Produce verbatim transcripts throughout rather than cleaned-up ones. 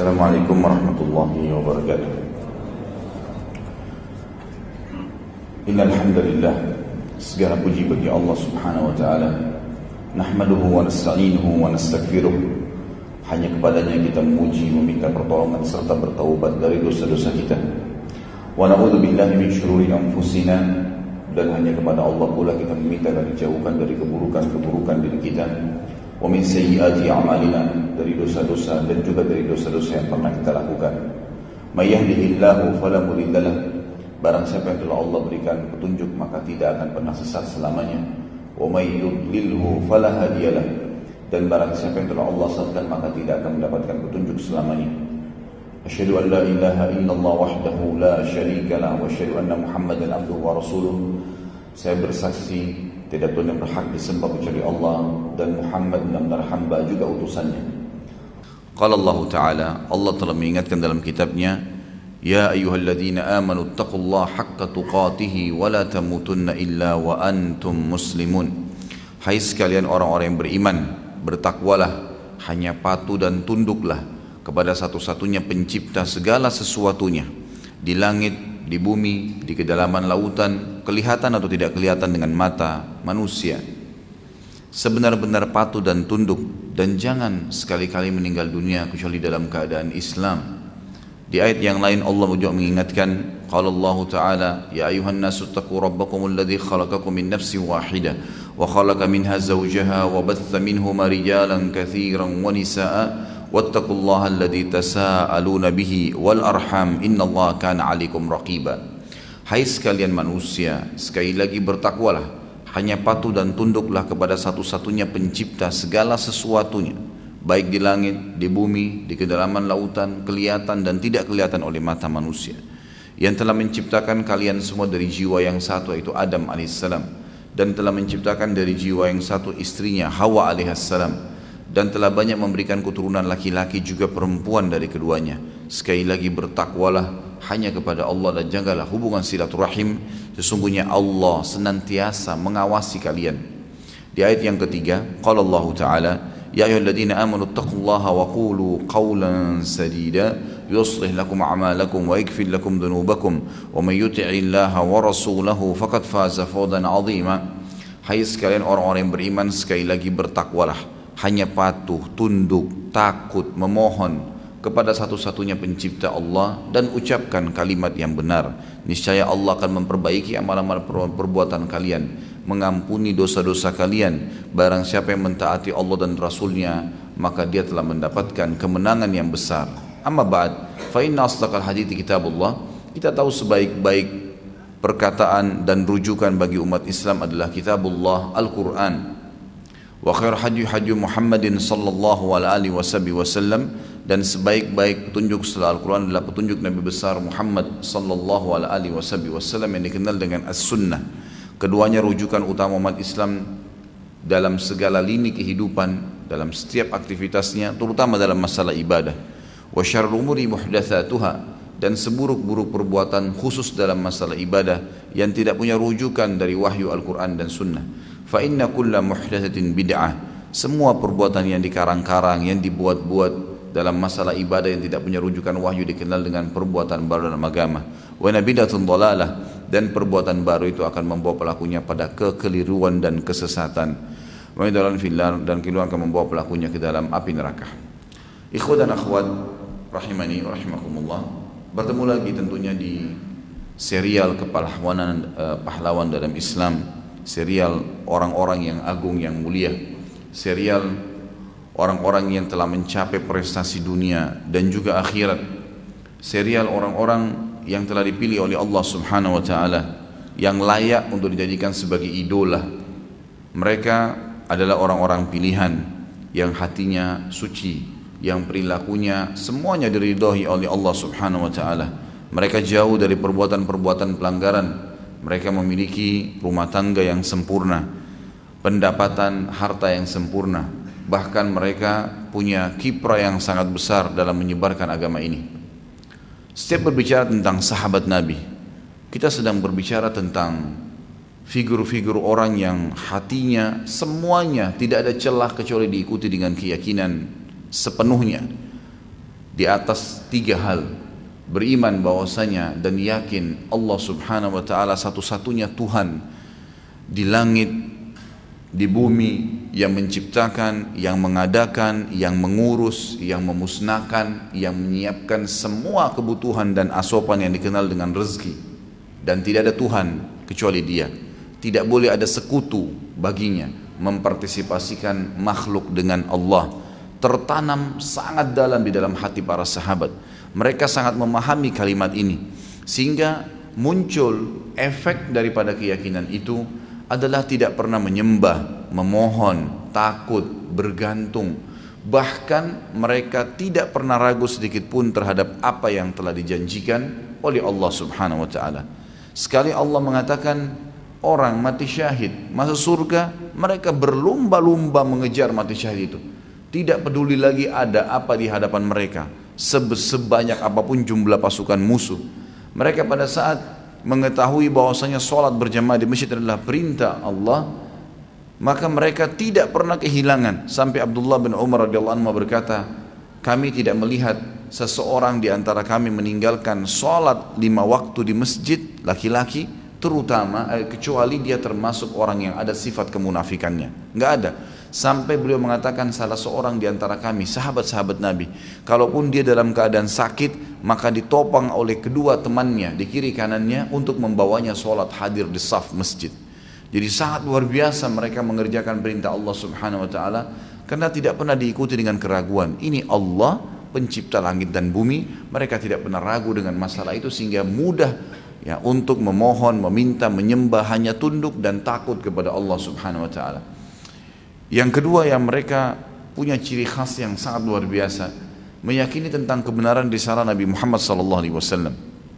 Assalamualaikum warahmatullahi wabarakatuh. Innal hamdalillah, segala puji bagi Allah Subhanahu wa taala. Nahmaduhu wa nasta'inuhu wa nastaghfiruh. Hanya kepadanya kita memuji, meminta pertolongan serta bertaubat dari dosa-dosa kita. Wa na'udzu billahi min syururi anfusina, dan hanya kepada Allah pula kita meminta dan dijauhkan dari keburukan-keburukan diri kita. Wa min sayyiati a'malina, dari dosa-dosa dan juga dari dosa-dosa yang pernah kita lakukan. May yahdihillahu fala mudhillalah, barang siapa yang telah Allah berikan petunjuk maka tidak akan pernah sesat selamanya. Wa may yudlilhu fala hadiyalah, dan barang siapa yang telah Allah sesatkan maka tidak akan mendapatkan petunjuk selamanya. Asyhadu an la ilaha illallah wahdahu la syarika lah wa asyhadu anna Muhammadan abduhu wa rasuluh. Saya bersaksi tidak Tuhan yang berhak disembah kecuali Allah, dan Muhammad benar-benar hamba juga utusannya. Qala Allah Ta'ala, Allah telah mengingatkan dalam kitabnya, Ya ayyuhalladzina amanu taqullaha haqqa tuqatihi wa la tamutunna illa wa antum muslimun. Hai sekalian orang-orang yang beriman, bertakwalah, hanya patuh dan tunduklah kepada satu-satunya pencipta segala sesuatunya, di langit, di bumi, di kedalaman lautan, kelihatan atau tidak kelihatan dengan mata manusia. Sebenar-benar patuh dan tunduk, dan jangan sekali-kali meninggal dunia kecuali dalam keadaan Islam. Di ayat yang lain Allah juga mengingatkan, qala Allah Ta'ala, ya ayuhan nasu taqu rabbakumul ladzi khalaqakum min nafsin wahidah wa khalaqa minha zawjaha wa batha minhuma rijalan katsiran wa nisaa'a wattaqullaha alladzi tasaaluna bihi wal arham innallaha kana 'alaikum raqiba. Hai sekalian manusia, sekali lagi bertakwalah, hanya patuh dan tunduklah kepada satu-satunya pencipta segala sesuatunya, baik di langit, di bumi, di kedalaman lautan, kelihatan dan tidak kelihatan oleh mata manusia, yang telah menciptakan kalian semua dari jiwa yang satu, yaitu Adam alaihissalam, dan telah menciptakan dari jiwa yang satu istrinya Hawa alaihissalam, dan telah banyak memberikan keturunan laki-laki juga perempuan dari keduanya. Sekali lagi bertakwalah hanya kepada Allah dan jagalah hubungan silaturahim, sesungguhnya Allah senantiasa mengawasi kalian. Di ayat yang ketiga, qala Allah Ta'ala, ya ayyuhalladzina amanu taqullaha wa qulu qawlan sadida yuslih lakum a'malakum wa yaghfir lakum dhunubakum wa may yuti'illaha wa rasulahu faqad faza fawzan 'azima. Hai sekalian orang-orang yang beriman, sekali lagi bertakwalah, hanya patuh, tunduk, takut, memohon kepada satu-satunya pencipta Allah, dan ucapkan kalimat yang benar. Niscaya Allah akan memperbaiki amal-amal perbuatan kalian, mengampuni dosa-dosa kalian. Barang siapa yang mentaati Allah dan Rasulnya, maka dia telah mendapatkan kemenangan yang besar. Amma ba'd, fa inna asdaqal hadithi kitabullah. Kita tahu sebaik-baik perkataan dan rujukan bagi umat Islam adalah kitabullah, Al-Quran. Wa khair hadi hadi Muhammadin sallallahu alaihi wasallam, dan sebaik-baik petunjuk setelah Al-Quran adalah petunjuk Nabi besar Muhammad sallallahu alaihi wasallam yang dikenal dengan As-Sunnah. Keduanya rujukan utama umat Islam dalam segala lini kehidupan, dalam setiap aktivitasnya, terutama dalam masalah ibadah. Wa syarrul umuri muhdatsatuha, dan seburuk-buruk perbuatan khusus dalam masalah ibadah yang tidak punya rujukan dari wahyu Al-Quran dan Sunnah. Fa inna kulla muhdatsatin bid'ah, semua perbuatan yang dikarang-karang, yang dibuat-buat dalam masalah ibadah yang tidak punya rujukan wahyu dikenal dengan perbuatan baru dalam agama. Wa nabidatun dhalalah, dan perbuatan baru itu akan membawa pelakunya pada kekeliruan dan kesesatan. Wa idalan fillar, dan keliruan akan membawa pelakunya ke dalam api neraka. Ikhwan dan akhwat rahimani rahimakumullah, bertemu lagi tentunya di serial kepahlawanan, eh, pahlawan dalam Islam, serial orang-orang yang agung yang mulia, serial orang-orang yang telah mencapai prestasi dunia dan juga akhirat, serial orang-orang yang telah dipilih oleh Allah Subhanahu wa Ta'ala, yang layak untuk dijadikan sebagai idola. Mereka adalah orang-orang pilihan yang hatinya suci, yang perilakunya semuanya diridhoi oleh Allah Subhanahu wa Ta'ala. Mereka jauh dari perbuatan-perbuatan pelanggaran. Mereka memiliki rumah tangga yang sempurna, pendapatan harta yang sempurna, bahkan mereka punya kiprah yang sangat besar dalam menyebarkan agama ini. Setiap berbicara tentang sahabat Nabi, kita sedang berbicara tentang figur-figur orang yang hatinya semuanya tidak ada celah kecuali diikuti dengan keyakinan sepenuhnya. di atas tiga hal. Beriman bahwasanya dan yakin Allah subhanahu wa ta'ala satu-satunya Tuhan di langit, di bumi, yang menciptakan, yang mengadakan, yang mengurus, yang memusnahkan, yang menyiapkan semua kebutuhan dan asupan yang dikenal dengan rezeki. Dan tidak ada Tuhan kecuali Dia. Tidak boleh ada sekutu baginya mempartisipasikan makhluk dengan Allah. Tertanam sangat dalam di dalam hati para sahabat. Mereka sangat memahami kalimat ini, sehingga muncul efek daripada keyakinan itu adalah tidak pernah menyembah, memohon, takut, bergantung. Bahkan mereka tidak pernah ragu sedikit pun terhadap apa yang telah dijanjikan oleh Allah subhanahu wa ta'ala. Sekali Allah mengatakan orang mati syahid masuk surga, mereka berlumba-lumba mengejar mati syahid itu. Tidak peduli lagi ada apa di hadapan mereka, sebanyak apapun jumlah pasukan musuh. Mereka pada saat mengetahui bahwasanya sholat berjamaah di masjid adalah perintah Allah, maka mereka tidak pernah kehilangan. Sampai Abdullah bin Umar radhiyallahu anhu berkata, kami tidak melihat seseorang di antara kami meninggalkan sholat lima waktu di masjid, laki-laki terutama, eh, kecuali dia termasuk orang yang ada sifat kemunafikannya. Nggak ada. Sampai beliau mengatakan salah seorang di antara kami, sahabat-sahabat Nabi, kalaupun dia dalam keadaan sakit, maka ditopang oleh kedua temannya di kiri kanannya untuk membawanya sholat hadir di saf masjid. Jadi sangat luar biasa mereka mengerjakan perintah Allah subhanahu wa ta'ala, karena tidak pernah diikuti dengan keraguan. Ini Allah pencipta langit dan bumi, mereka tidak pernah ragu dengan masalah itu, sehingga mudah ya untuk memohon, meminta, menyembah, hanya tunduk dan takut kepada Allah subhanahu wa ta'ala. Yang kedua yang mereka punya ciri khas yang sangat luar biasa, meyakini tentang kebenaran risalah Nabi Muhammad sallallahu alaihi wasallam,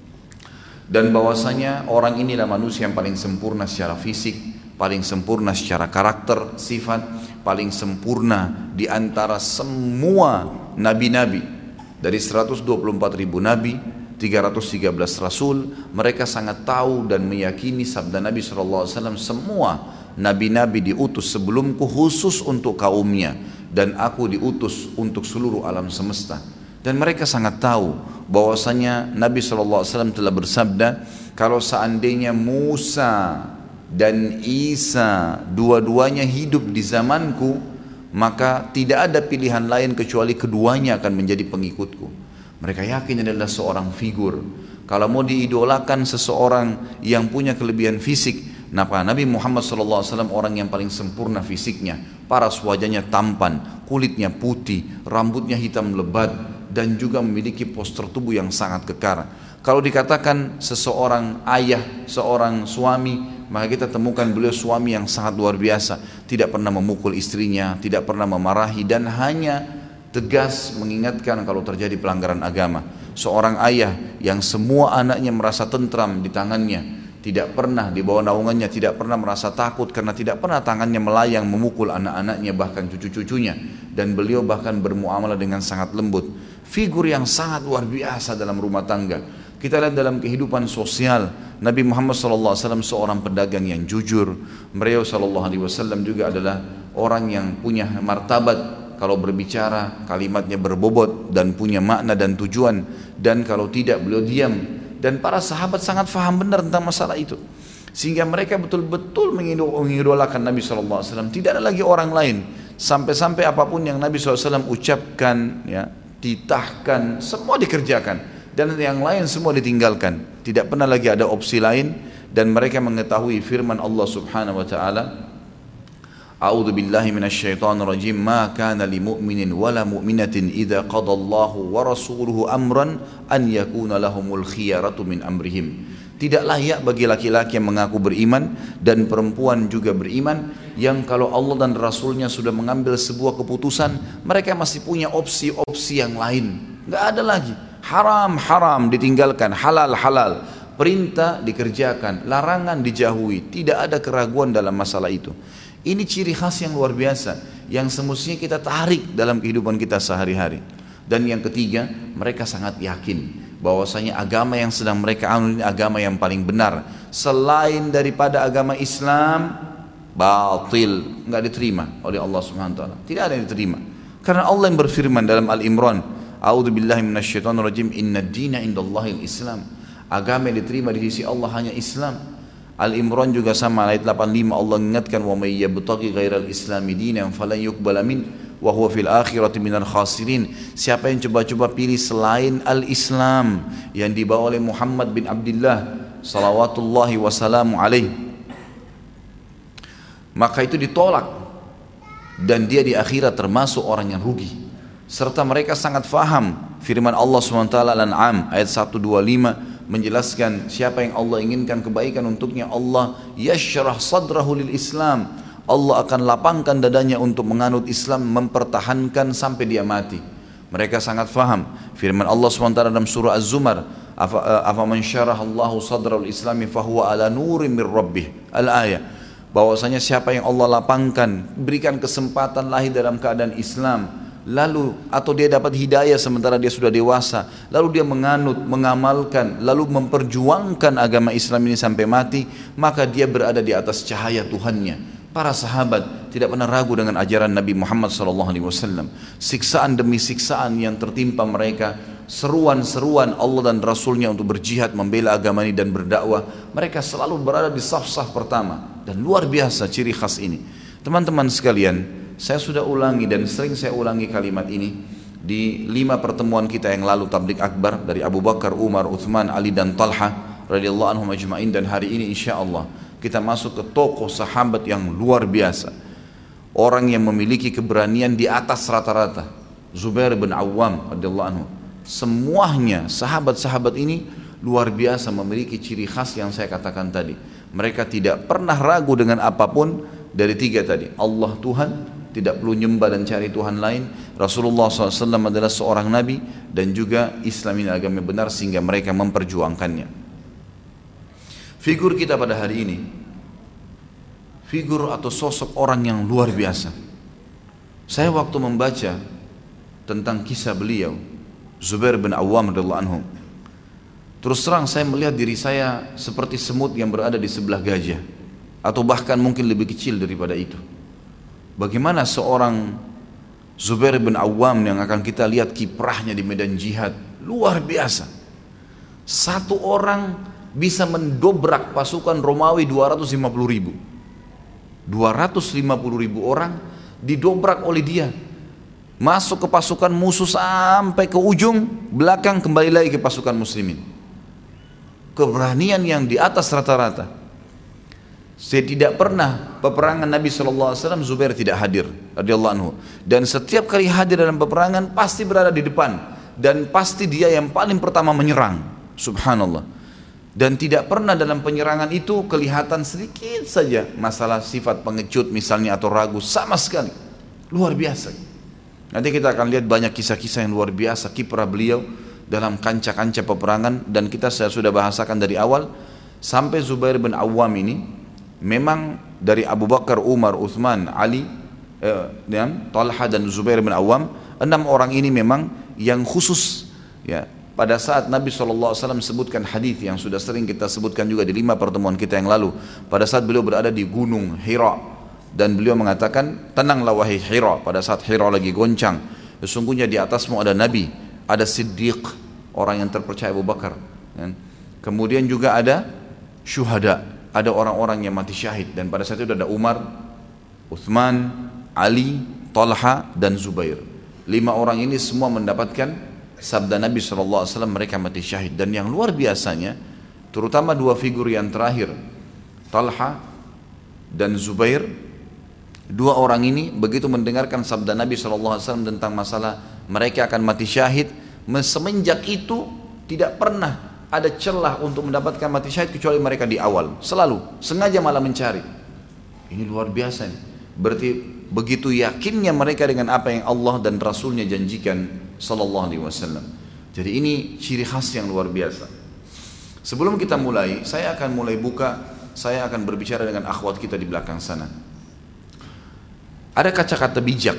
dan bahwasanya orang inilah manusia yang paling sempurna secara fisik, paling sempurna secara karakter, sifat, paling sempurna di antara semua nabi-nabi. Dari seratus dua puluh empat ribu nabi, tiga ratus tiga belas rasul, mereka sangat tahu dan meyakini sabda Nabi sallallahu alaihi wasallam, semua nabi-nabi diutus sebelumku khusus untuk kaumnya, dan aku diutus untuk seluruh alam semesta. Dan mereka sangat tahu bahwasanya Nabi shallallahu alaihi wasallam telah bersabda, kalau seandainya Musa dan Isa dua-duanya hidup di zamanku, maka tidak ada pilihan lain kecuali keduanya akan menjadi pengikutku. Mereka yakin adalah seorang figur. Kalau mau diidolakan seseorang yang punya kelebihan fisik, nah, Nabi Muhammad shallallahu alaihi wasallam orang yang paling sempurna fisiknya, paras wajahnya tampan, kulitnya putih, rambutnya hitam lebat, dan juga memiliki postur tubuh yang sangat kekar. Kalau dikatakan seseorang ayah, seorang suami, maka kita temukan beliau suami yang sangat luar biasa, tidak pernah memukul istrinya, tidak pernah memarahi, dan hanya tegas mengingatkan kalau terjadi pelanggaran agama. Seorang ayah yang semua anaknya merasa tentram di tangannya, tidak pernah di bawah naungannya, tidak pernah merasa takut karena tidak pernah tangannya melayang memukul anak-anaknya, bahkan cucu-cucunya, dan beliau bahkan bermuamalah dengan sangat lembut. Figur yang sangat luar biasa dalam rumah tangga. Kita lihat dalam kehidupan sosial, Nabi Muhammad shallallahu alaihi wasallam seorang pedagang yang jujur. Beliau shallallahu alaihi wasallam juga adalah orang yang punya martabat. Kalau berbicara kalimatnya berbobot dan punya makna dan tujuan, dan kalau tidak beliau diam. Dan para sahabat sangat faham benar tentang masalah itu, sehingga mereka betul-betul mengidolakan Nabi shallallahu alaihi wasallam. Tidak ada lagi orang lain, sampai-sampai apapun yang Nabi shallallahu alaihi wasallam ucapkan, ya, ditahkan, semua dikerjakan, dan yang lain semua ditinggalkan. Tidak pernah lagi ada opsi lain. Dan mereka mengetahui firman Allah subhanahu wa ta'ala, A'udzu billahi minasyaitonir rajim, ma kana lil mu'minin wala mu'minatin idza qadallahu wa rasuluhu amran an yakuna lahumul khiyaratu min amrihim. Tidak layak bagi laki-laki yang mengaku beriman dan perempuan juga beriman, yang kalau Allah dan Rasulnya sudah mengambil sebuah keputusan, mereka masih punya opsi-opsi yang lain. Nggak ada lagi. Haram, haram ditinggalkan, halal, halal. Perintah dikerjakan, larangan dijauhi. Tidak ada keraguan dalam masalah itu. Ini ciri khas yang luar biasa, yang semestinya kita tarik dalam kehidupan kita sehari-hari. Dan yang ketiga, mereka sangat yakin bahwasanya agama yang sedang mereka anut ini agama yang paling benar. Selain daripada agama Islam, batil, nggak diterima oleh Allah Subhanahu wa taala. Tidak ada yang diterima. Karena Allah yang berfirman dalam Al-Imran A'udzubillahi minasyaitonirrajim. Innad dina indallahil Islam. Agama yang diterima di sisi Allah hanya Islam. Al-Imran juga sama, ayat delapan puluh lima Allah ingatkan, wa may yabtaghi ghairal islami dinan falan yuqbala min wa huwa fil akhirati minal khasirin. Siapa yang coba-coba pilih selain al-Islam yang dibawa oleh Muhammad bin Abdullah salawatullahi wassalamu alaih, maka itu ditolak dan dia di akhirat termasuk orang yang rugi. Serta mereka sangat faham firman Allah subhanahu wa taala Al-An'am ayat seratus dua puluh lima menjelaskan siapa yang Allah inginkan kebaikan untuknya, Allah yashrah sadrahu lil Islam, Allah akan lapangkan dadanya untuk menganut Islam, mempertahankan sampai dia mati. Mereka sangat faham firman Allah subhanahu wa taala dalam surah Az-Zumar, afaman syarahallahu sadrahu lil islami fahuwa ala nurin mir rabbih, al-ayah, bahwasanya siapa yang Allah lapangkan, berikan kesempatan lahir dalam keadaan Islam, lalu atau dia dapat hidayah sementara dia sudah dewasa, lalu dia menganut, mengamalkan, lalu memperjuangkan agama Islam ini sampai mati, maka dia berada di atas cahaya Tuhannya. Para sahabat tidak pernah ragu dengan ajaran Nabi Muhammad shallallahu alaihi wasallam. Siksaan demi siksaan yang tertimpa mereka, seruan-seruan Allah dan Rasulnya untuk berjihad membela agama ini dan berdakwah, mereka selalu berada di saf-saf pertama. Dan luar biasa ciri khas ini. Teman-teman sekalian, saya sudah ulangi dan sering saya ulangi kalimat ini di lima pertemuan kita yang lalu tabligh akbar dari Abu Bakar, Umar, Uthman, Ali dan Talha radhiyallahu anhum ajma'in, dan hari ini insyaallah kita masuk ke tokoh sahabat yang luar biasa, orang yang memiliki keberanian di atas rata-rata, Zubair bin Awam radhiyallahu anhu. Semuanya sahabat-sahabat ini luar biasa memiliki ciri khas yang saya katakan tadi. Mereka tidak pernah ragu dengan apapun dari tiga tadi. Allah Tuhan, tidak perlu nyembah dan cari Tuhan lain. Rasulullah shallallahu alaihi wasallam adalah seorang nabi, dan juga Islam ini agama benar, sehingga mereka memperjuangkannya. Figur kita pada hari ini, figur atau sosok orang yang luar biasa. Saya waktu membaca tentang kisah beliau, Zubair bin Awam radhiyallahu anhu, terus terang saya melihat diri saya seperti semut yang berada di sebelah gajah, atau bahkan mungkin lebih kecil daripada itu. Bagaimana seorang Zubair bin Awam yang akan kita lihat kiprahnya di medan jihad, luar biasa. Satu orang bisa mendobrak pasukan Romawi dua ratus lima puluh ribu. dua ratus lima puluh ribu orang didobrak oleh dia. Masuk ke pasukan musuh sampai ke ujung belakang, kembali lagi ke pasukan muslimin. Keberanian yang di atas rata-rata. Saya tidak pernah peperangan Nabi shallallahu alaihi wasallam Zubair tidak hadir radhiyallahu anhu. Dan setiap kali hadir dalam peperangan pasti berada di depan, dan pasti dia yang paling pertama menyerang. Subhanallah. Dan tidak pernah dalam penyerangan itu kelihatan sedikit saja masalah sifat pengecut misalnya atau ragu, sama sekali. Luar biasa. Nanti kita akan lihat banyak kisah-kisah yang luar biasa kiprah beliau dalam kancah-kancah peperangan, dan kita sudah bahasakan dari awal sampai Zubair bin Awam ini memang dari Abu Bakar, Umar, Uthman, Ali, eh, dan Talha dan Zubair bin Awam, enam orang ini memang yang khusus ya. Pada saat Nabi shallallahu alaihi wasallam sebutkan hadis yang sudah sering kita sebutkan juga di lima pertemuan kita yang lalu, pada saat beliau berada di gunung Hira, dan beliau mengatakan, tenanglah wahai Hira, pada saat Hira lagi goncang, sesungguhnya di atasmu ada Nabi, ada Siddiq, orang yang terpercaya Abu Bakar, kemudian juga ada syuhada, ada orang-orang yang mati syahid, dan pada saat itu ada Umar, Uthman, Ali, Talha dan Zubair. Lima orang ini semua mendapatkan sabda Nabi shallallahu alaihi wasallam, mereka mati syahid. Dan yang luar biasanya, terutama dua figur yang terakhir, Talha dan Zubair, dua orang ini begitu mendengarkan sabda Nabi shallallahu alaihi wasallam tentang masalah mereka akan mati syahid, semenjak itu tidak pernah ada celah untuk mendapatkan mati syahid kecuali mereka di awal, selalu sengaja malah mencari. Ini luar biasa nih. Berarti begitu yakinnya mereka dengan apa yang Allah dan Rasulnya janjikan sallallahu alaihi wasallam. Jadi ini ciri khas yang luar biasa. Sebelum kita mulai, saya akan mulai buka, saya akan berbicara dengan akhwat kita di belakang sana. Ada kata-kata bijak.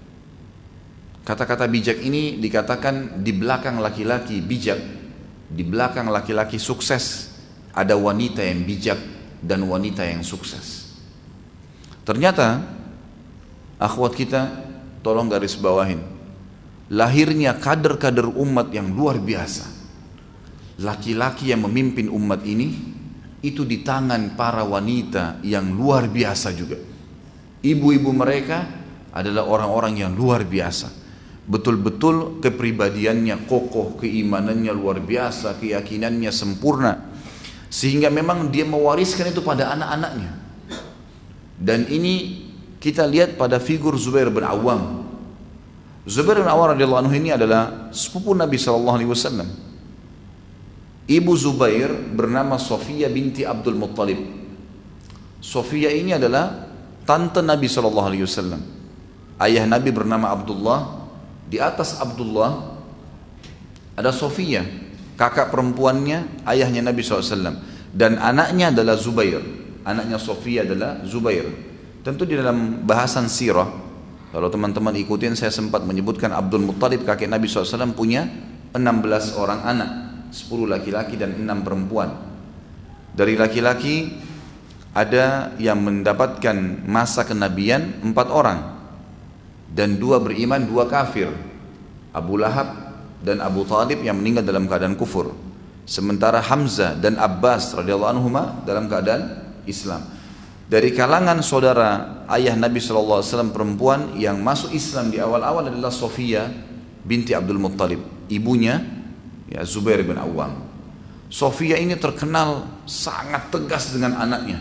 Kata-kata bijak ini dikatakan di belakang laki-laki bijak, di belakang laki-laki sukses, ada wanita yang bijak dan wanita yang sukses. Ternyata akhwat kita, tolong garis bawahin, lahirnya kader-kader umat yang luar biasa. Laki-laki yang memimpin umat ini itu di tangan para wanita yang luar biasa juga. Ibu-ibu mereka adalah orang-orang yang luar biasa. Betul-betul kepribadiannya kokoh, keimanannya luar biasa, keyakinannya sempurna. Sehingga memang dia mewariskan itu pada anak-anaknya. Dan ini kita lihat pada figur Zubair bin Awam. Zubair bin Awam radhiyallahu anhu ini adalah sepupu Nabi shallallahu alaihi wasallam. Ibu Zubair bernama Sofia binti Abdul Muttalib. Sofia ini adalah tante Nabi shallallahu alaihi wasallam. Ayah Nabi bernama Abdullah. Di atas Abdullah ada Sofia, kakak perempuannya ayahnya Nabi shallallahu alaihi wasallam, dan anaknya adalah Zubair. Anaknya Sofia adalah Zubair. Tentu di dalam bahasan sirah, kalau teman-teman ikutin, saya sempat menyebutkan Abdul Muttalib kakek Nabi shallallahu alaihi wasallam punya enam belas orang anak, sepuluh laki-laki dan enam perempuan. Dari laki-laki ada yang mendapatkan masa kenabian empat orang, dan dua beriman, dua kafir, Abu Lahab dan Abu Talib yang meninggal dalam keadaan kufur. Sementara Hamzah dan Abbas radhiyallahu anhuma dalam keadaan Islam. Dari kalangan saudara ayah Nabi shallallahu alaihi wasallam perempuan yang masuk Islam di awal-awal adalah Sofia binti Abdul Muttalib, ibunya ya Zubair bin Awam. Sofia ini terkenal sangat tegas dengan anaknya.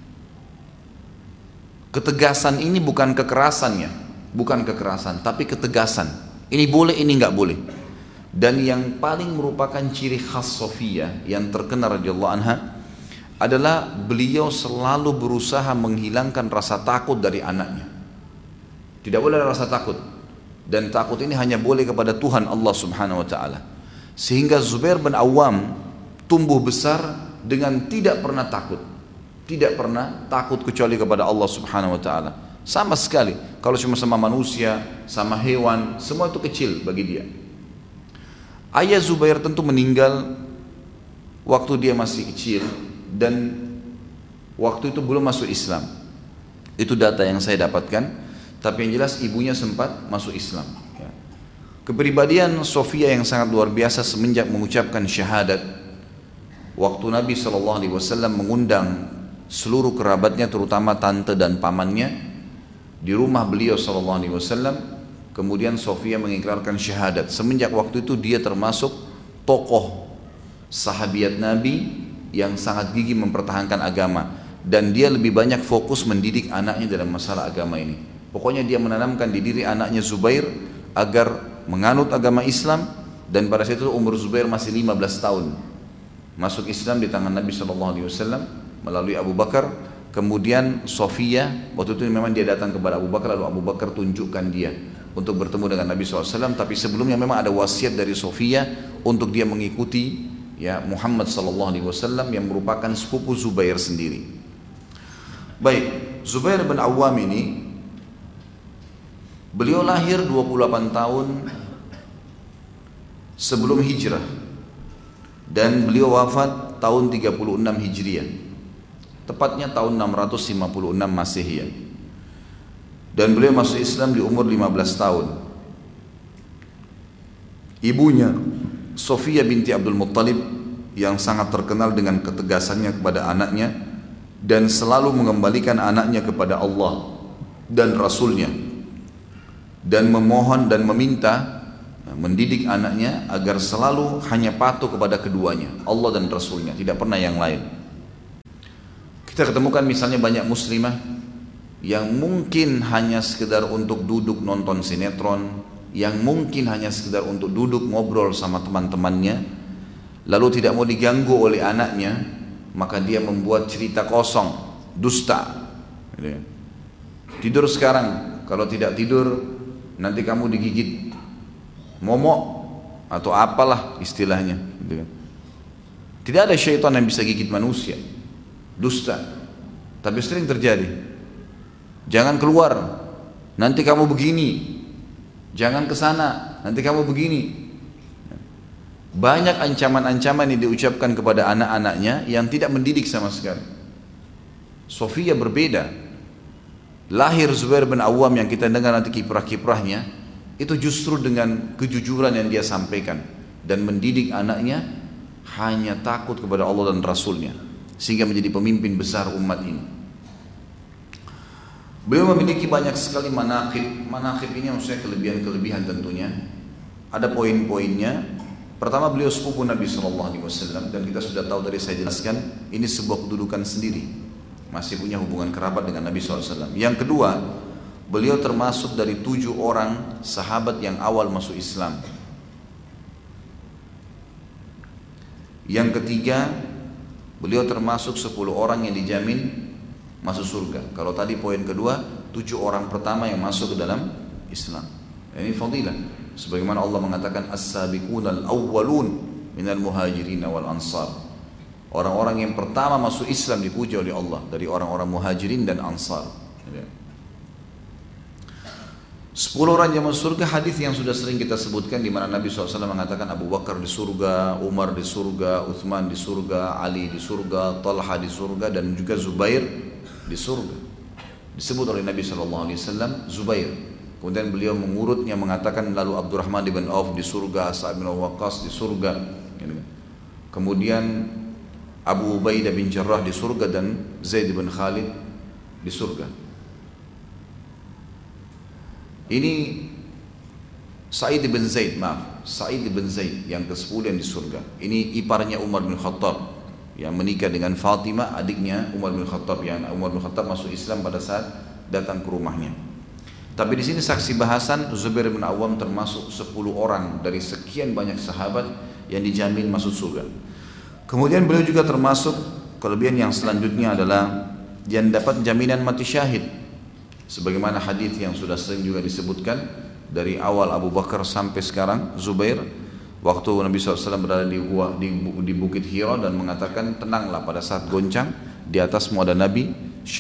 Ketegasan ini bukan kekerasannya, bukan kekerasan, tapi ketegasan. Ini boleh, ini nggak boleh. Dan yang paling merupakan ciri khas Sofia yang terkenal radhiyallahu anha adalah beliau selalu berusaha menghilangkan rasa takut dari anaknya. Tidak boleh ada rasa takut, dan takut ini hanya boleh kepada Tuhan Allah Subhanahu wa taala. Sehingga Zubair bin Awam tumbuh besar dengan tidak pernah takut. Tidak pernah takut kecuali kepada Allah Subhanahu wa taala. Sama sekali. Kalau cuma sama manusia, sama hewan, semua itu kecil bagi dia. Ayah Zubair tentu meninggal waktu dia masih kecil, dan waktu itu belum masuk Islam. Itu data yang saya dapatkan. Tapi yang jelas ibunya sempat masuk Islam. Kepribadian Sofia yang sangat luar biasa semenjak mengucapkan syahadat. Waktu Nabi shallallahu alaihi wasallam mengundang seluruh kerabatnya, terutama tante dan pamannya, di rumah beliau shallallahu alaihi wasallam, kemudian Sofia mengikrarkan syahadat. Semenjak waktu itu dia termasuk tokoh sahabiat Nabi yang sangat gigih mempertahankan agama, dan dia lebih banyak fokus mendidik anaknya dalam masalah agama ini. Pokoknya dia menanamkan di diri anaknya Zubair agar menganut agama Islam, dan pada saat itu umur Zubair masih lima belas tahun. Masuk Islam di tangan Nabi shallallahu alaihi wasallam melalui Abu Bakar. Kemudian Sofia, waktu itu memang dia datang kepada Abu Bakar, lalu Abu Bakar tunjukkan dia untuk bertemu dengan Nabi shallallahu alaihi wasallam. Tapi sebelumnya memang ada wasiat dari Sofia untuk dia mengikuti ya Muhammad shallallahu alaihi wasallam yang merupakan sepupu Zubair sendiri. Baik, Zubair bin Awam ini beliau lahir dua puluh delapan tahun sebelum hijrah, dan beliau wafat tahun tiga puluh enam Hijriah, tepatnya tahun enam ratus lima puluh enam Masehi. Dan beliau masuk Islam di umur lima belas tahun. Ibunya Sofia binti Abdul Muttalib yang sangat terkenal dengan ketegasannya kepada anaknya dan selalu mengembalikan anaknya kepada Allah dan Rasulnya, dan memohon dan meminta mendidik anaknya agar selalu hanya patuh kepada keduanya, Allah dan Rasulnya, tidak pernah yang lain. Kita ketemukan misalnya banyak muslimah yang mungkin hanya sekedar untuk duduk nonton sinetron, yang mungkin hanya sekedar untuk duduk ngobrol sama teman-temannya, lalu tidak mau diganggu oleh anaknya, maka dia membuat cerita kosong, dusta. Tidur sekarang, kalau tidak tidur nanti kamu digigit momok atau apalah istilahnya. Tidak ada syaitan yang bisa gigit manusia. Dusta. Tapi sering terjadi. Jangan keluar, nanti kamu begini. Jangan ke sana, nanti kamu begini. Banyak ancaman-ancaman yang diucapkan kepada anak-anaknya yang tidak mendidik sama sekali. Sofia berbeda. Lahir Zubair bin Awam yang kita dengar nanti kiprah-kiprahnya, itu justru dengan kejujuran yang dia sampaikan dan mendidik anaknya hanya takut kepada Allah dan Rasulnya, sehingga menjadi pemimpin besar umat ini. Beliau memiliki banyak sekali manaqib. Manaqib ini maksudnya kelebihan-kelebihan tentunya. Ada poin-poinnya. Pertama, beliau sepupu Nabi shallallahu alaihi wasallam, dan kita sudah tahu tadi saya jelaskan ini sebuah kedudukan sendiri, masih punya hubungan kerabat dengan Nabi shallallahu alaihi wasallam. Yang kedua, beliau termasuk dari tujuh orang sahabat yang awal masuk Islam. Yang ketiga, beliau termasuk sepuluh orang yang dijamin masuk surga. Kalau tadi poin kedua, tujuh orang pertama yang masuk ke dalam Islam. Ini fadilah. Sebagaimana Allah mengatakan as-sabiqunal awwalun minal muhajirin wal ansar. Orang-orang yang pertama masuk Islam dipuji oleh Allah dari orang-orang muhajirin dan ansar. Sepuluh orang yang masuk surga, hadis yang sudah sering kita sebutkan, di mana Nabi shallallahu alaihi wasallam mengatakan Abu Bakar di surga, Umar di surga, Uthman di surga, Ali di surga, Talha di surga, dan juga Zubair di surga. Disebut oleh Nabi shallallahu alaihi wasallam Zubair. Kemudian beliau mengurutnya mengatakan lalu Abdurrahman bin Auf di surga, Sa'ad bin Waqqas di surga. Kemudian Abu Ubaidah bin Jarrah di surga dan Zaid bin Khalid di surga. Ini Sa'id bin Zaid, maaf, Sa'id bin Zaid yang kesepuluh yang di surga. Ini iparnya Umar bin Khattab yang menikah dengan Fatimah, adiknya Umar bin Khattab, yang Umar bin Khattab masuk Islam pada saat datang ke rumahnya. Tapi di sini saksi bahasan Zubair bin Awam termasuk sepuluh orang dari sekian banyak sahabat yang dijamin masuk surga. Kemudian beliau juga termasuk, kelebihan yang selanjutnya adalah yang dapat jaminan mati syahid. Sebagaimana hadis yang sudah sering juga disebutkan dari awal Abu Bakar sampai sekarang, Zubair waktu Nabi shallallahu alaihi wasallam berada di, di, di Bukit Hira dan mengatakan tenanglah pada saat goncang, di atasmu ada Nabi,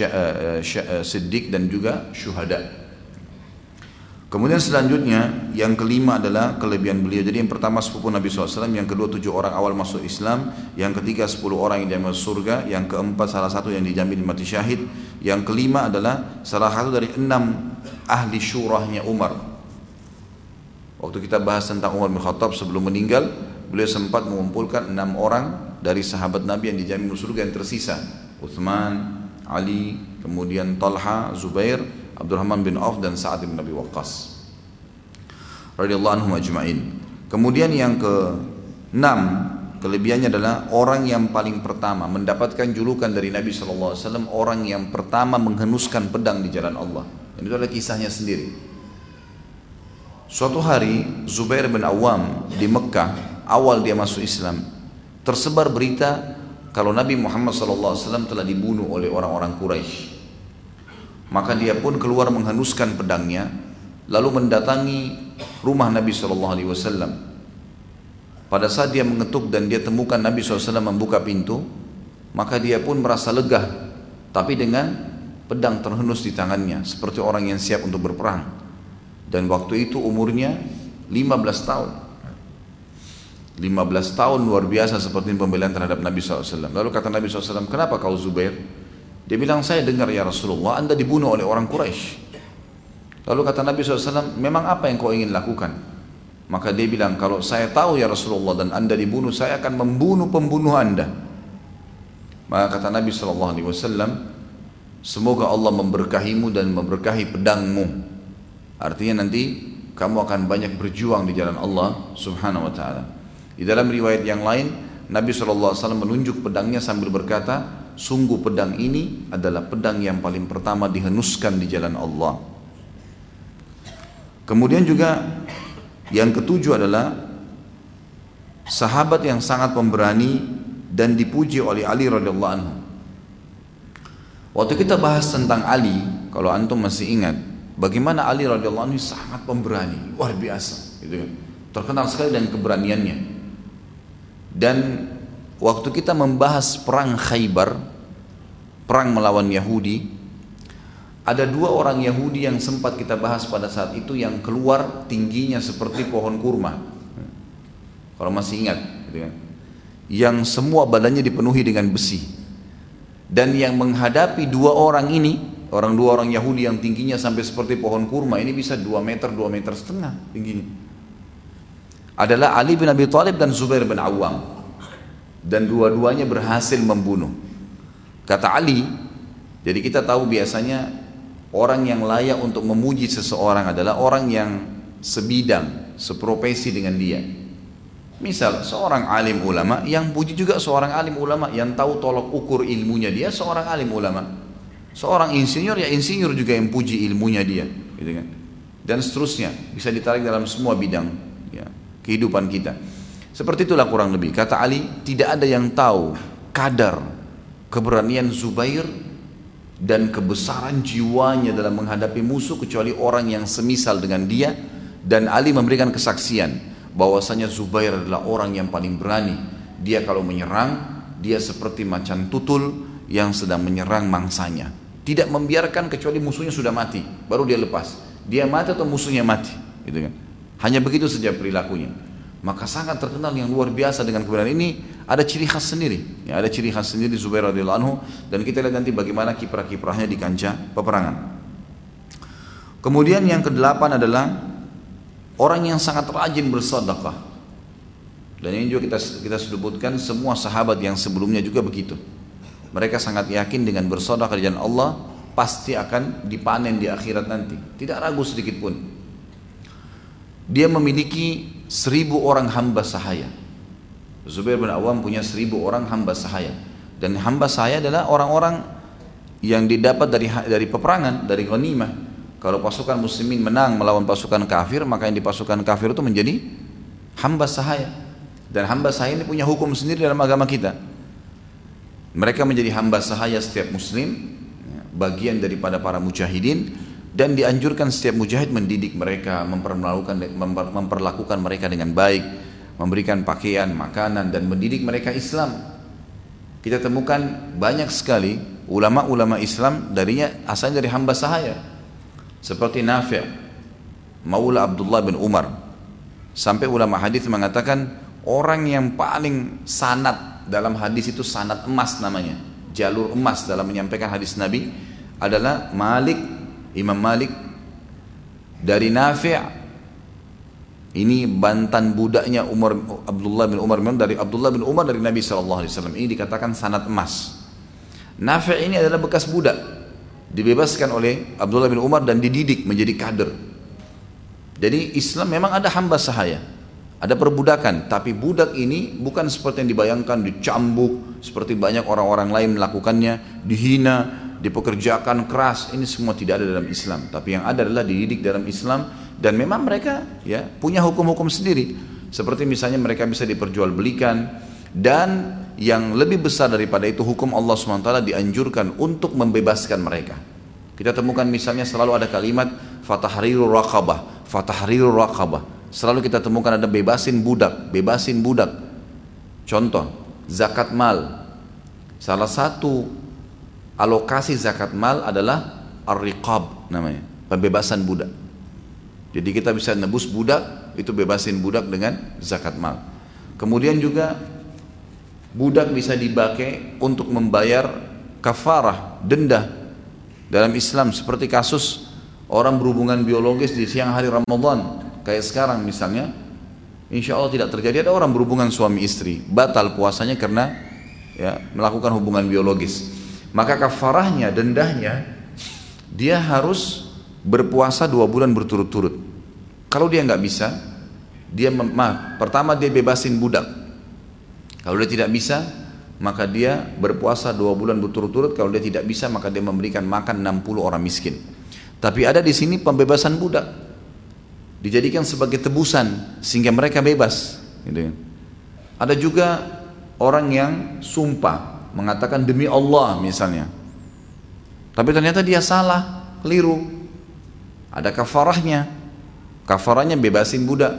Siddiq dan juga syuhada. Kemudian selanjutnya yang kelima adalah kelebihan beliau. Jadi yang pertama sepupu Nabi shallallahu alaihi wasallam, yang kedua tujuh orang awal masuk Islam, yang ketiga sepuluh orang yang dijamin masuk surga, yang keempat salah satu yang dijamin mati syahid, yang kelima adalah salah satu dari enam ahli syurahnya Umar. Waktu kita bahas tentang Umar bin Khattab sebelum meninggal, beliau sempat mengumpulkan enam orang dari sahabat Nabi yang dijamin masuk surga yang tersisa, Uthman, Ali, kemudian Talha, Zubair, Abdurrahman bin Auf dan Sa'ad bin Abi Waqqas radhiyallahu anhum ajma'in. Kemudian yang keenam kelebihannya adalah orang yang paling pertama mendapatkan julukan dari Nabi shallallahu alaihi wasallam, orang yang pertama menghenuskan pedang di jalan Allah. Dan itu adalah kisahnya sendiri. Suatu hari Zubair bin Awam di Mekah, awal dia masuk Islam, tersebar berita kalau Nabi Muhammad shallallahu alaihi wasallam telah dibunuh oleh orang-orang Quraisy. Maka dia pun keluar menghenuskan pedangnya, lalu mendatangi rumah Nabi shallallahu alaihi wasallam. Pada saat dia mengetuk dan dia temukan Nabi shallallahu alaihi wasallam membuka pintu, maka dia pun merasa lega, tapi dengan pedang terhenus di tangannya, seperti orang yang siap untuk berperang. Dan waktu itu umurnya lima belas tahun. lima belas tahun luar biasa seperti pembelaan terhadap Nabi shallallahu alaihi wasallam. Lalu kata Nabi shallallahu alaihi wasallam, kenapa kau Zubair? Dia bilang, saya dengar ya Rasulullah, Anda dibunuh oleh orang Quraisy. Lalu kata Nabi shallallahu alaihi wasallam, memang apa yang kau ingin lakukan? Maka dia bilang, kalau saya tahu ya Rasulullah dan Anda dibunuh, saya akan membunuh pembunuh Anda. Maka kata Nabi shallallahu alaihi wasallam, semoga Allah memberkahimu dan memberkahi pedangmu. Artinya nanti kamu akan banyak berjuang di jalan Allah subhanahu wa ta'ala. Di dalam riwayat yang lain, Nabi shallallahu alaihi wasallam menunjuk pedangnya sambil berkata, sungguh pedang ini adalah pedang yang paling pertama dihenuskan di jalan Allah. Kemudian juga yang ketujuh adalah sahabat yang sangat pemberani dan dipuji oleh Ali radhiyallahu anhu. Waktu kita bahas tentang Ali, kalau antum masih ingat, bagaimana Ali radhiyallahu anhu sangat pemberani, luar biasa, gitu kan? Terkenal sekali dengan keberaniannya. Dan waktu kita membahas perang Khaybar, perang melawan Yahudi, ada dua orang Yahudi yang sempat kita bahas pada saat itu yang keluar tingginya seperti pohon kurma. Kalau masih ingat, gitu kan? Yang semua badannya dipenuhi dengan besi. Dan yang menghadapi dua orang ini Orang dua orang Yahudi yang tingginya sampai seperti pohon kurma, ini bisa dua meter, dua meter setengah tingginya. Adalah Ali bin Abi Thalib dan Zubair bin Awam. Dan dua-duanya berhasil membunuh. Kata Ali, jadi kita tahu biasanya orang yang layak untuk memuji seseorang adalah orang yang sebidang, seprofesi dengan dia. Misal seorang alim ulama yang puji juga seorang alim ulama yang tahu tolok ukur ilmunya dia seorang alim ulama. Seorang insinyur ya insinyur juga yang puji ilmunya dia, gitu kan. Dan seterusnya bisa ditarik dalam semua bidang ya, kehidupan kita. Seperti itulah kurang lebih. Kata Ali, tidak ada yang tahu kadar keberanian Zubair dan kebesaran jiwanya dalam menghadapi musuh kecuali orang yang semisal dengan dia. Dan Ali memberikan kesaksian bahwasanya Zubair adalah orang yang paling berani. Dia kalau menyerang, dia seperti macan tutul yang sedang menyerang mangsanya. Tidak membiarkan kecuali musuhnya sudah mati, baru dia lepas. Dia mati atau musuhnya mati, gitu kan. Hanya begitu saja perilakunya. Maka sangat terkenal yang luar biasa dengan keberanian ini. Ada ciri khas sendiri, ya, ada ciri khas sendiri Zubair radhiyallahu anhu. Dan kita lihat nanti bagaimana kiprah-kiprahnya di kancah peperangan. Kemudian yang kedelapan adalah orang yang sangat rajin bersedekah. Dan ini juga kita kita sebutkan semua sahabat yang sebelumnya juga begitu. Mereka sangat yakin dengan bersedekah di jalan Allah pasti akan dipanen di akhirat nanti. Tidak ragu sedikit pun. Dia memiliki seribu orang hamba sahaya. Zubair bin Awam punya seribu orang hamba sahaya. Dan hamba sahaya adalah orang-orang yang didapat dari dari peperangan, dari ghanimah. Kalau pasukan muslimin menang melawan pasukan kafir, maka yang di pasukan kafir itu menjadi hamba sahaya. Dan hamba sahaya ini punya hukum sendiri dalam agama kita. Mereka menjadi hamba sahaya setiap muslim, bagian daripada para mujahidin, dan dianjurkan setiap mujahid mendidik mereka, memperlakukan, memperlakukan mereka dengan baik, memberikan pakaian, makanan, dan mendidik mereka Islam. Kita temukan banyak sekali ulama-ulama Islam darinya asalnya dari hamba sahaya. Seperti Nafi', Maula Abdullah bin Umar. Sampai ulama hadis mengatakan orang yang paling sanad dalam hadis itu sanad emas namanya, jalur emas dalam menyampaikan hadis Nabi adalah Malik, Imam Malik dari Nafi'. Ini bantan budaknya Umar, Abdullah bin Umar, dari Abdullah bin Umar dari Nabi shallallahu alaihi wasallam. Ini dikatakan sanad emas. Nafi' ini adalah bekas budak, dibebaskan oleh Abdullah bin Umar dan dididik menjadi kader. Jadi Islam memang ada hamba sahaya, ada perbudakan, tapi budak ini bukan seperti yang dibayangkan, dicambuk seperti banyak orang-orang lain melakukannya, dihina, dipekerjakan keras. Ini semua tidak ada dalam Islam. Tapi yang ada adalah dididik dalam Islam. Dan memang mereka ya punya hukum-hukum sendiri. Seperti misalnya mereka bisa diperjualbelikan. Dan yang lebih besar daripada itu, hukum Allah subhanahu wa taala dianjurkan untuk membebaskan mereka. Kita temukan misalnya selalu ada kalimat fatahriru raqabah, fatahriru raqabah. Selalu kita temukan ada bebasin budak, bebasin budak. Contoh, zakat mal. Salah satu alokasi zakat mal adalah ar-riqab namanya, pembebasan budak. Jadi kita bisa nebus budak, itu bebasin budak dengan zakat mal. Kemudian juga budak bisa dipakai untuk membayar kafarah, denda dalam Islam, seperti kasus orang berhubungan biologis di siang hari Ramadan. Kayak sekarang misalnya, insya Allah tidak terjadi, ada orang berhubungan suami istri, batal puasanya karena ya, melakukan hubungan biologis. Maka kafarahnya, dendahnya, dia harus berpuasa dua bulan berturut-turut. Kalau dia nggak bisa, dia maaf, pertama dia bebasin budak. Kalau dia tidak bisa, maka dia berpuasa dua bulan berturut-turut. Kalau dia tidak bisa, maka dia memberikan makan enam puluh orang miskin. Tapi ada di sini pembebasan budak, dijadikan sebagai tebusan sehingga mereka bebas. Gitu. Ada juga orang yang sumpah mengatakan demi Allah misalnya, tapi ternyata dia salah, keliru. Ada kafarahnya, kafarahnya bebasin budak,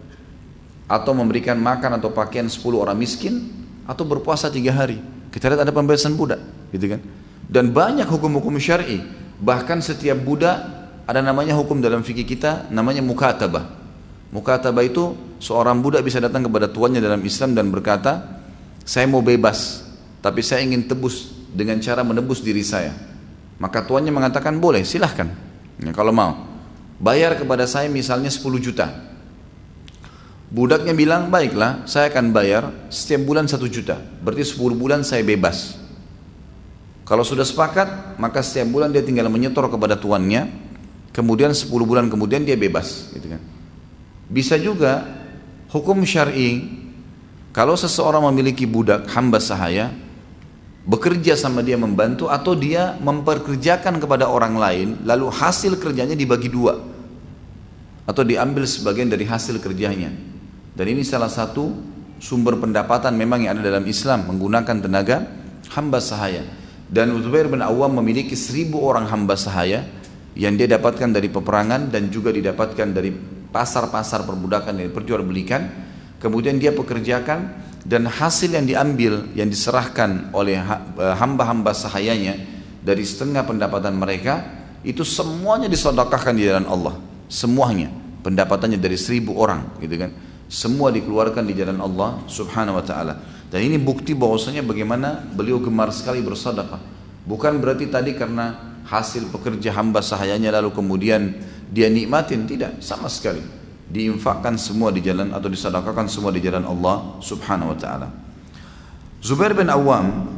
atau memberikan makan atau pakaian sepuluh orang miskin, atau berpuasa tiga hari. Kita lihat ada pembebasan budak, gitu kan? Dan banyak hukum-hukum syar'i. Bahkan setiap budak ada namanya hukum dalam fikih kita, namanya mukatabah. Mukatabah itu seorang budak bisa datang kepada tuannya dalam Islam dan berkata, saya mau bebas, tapi saya ingin tebus dengan cara menebus diri saya. Maka tuannya mengatakan boleh, silahkan ya, kalau mau bayar kepada saya misalnya sepuluh juta. Budaknya bilang baiklah, saya akan bayar setiap bulan satu juta, berarti sepuluh bulan saya bebas. Kalau sudah sepakat, maka setiap bulan dia tinggal menyetor kepada tuannya, kemudian sepuluh bulan kemudian dia bebas gitu kan. Bisa juga hukum syar'i, kalau seseorang memiliki budak hamba sahaya, bekerja sama dia membantu, atau dia memperkerjakan kepada orang lain, lalu hasil kerjanya dibagi dua atau diambil sebagian dari hasil kerjanya. Dan ini salah satu sumber pendapatan memang yang ada dalam Islam, menggunakan tenaga hamba sahaya. Dan Zubair bin Awam memiliki seribu orang hamba sahaya yang dia dapatkan dari peperangan dan juga didapatkan dari pasar-pasar perbudakan yang diperjualbelikan. Kemudian dia pekerjakan, dan hasil yang diambil, yang diserahkan oleh hamba-hamba sahayanya dari setengah pendapatan mereka, itu semuanya disedekahkan di jalan Allah. Semuanya, pendapatannya dari seribu orang gitu kan, semua dikeluarkan di jalan Allah subhanahu wa ta'ala. Dan ini bukti bahwasanya bagaimana beliau gemar sekali bersedekah. Bukan berarti tadi karena hasil pekerja hamba sahayanya lalu kemudian dia nikmatin, tidak, sama sekali diinfakkan semua di jalan, atau disedekahkan semua di jalan Allah subhanahu wa ta'ala. Zubair bin Awam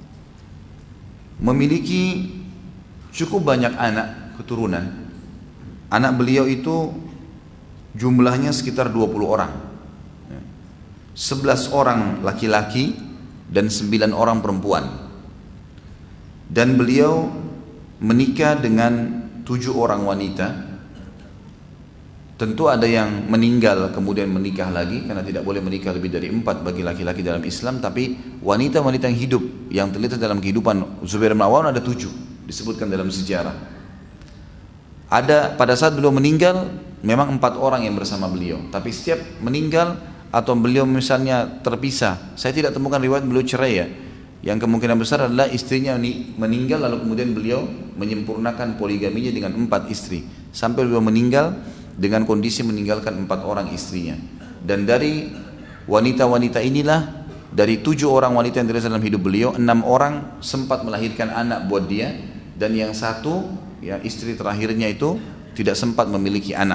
memiliki cukup banyak anak keturunan. Anak beliau itu jumlahnya sekitar dua puluh orang, sebelas orang laki-laki dan sembilan orang perempuan. Dan beliau menikah dengan tujuh orang wanita. Tentu ada yang meninggal kemudian menikah lagi, karena tidak boleh menikah lebih dari empat bagi laki-laki dalam Islam. Tapi wanita-wanita yang hidup, yang terlihat dalam kehidupan Zubair bin Awam ada tujuh, disebutkan dalam sejarah. Ada pada saat beliau meninggal memang empat orang yang bersama beliau, tapi setiap meninggal atau beliau misalnya terpisah, saya tidak temukan riwayat beliau cerai ya. Yang kemungkinan besar adalah istrinya meninggal lalu kemudian beliau menyempurnakan poligaminya dengan empat istri, sampai beliau meninggal dengan kondisi meninggalkan empat orang istrinya. Dan dari wanita-wanita inilah, dari tujuh orang wanita yang terlihat dalam hidup beliau, enam orang sempat melahirkan anak buat dia, dan yang satu, ya istri terakhirnya itu tidak sempat memiliki anak.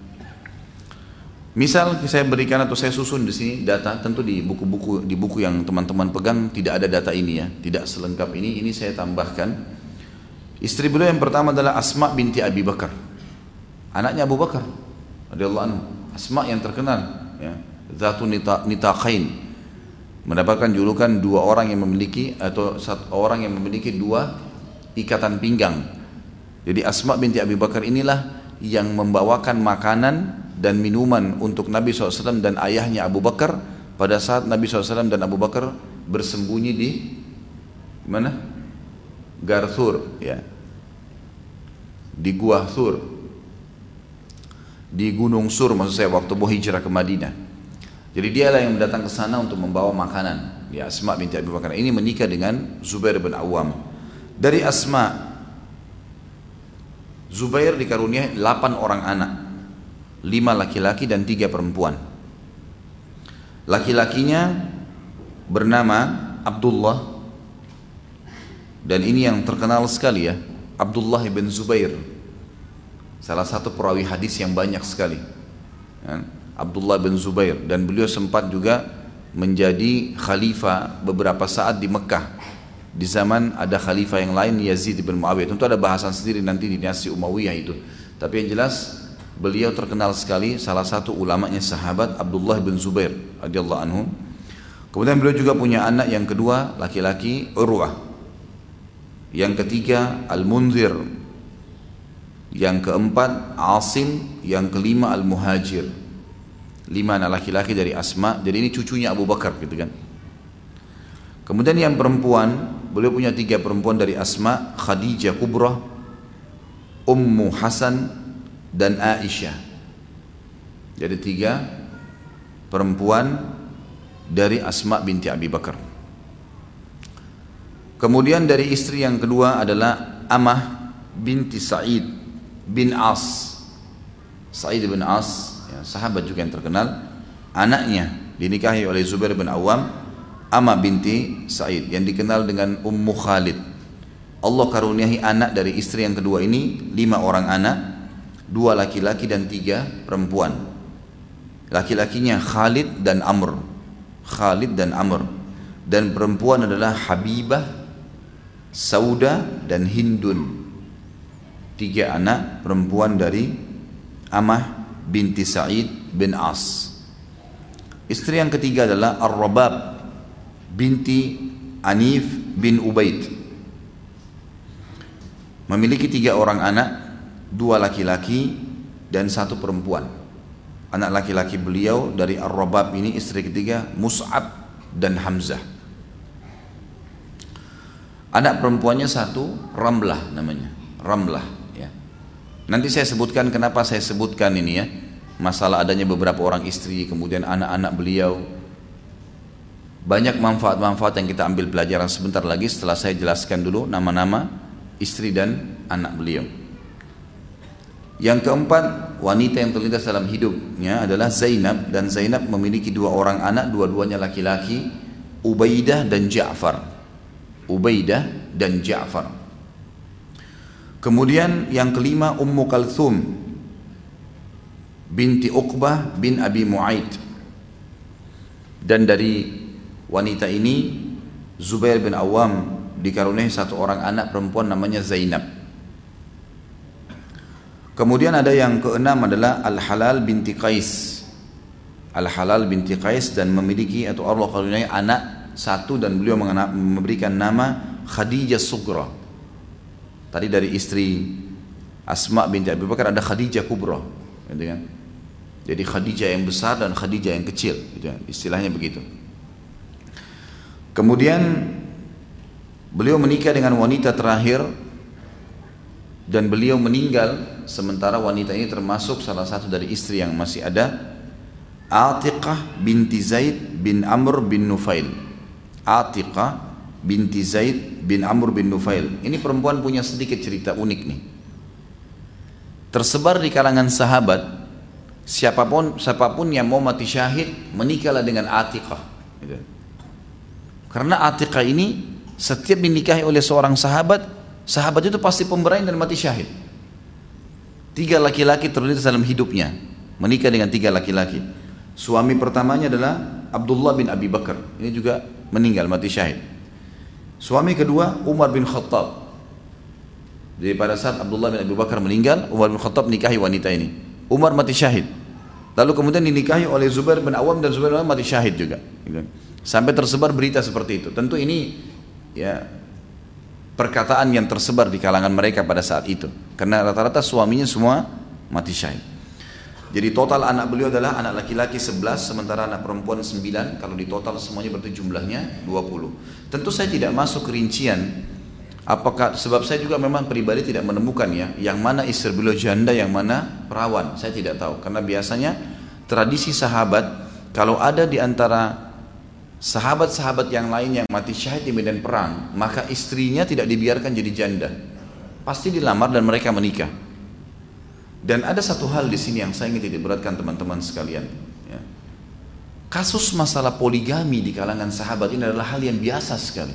Misal saya berikan atau saya susun di sini data, tentu di buku-buku, di buku yang teman-teman pegang tidak ada data ini ya, tidak selengkap ini. Ini saya tambahkan. Istri beliau yang pertama adalah Asma binti Abi Bakar, anaknya Abu Bakar radhiyallahu anhu. Asma yang terkenal ya, Zatu Nitaqain, mendapatkan julukan dua orang yang memiliki, atau satu orang yang memiliki dua ikatan pinggang. Jadi Asma binti Abi Bakar inilah yang membawakan makanan dan minuman untuk Nabi shallallahu alaihi wasallam dan ayahnya Abu Bakar pada saat Nabi shallallahu alaihi wasallam dan Abu Bakar bersembunyi di mana? Garthur ya, di Gua Thur, di Gunung Sur maksud saya, waktu mau hijrah ke Madinah. Jadi dialah yang datang ke sana untuk membawa makanan. Ya, Asma binti Abi Bakar ini menikah dengan Zubair bin Awam. Dari Asma, Zubair dikaruniai delapan orang anak, lima laki-laki dan tiga perempuan. Laki-lakinya bernama Abdullah, dan ini yang terkenal sekali ya, Abdullah bin Zubair, salah satu perawi hadis yang banyak sekali ya, Abdullah bin Zubair. Dan beliau sempat juga menjadi khalifah beberapa saat di Mekah, di zaman ada khalifah yang lain, Yazid bin Muawiyah. Tentu ada bahasan sendiri nanti di dinasti Umayyah itu, tapi yang jelas beliau terkenal sekali, salah satu ulamanya sahabat Abdullah bin Zubair radhiyallahu anhu. Kemudian beliau juga punya anak yang kedua laki-laki, Urwah, yang ketiga Al-Munzir, yang keempat Asim, yang kelima Al-Muhajir. Lima anak laki-laki dari Asma. Jadi ini cucunya Abu Bakar gitu kan. Kemudian yang perempuan, beliau punya tiga perempuan dari Asma, Khadijah Kubrah, Ummu Hasan, dan Aisyah. Jadi tiga perempuan dari Asma binti Abi Bakar. Kemudian dari istri yang kedua adalah Amah binti Sa'id bin As. Sa'id bin As ya, sahabat juga yang terkenal. Anaknya dinikahi oleh Zubair bin Awam, Amah binti Sa'id, yang dikenal dengan Ummu Khalid. Allah karuniai anak dari istri yang kedua ini lima orang anak, dua laki-laki dan tiga perempuan. Laki-lakinya Khalid dan Amr, Khalid dan Amr, dan perempuan adalah Habibah, Sauda dan Hindun. Tiga anak perempuan dari Amah binti Sa'id bin As. Istri yang ketiga adalah Ar-Rabab binti Anif bin Ubaid. Memiliki tiga orang anak, dua laki-laki dan satu perempuan. Anak laki-laki beliau dari Ar-Rabab ini, istri ketiga Mus'ab dan Hamzah. Anak perempuannya satu Ramlah namanya, Ramlah ya. Nanti saya sebutkan kenapa saya sebutkan ini ya, masalah adanya beberapa orang istri kemudian anak-anak beliau. Banyak manfaat-manfaat yang kita ambil pelajaran sebentar lagi setelah saya jelaskan dulu nama-nama istri dan anak beliau. Yang keempat, wanita yang terlintas dalam hidupnya adalah Zainab, dan Zainab memiliki dua orang anak, dua-duanya laki-laki, Ubaidah dan Ja'far. Ubaidah dan Ja'far. Kemudian yang kelima, Ummu Kalthum binti Uqbah bin Abi Mu'aid. Dan dari wanita ini Zubair bin Awam dikaruniai satu orang anak perempuan namanya Zainab. Kemudian ada yang keenam adalah Al-Halal binti Qais. Al-Halal binti Qais dan memiliki atau Allah karuniai anak satu dan beliau memberikan nama Khadijah Sugra. Tadi dari istri Asma binti Abi Bakar ada Khadijah Kubra, gitu kan? Jadi Khadijah yang besar dan Khadijah yang kecil, gitu kan? Istilahnya begitu. Kemudian beliau menikah dengan wanita terakhir dan beliau meninggal sementara wanita ini termasuk salah satu dari istri yang masih ada, Atiqah binti Zaid bin Amr bin Nufail. Atiqah binti Zaid bin Amr bin Nufail. Ini perempuan punya sedikit cerita unik nih. Tersebar di kalangan sahabat, siapapun siapapun yang mau mati syahid menikahlah dengan Atiqah, gitu. Karena Atiqah ini setiap dinikahi oleh seorang sahabat, sahabat itu pasti pemberani dan mati syahid. Tiga laki-laki terlintas dalam hidupnya, menikah dengan tiga laki-laki. Suami pertamanya adalah Abdullah bin Abi Bakar, ini juga meninggal mati syahid. Suami kedua Umar bin Khattab. Jadi pada saat Abdullah bin Abi Bakar meninggal, Umar bin Khattab nikahi wanita ini. Umar mati syahid. Lalu kemudian dinikahi oleh Zubair bin Awam dan Zubair bin Awam mati syahid juga. Sampai tersebar berita seperti itu. Tentu ini ya perkataan yang tersebar di kalangan mereka pada saat itu. Karena rata-rata suaminya semua mati syahid. Jadi total anak beliau adalah anak laki-laki sebelas, sementara anak perempuan sembilan. Kalau di total semuanya berarti jumlahnya dua puluh. Tentu saya tidak masuk rincian, apakah, sebab saya juga memang pribadi tidak menemukan ya, yang mana istri beliau janda, yang mana perawan. Saya tidak tahu, karena biasanya tradisi sahabat, kalau ada di antara sahabat-sahabat yang lain yang mati syahid di medan perang, maka istrinya tidak dibiarkan jadi janda, pasti dilamar dan mereka menikah. Dan ada satu hal di sini yang saya ingin titik beratkan teman-teman sekalian ya. Kasus masalah poligami di kalangan sahabat ini adalah hal yang biasa sekali,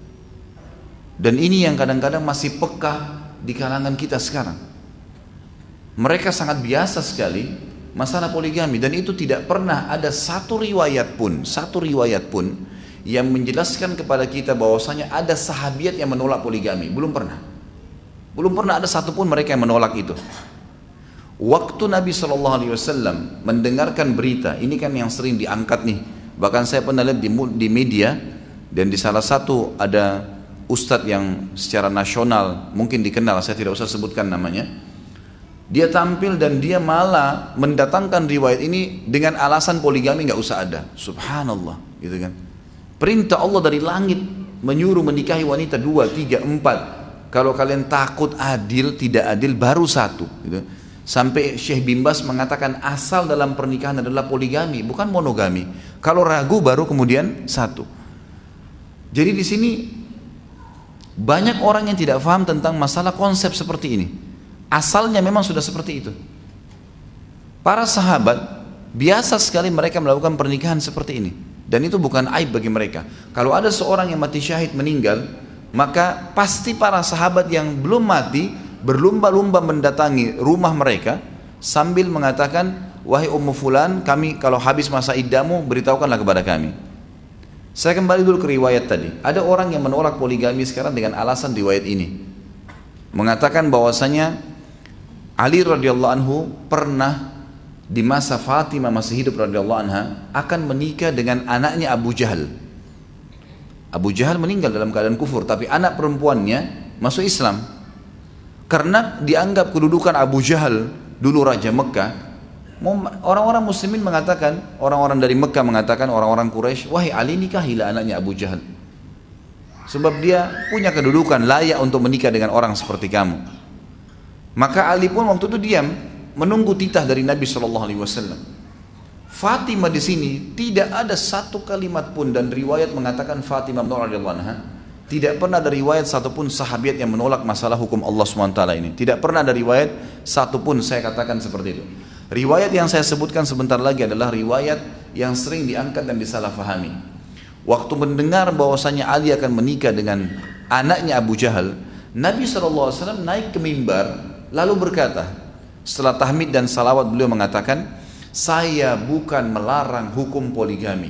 dan ini yang kadang-kadang masih peka di kalangan kita sekarang. Mereka sangat biasa sekali masalah poligami, dan itu tidak pernah ada satu riwayat pun, satu riwayat pun yang menjelaskan kepada kita bahwasanya ada sahabiat yang menolak poligami. Belum pernah. Belum pernah ada satupun mereka yang menolak itu. Waktu Nabi shallallahu alaihi wasallam mendengarkan berita, ini kan yang sering diangkat nih, bahkan saya pernah lihat di, di media, dan di salah satu ada ustadz yang secara nasional mungkin dikenal, saya tidak usah sebutkan namanya. Dia tampil dan dia malah mendatangkan riwayat ini dengan alasan poligami nggak usah ada. Subhanallah, gitu kan? Perintah Allah dari langit menyuruh menikahi wanita dua, tiga, empat. Kalau kalian takut adil, tidak adil, baru satu, gitu. Sampai Syekh bin Baz mengatakan asal dalam pernikahan adalah poligami, bukan monogami. Kalau ragu baru kemudian satu. Jadi di sini banyak orang yang tidak paham tentang masalah konsep seperti ini. Asalnya memang sudah seperti itu. Para sahabat biasa sekali mereka melakukan pernikahan seperti ini, dan itu bukan aib bagi mereka. Kalau ada seorang yang mati syahid meninggal, maka pasti para sahabat yang belum mati berlumba-lumba mendatangi rumah mereka sambil mengatakan, wahai Ummu Fulan, kami kalau habis masa iddamu beritahukanlah kepada kami. Saya kembali dulu ke riwayat tadi. Ada orang yang menolak poligami sekarang dengan alasan riwayat ini, mengatakan bahwasanya Ali radhiyallahu anhu pernah di masa Fatimah masih hidup radhiyallahu anha akan menikah dengan anaknya Abu Jahal. Abu Jahal meninggal dalam keadaan kufur, tapi anak perempuannya masuk Islam. Karena dianggap kedudukan Abu Jahal dulu Raja Mekah, orang-orang muslimin mengatakan, orang-orang dari Mekah mengatakan, orang-orang Quraisy, wahai Ali, nikahilah anaknya Abu Jahal, sebab dia punya kedudukan layak untuk menikah dengan orang seperti kamu. Maka Ali pun waktu itu diam, menunggu titah dari Nabi shallallahu alaihi wasallam. Fatimah di sini tidak ada satu kalimat pun, dan riwayat mengatakan Fatimah radhiyallahu anha tidak pernah ada riwayat satupun sahabat yang menolak masalah hukum Allah subhanahu wa taala ini. Tidak pernah ada riwayat satupun, saya katakan seperti itu. Riwayat yang saya sebutkan sebentar lagi adalah riwayat yang sering diangkat dan disalahfahami. Waktu mendengar bahwasanya Ali akan menikah dengan anaknya Abu Jahal, Nabi shallallahu alaihi wasallam naik ke mimbar lalu berkata, setelah tahmid dan salawat beliau mengatakan, saya bukan melarang hukum poligami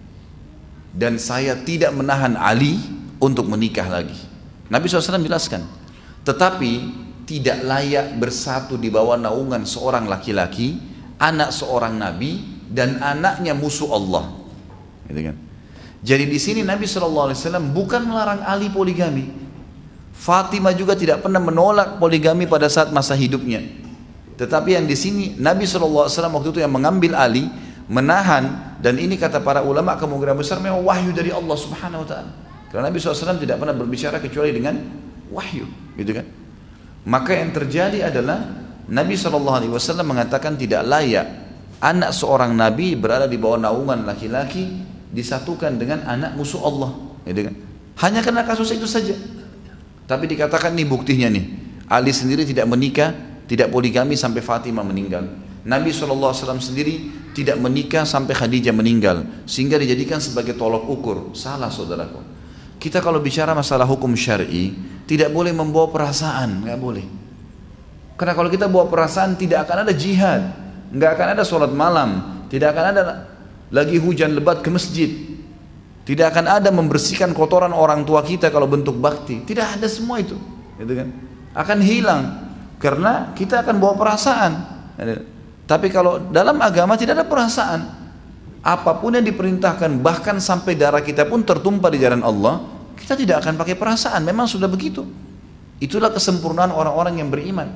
dan saya tidak menahan Ali untuk menikah lagi. Nabi shallallahu alaihi wasallam jelaskan, tetapi tidak layak bersatu di bawah naungan seorang laki-laki, anak seorang nabi dan anaknya musuh Allah. Gitu kan? Jadi di sini Nabi shallallahu alaihi wasallam bukan melarang Ali poligami. Fatimah juga tidak pernah menolak poligami pada saat masa hidupnya. Tetapi yang di sini Nabi shallallahu alaihi wasallam waktu itu yang mengambil Ali, menahan, dan ini kata para ulama kemungkinan besar memang wahyu dari Allah subhanahu wa ta'ala. Karena Nabi shallallahu alaihi wasallam tidak pernah berbicara kecuali dengan wahyu, gitu kan? Maka yang terjadi adalah Nabi shallallahu alaihi wasallam mengatakan tidak layak anak seorang Nabi berada di bawah naungan laki-laki disatukan dengan anak musuh Allah, gitu kan? Hanya karena kasus itu saja. Tapi dikatakan nih buktinya nih, Ali sendiri tidak menikah, tidak poligami sampai Fatimah meninggal. Nabi shallallahu alaihi wasallam sendiri tidak menikah sampai Khadijah meninggal, sehingga dijadikan sebagai tolok ukur. Salah saudaraku. Kita kalau bicara masalah hukum syar'i tidak boleh membawa perasaan, nggak boleh. Karena kalau kita bawa perasaan tidak akan ada jihad, nggak akan ada sholat malam, tidak akan ada lagi hujan lebat ke masjid, tidak akan ada membersihkan kotoran orang tua kita kalau bentuk bakti, tidak ada semua itu, gitu kan? Akan hilang. Karena kita akan bawa perasaan. Tapi kalau dalam agama tidak ada perasaan. Apapun yang diperintahkan, bahkan sampai darah kita pun tertumpah di jalan Allah, kita tidak akan pakai perasaan. Memang sudah begitu. Itulah kesempurnaan orang-orang yang beriman.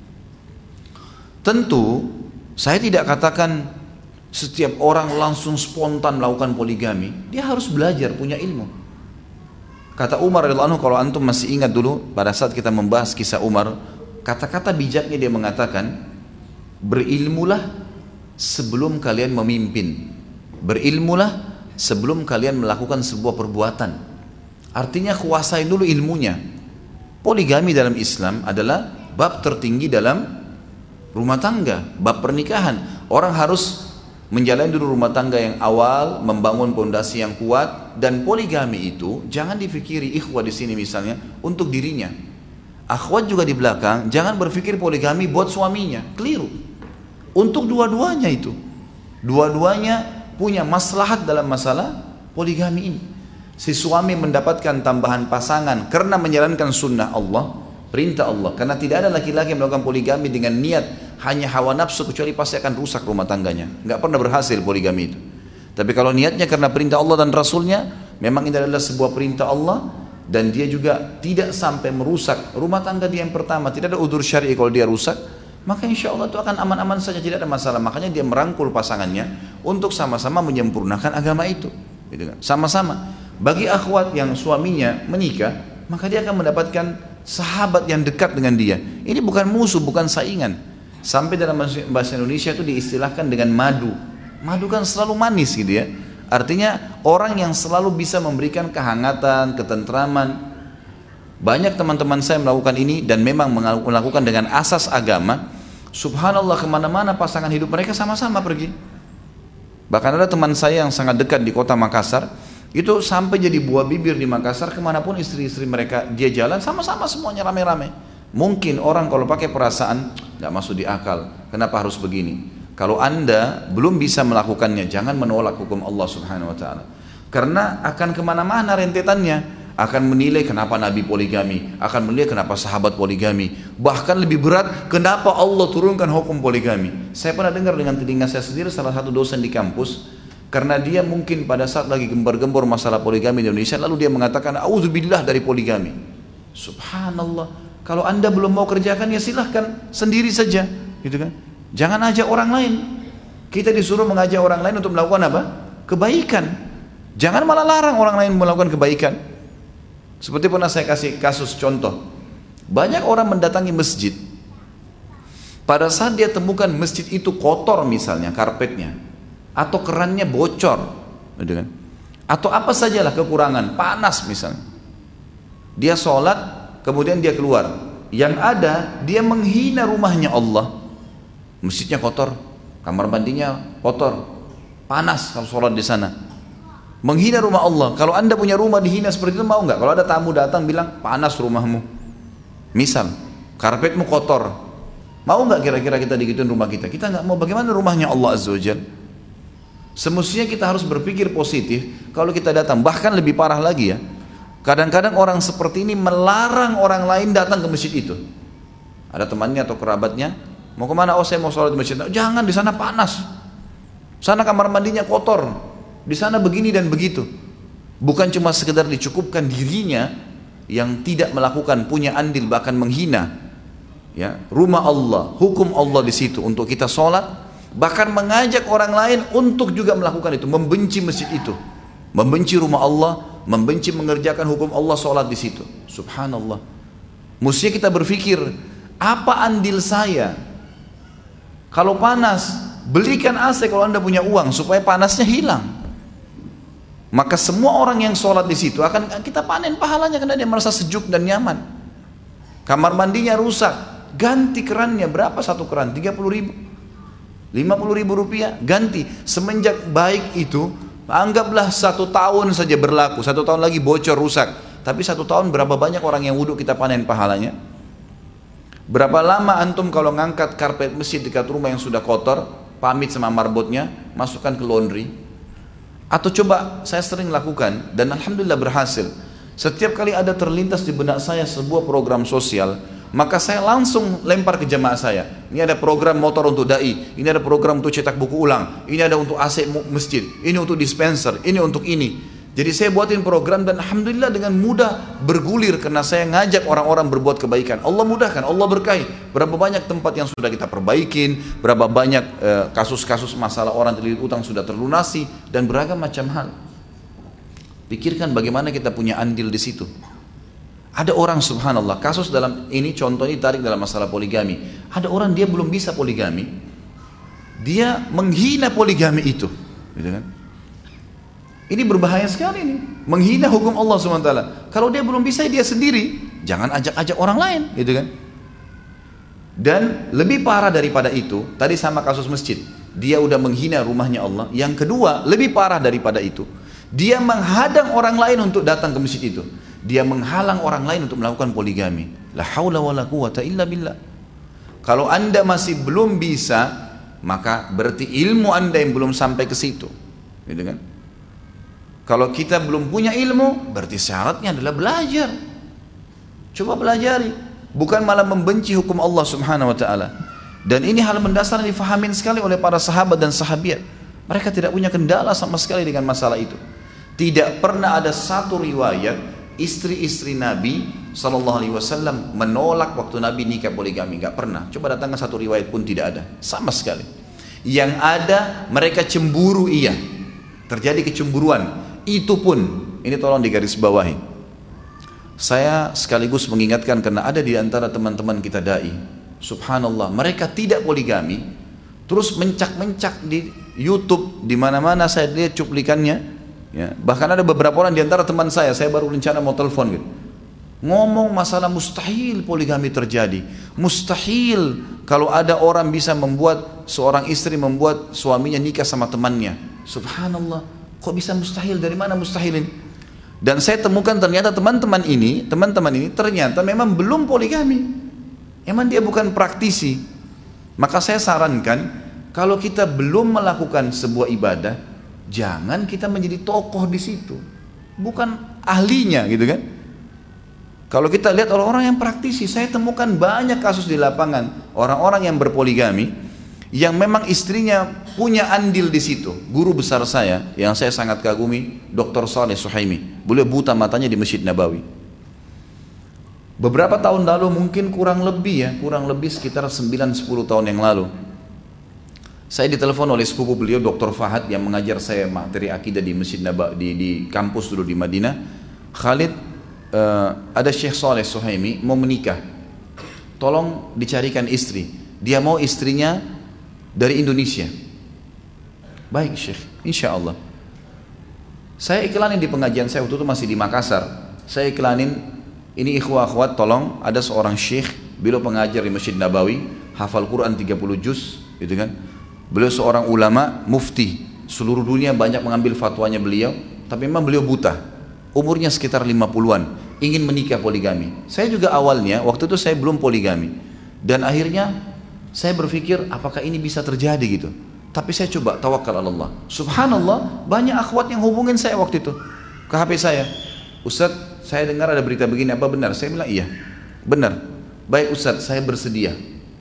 Tentu saya tidak katakan setiap orang langsung spontan melakukan poligami. Dia harus belajar, punya ilmu. Kata Umar radhiyallahu anhu, kalau antum masih ingat dulu pada saat kita membahas kisah Umar, kata-kata bijaknya dia mengatakan, berilmulah sebelum kalian memimpin, berilmulah sebelum kalian melakukan sebuah perbuatan. Artinya kuasai dulu ilmunya. Poligami dalam Islam adalah bab tertinggi dalam rumah tangga, bab pernikahan. Orang harus menjalani dulu rumah tangga yang awal, membangun pondasi yang kuat. Dan poligami itu jangan difikiri ikhwah di sini misalnya untuk dirinya. Akhwat juga di belakang, jangan berpikir poligami buat suaminya, keliru. Untuk dua-duanya itu, dua-duanya punya maslahat dalam masalah poligami ini. Si suami mendapatkan tambahan pasangan karena menjalankan sunnah Allah, perintah Allah. Karena tidak ada laki-laki yang melakukan poligami dengan niat hanya hawa nafsu, kecuali pasti akan rusak rumah tangganya. Nggak pernah berhasil poligami itu. Tapi kalau niatnya karena perintah Allah dan Rasulnya, memang ini adalah sebuah perintah Allah, dan dia juga tidak sampai merusak rumah tangga dia yang pertama, tidak ada udzur syar'i kalau dia rusak, maka insya Allah itu akan aman-aman saja, tidak ada masalah. Makanya dia merangkul pasangannya untuk sama-sama menyempurnakan agama itu, gitu kan? Sama-sama. Bagi akhwat yang suaminya menikah, maka dia akan mendapatkan sahabat yang dekat dengan dia. Ini bukan musuh, bukan saingan. Sampai dalam bahasa Indonesia itu diistilahkan dengan madu. Madu kan selalu manis gitu ya. Artinya orang yang selalu bisa memberikan kehangatan, ketentraman. Banyak teman-teman saya melakukan ini dan memang melakukan dengan asas agama. Subhanallah, kemana-mana pasangan hidup mereka sama-sama pergi. Bahkan ada teman saya yang sangat dekat di kota Makassar, Itu sampai jadi buah bibir di Makassar, kemanapun istri-istri mereka dia jalan sama-sama semuanya rame-rame. Mungkin orang kalau pakai perasaan nggak masuk di akal, kenapa harus begini? Kalau anda belum bisa melakukannya, jangan menolak hukum Allah Subhanahu Wa Taala, karena akan kemana-mana rentetannya. Akan menilai kenapa Nabi poligami, akan menilai kenapa sahabat poligami, bahkan lebih berat kenapa Allah turunkan hukum poligami. Saya pernah dengar dengan telinga saya sendiri salah satu dosen di kampus, karena dia mungkin pada saat lagi gembar-gembor masalah poligami di Indonesia, lalu dia mengatakan auzubillah dari poligami. Subhanallah, kalau anda belum mau kerjakan ya silahkan sendiri saja, gitu kan? Jangan ajak orang lain. Kita disuruh mengajak orang lain untuk melakukan apa? Kebaikan. Jangan malah larang orang lain melakukan kebaikan. Seperti pernah saya kasih kasus contoh, banyak orang mendatangi masjid, pada saat dia temukan masjid itu kotor misalnya karpetnya, atau kerannya bocor, gitu kan? Atau apa sajalah kekurangan, panas misalnya, dia sholat kemudian dia keluar, yang ada dia menghina rumahnya Allah. Masjidnya kotor, kamar mandinya kotor, panas kalau sholat di sana. Menghina rumah Allah. Kalau anda punya rumah dihina seperti itu, mau nggak? Kalau ada tamu datang bilang panas rumahmu, misal karpetmu kotor, mau nggak kira-kira kita digituin rumah kita? Kita nggak mau. Bagaimana rumahnya Allah Azza wa Jalla? Semestinya kita harus berpikir positif. Kalau kita datang, bahkan lebih parah lagi ya, kadang-kadang orang seperti ini melarang orang lain datang ke masjid itu. Ada temannya atau kerabatnya, mau kemana? Oh saya mau sholat di masjid. Jangan, di sana panas, sana kamar mandinya kotor, di sana begini dan begitu. Bukan cuma sekedar dicukupkan dirinya yang tidak melakukan, punya andil, bahkan menghina ya rumah Allah, hukum Allah di situ untuk kita sholat, bahkan mengajak orang lain untuk juga melakukan itu, membenci masjid itu, membenci rumah Allah, membenci mengerjakan hukum Allah, sholat di situ. Subhanallah. Mestinya kita berpikir, apa andil saya? Kalau panas, belikan A C kalau anda punya uang supaya panasnya hilang. Maka semua orang yang sholat di situ akan kita panen pahalanya karena dia merasa sejuk dan nyaman. Kamar mandinya rusak, ganti kerannya. Berapa satu keran? tiga puluh ribu, lima puluh ribu rupiah, ganti. Semenjak baik itu, anggaplah satu tahun saja berlaku, satu tahun lagi bocor rusak. Tapi satu tahun berapa banyak orang yang wudhu kita panen pahalanya? Berapa lama antum kalau ngangkat karpet masjid dekat rumah yang sudah kotor, pamit sama marbotnya, masukkan ke laundry. Atau coba saya sering lakukan dan alhamdulillah berhasil. Setiap kali ada terlintas di benak saya sebuah program sosial, maka saya langsung lempar ke jamaah saya. Ini ada program motor untuk dai, ini ada program untuk cetak buku ulang, ini ada untuk A C masjid, ini untuk dispenser, ini untuk ini. Jadi saya buatin program dan alhamdulillah dengan mudah bergulir karena saya ngajak orang-orang berbuat kebaikan. Allah mudahkan, Allah berkahi. Berapa banyak tempat yang sudah kita perbaikin, berapa banyak eh, kasus-kasus masalah orang terlilit utang sudah terlunasi dan beragam macam hal. Pikirkan bagaimana kita punya andil di situ. Ada orang subhanallah, kasus dalam ini contoh ini tarik dalam masalah poligami. Ada orang dia belum bisa poligami, dia menghina poligami itu, gitu kan? Ini berbahaya sekali nih, menghina hukum Allah subhanahu wa taala. Kalau dia belum bisa dia sendiri, jangan ajak-ajak orang lain, gitu kan? Dan lebih parah daripada itu, tadi sama kasus masjid, dia udah menghina rumahnya Allah. Yang kedua, lebih parah daripada itu, dia menghadang orang lain untuk datang ke masjid itu. Dia menghalang orang lain untuk melakukan poligami. La haula wala quwata illa billah. Kalau anda masih belum bisa, maka berarti ilmu anda yang belum sampai ke situ, gitu kan? Kalau kita belum punya ilmu, berarti syaratnya adalah belajar. Coba pelajari, bukan malah membenci hukum Allah Subhanahu wa taala. Dan ini hal mendasar yang difahamin sekali oleh para sahabat dan sahabiat. Mereka tidak punya kendala sama sekali dengan masalah itu. Tidak pernah ada satu riwayat istri-istri Nabi sallallahu alaihi wasallam menolak waktu Nabi nikah poligami, enggak pernah. Coba datangkan satu riwayat pun tidak ada, sama sekali. Yang ada mereka cemburu, iya. Terjadi kecemburuan. Itu pun, ini tolong digarisbawahi. Saya sekaligus mengingatkan karena ada di antara teman-teman kita dai, subhanallah, mereka tidak poligami, terus mencak-mencak di YouTube, di mana-mana saya lihat cuplikannya, ya. Bahkan ada beberapa orang di antara teman saya, saya baru rencana mau telepon gitu, ngomong masalah mustahil poligami terjadi, mustahil kalau ada orang bisa membuat seorang istri membuat suaminya nikah sama temannya. Subhanallah. Kok bisa mustahil? Dari mana mustahilin? Dan saya temukan ternyata teman-teman ini, teman-teman ini ternyata memang belum poligami. Emang dia bukan praktisi. Maka saya sarankan, kalau kita belum melakukan sebuah ibadah, jangan kita menjadi tokoh di situ. Bukan ahlinya gitu kan. Kalau kita lihat orang-orang yang praktisi, saya temukan banyak kasus di lapangan, orang-orang yang berpoligami, yang memang istrinya punya andil di situ. Guru besar saya, yang saya sangat kagumi, doktor Saleh Suhaimi. Beliau buta matanya di Masjid Nabawi. Beberapa tahun lalu, mungkin kurang lebih ya, kurang lebih sekitar sembilan sepuluh tahun yang lalu, saya ditelepon oleh sepupu beliau, doktor Fahad, yang mengajar saya materi akidah di Masjid Nabawi, di, di kampus dulu di Madinah. Khalid, uh, ada Syekh Saleh Suhaimi mau menikah, tolong dicarikan istri. Dia mau istrinya dari Indonesia. Baik Syekh, insya Allah. Saya iklanin di pengajian saya waktu itu masih di Makassar. Saya iklanin, ini ikhwah akhwat, tolong, ada seorang Syekh, beliau pengajar di Masjid Nabawi, hafal Quran tiga puluh juz, gitu kan. Beliau seorang ulama, mufti, seluruh dunia banyak mengambil fatwanya beliau, tapi memang beliau buta, umurnya sekitar lima puluhan, ingin menikah poligami. Saya juga awalnya, waktu itu saya belum poligami, dan akhirnya saya berpikir apakah ini bisa terjadi gitu. Tapi saya coba tawakal Allah. Subhanallah, banyak akhwat yang hubungin saya waktu itu ke H P saya. Ustaz, saya dengar ada berita begini, apa benar? Saya bilang iya, benar. Baik Ustaz, saya bersedia.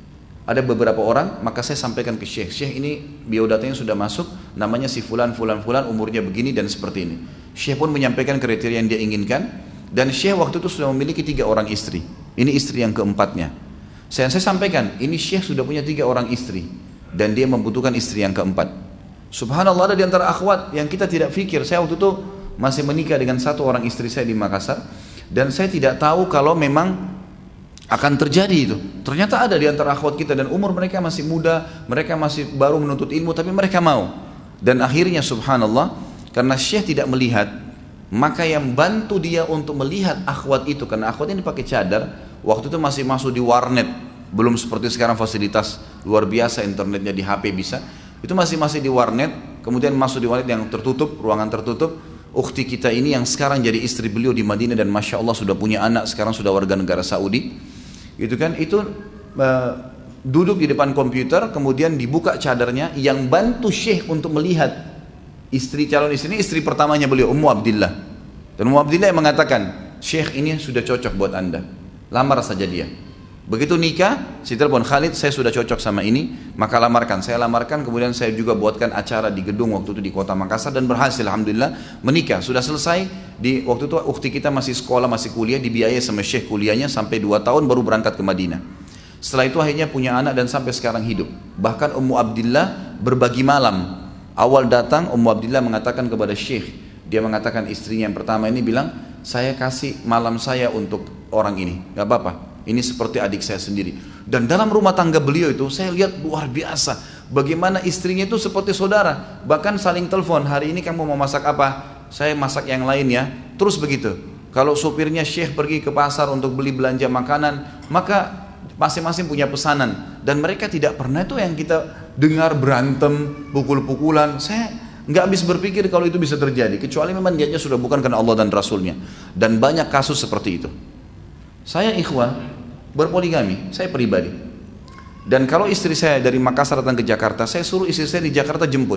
Ada beberapa orang, maka saya sampaikan ke Syekh, Syekh ini biodatanya sudah masuk, namanya si fulan, fulan, fulan, umurnya begini dan seperti ini. Syekh pun menyampaikan kriteria yang dia inginkan, dan Syekh waktu itu sudah memiliki tiga orang istri. Ini istri yang keempatnya. Saya, saya sampaikan, ini Syekh sudah punya tiga orang istri, dan dia membutuhkan istri yang keempat. Subhanallah, ada di antara akhwat yang kita tidak fikir. Saya waktu itu masih menikah dengan satu orang istri saya di Makassar, dan saya tidak tahu kalau memang akan terjadi itu. Ternyata ada di antara akhwat kita, dan umur mereka masih muda, mereka masih baru menuntut ilmu, tapi mereka mau. Dan akhirnya subhanallah, karena Syekh tidak melihat, maka yang bantu dia untuk melihat akhwat itu, karena akhwat ini pakai cadar, waktu itu masih masuk di warnet, belum seperti sekarang fasilitas luar biasa internetnya di H P bisa. Itu masih masih di warnet, kemudian masuk di warnet yang tertutup, ruangan tertutup. Ukhti kita ini yang sekarang jadi istri beliau di Madinah, dan masya Allah sudah punya anak, sekarang sudah warga negara Saudi. Gitu kan, itu uh, duduk di depan komputer, kemudian dibuka cadarnya, yang bantu Syekh untuk melihat istri calon istri ini, istri pertamanya beliau, Ummu Abdillah. Dan Ummu Abdillah yang mengatakan, Syekh ini sudah cocok buat anda, lamar saja dia. Begitu nikah, si telepon, Khalid, saya sudah cocok sama ini, maka lamarkan. Saya lamarkan, kemudian saya juga buatkan acara di gedung waktu itu di kota Makassar, dan berhasil alhamdulillah menikah. Sudah selesai, di waktu itu ukhti kita masih sekolah, masih kuliah, dibiayai sama Syekh kuliahnya sampai dua tahun baru berangkat ke Madinah. Setelah itu akhirnya punya anak dan sampai sekarang hidup. Bahkan Ummu Abdillah berbagi malam. Awal datang Ummu Abdillah mengatakan kepada Syekh, dia mengatakan istrinya yang pertama ini bilang, saya kasih malam saya untuk orang ini, gak apa-apa. Ini seperti adik saya sendiri. Dan dalam rumah tangga beliau itu saya lihat luar biasa, bagaimana istrinya itu seperti saudara. Bahkan saling telepon, hari ini kamu mau masak apa? Saya masak yang lain ya. Terus begitu. Kalau supirnya Syekh pergi ke pasar untuk beli belanja makanan, maka masing-masing punya pesanan. Dan mereka tidak pernah itu yang kita dengar berantem, pukul-pukulan. Saya nggak habis berpikir kalau itu bisa terjadi, kecuali memang niatnya sudah bukan karena Allah dan Rasulnya. Dan banyak kasus seperti itu. Saya ikhwah berpoligami, saya pribadi. Dan kalau istri saya dari Makassar datang ke Jakarta, saya suruh istri saya di Jakarta jemput.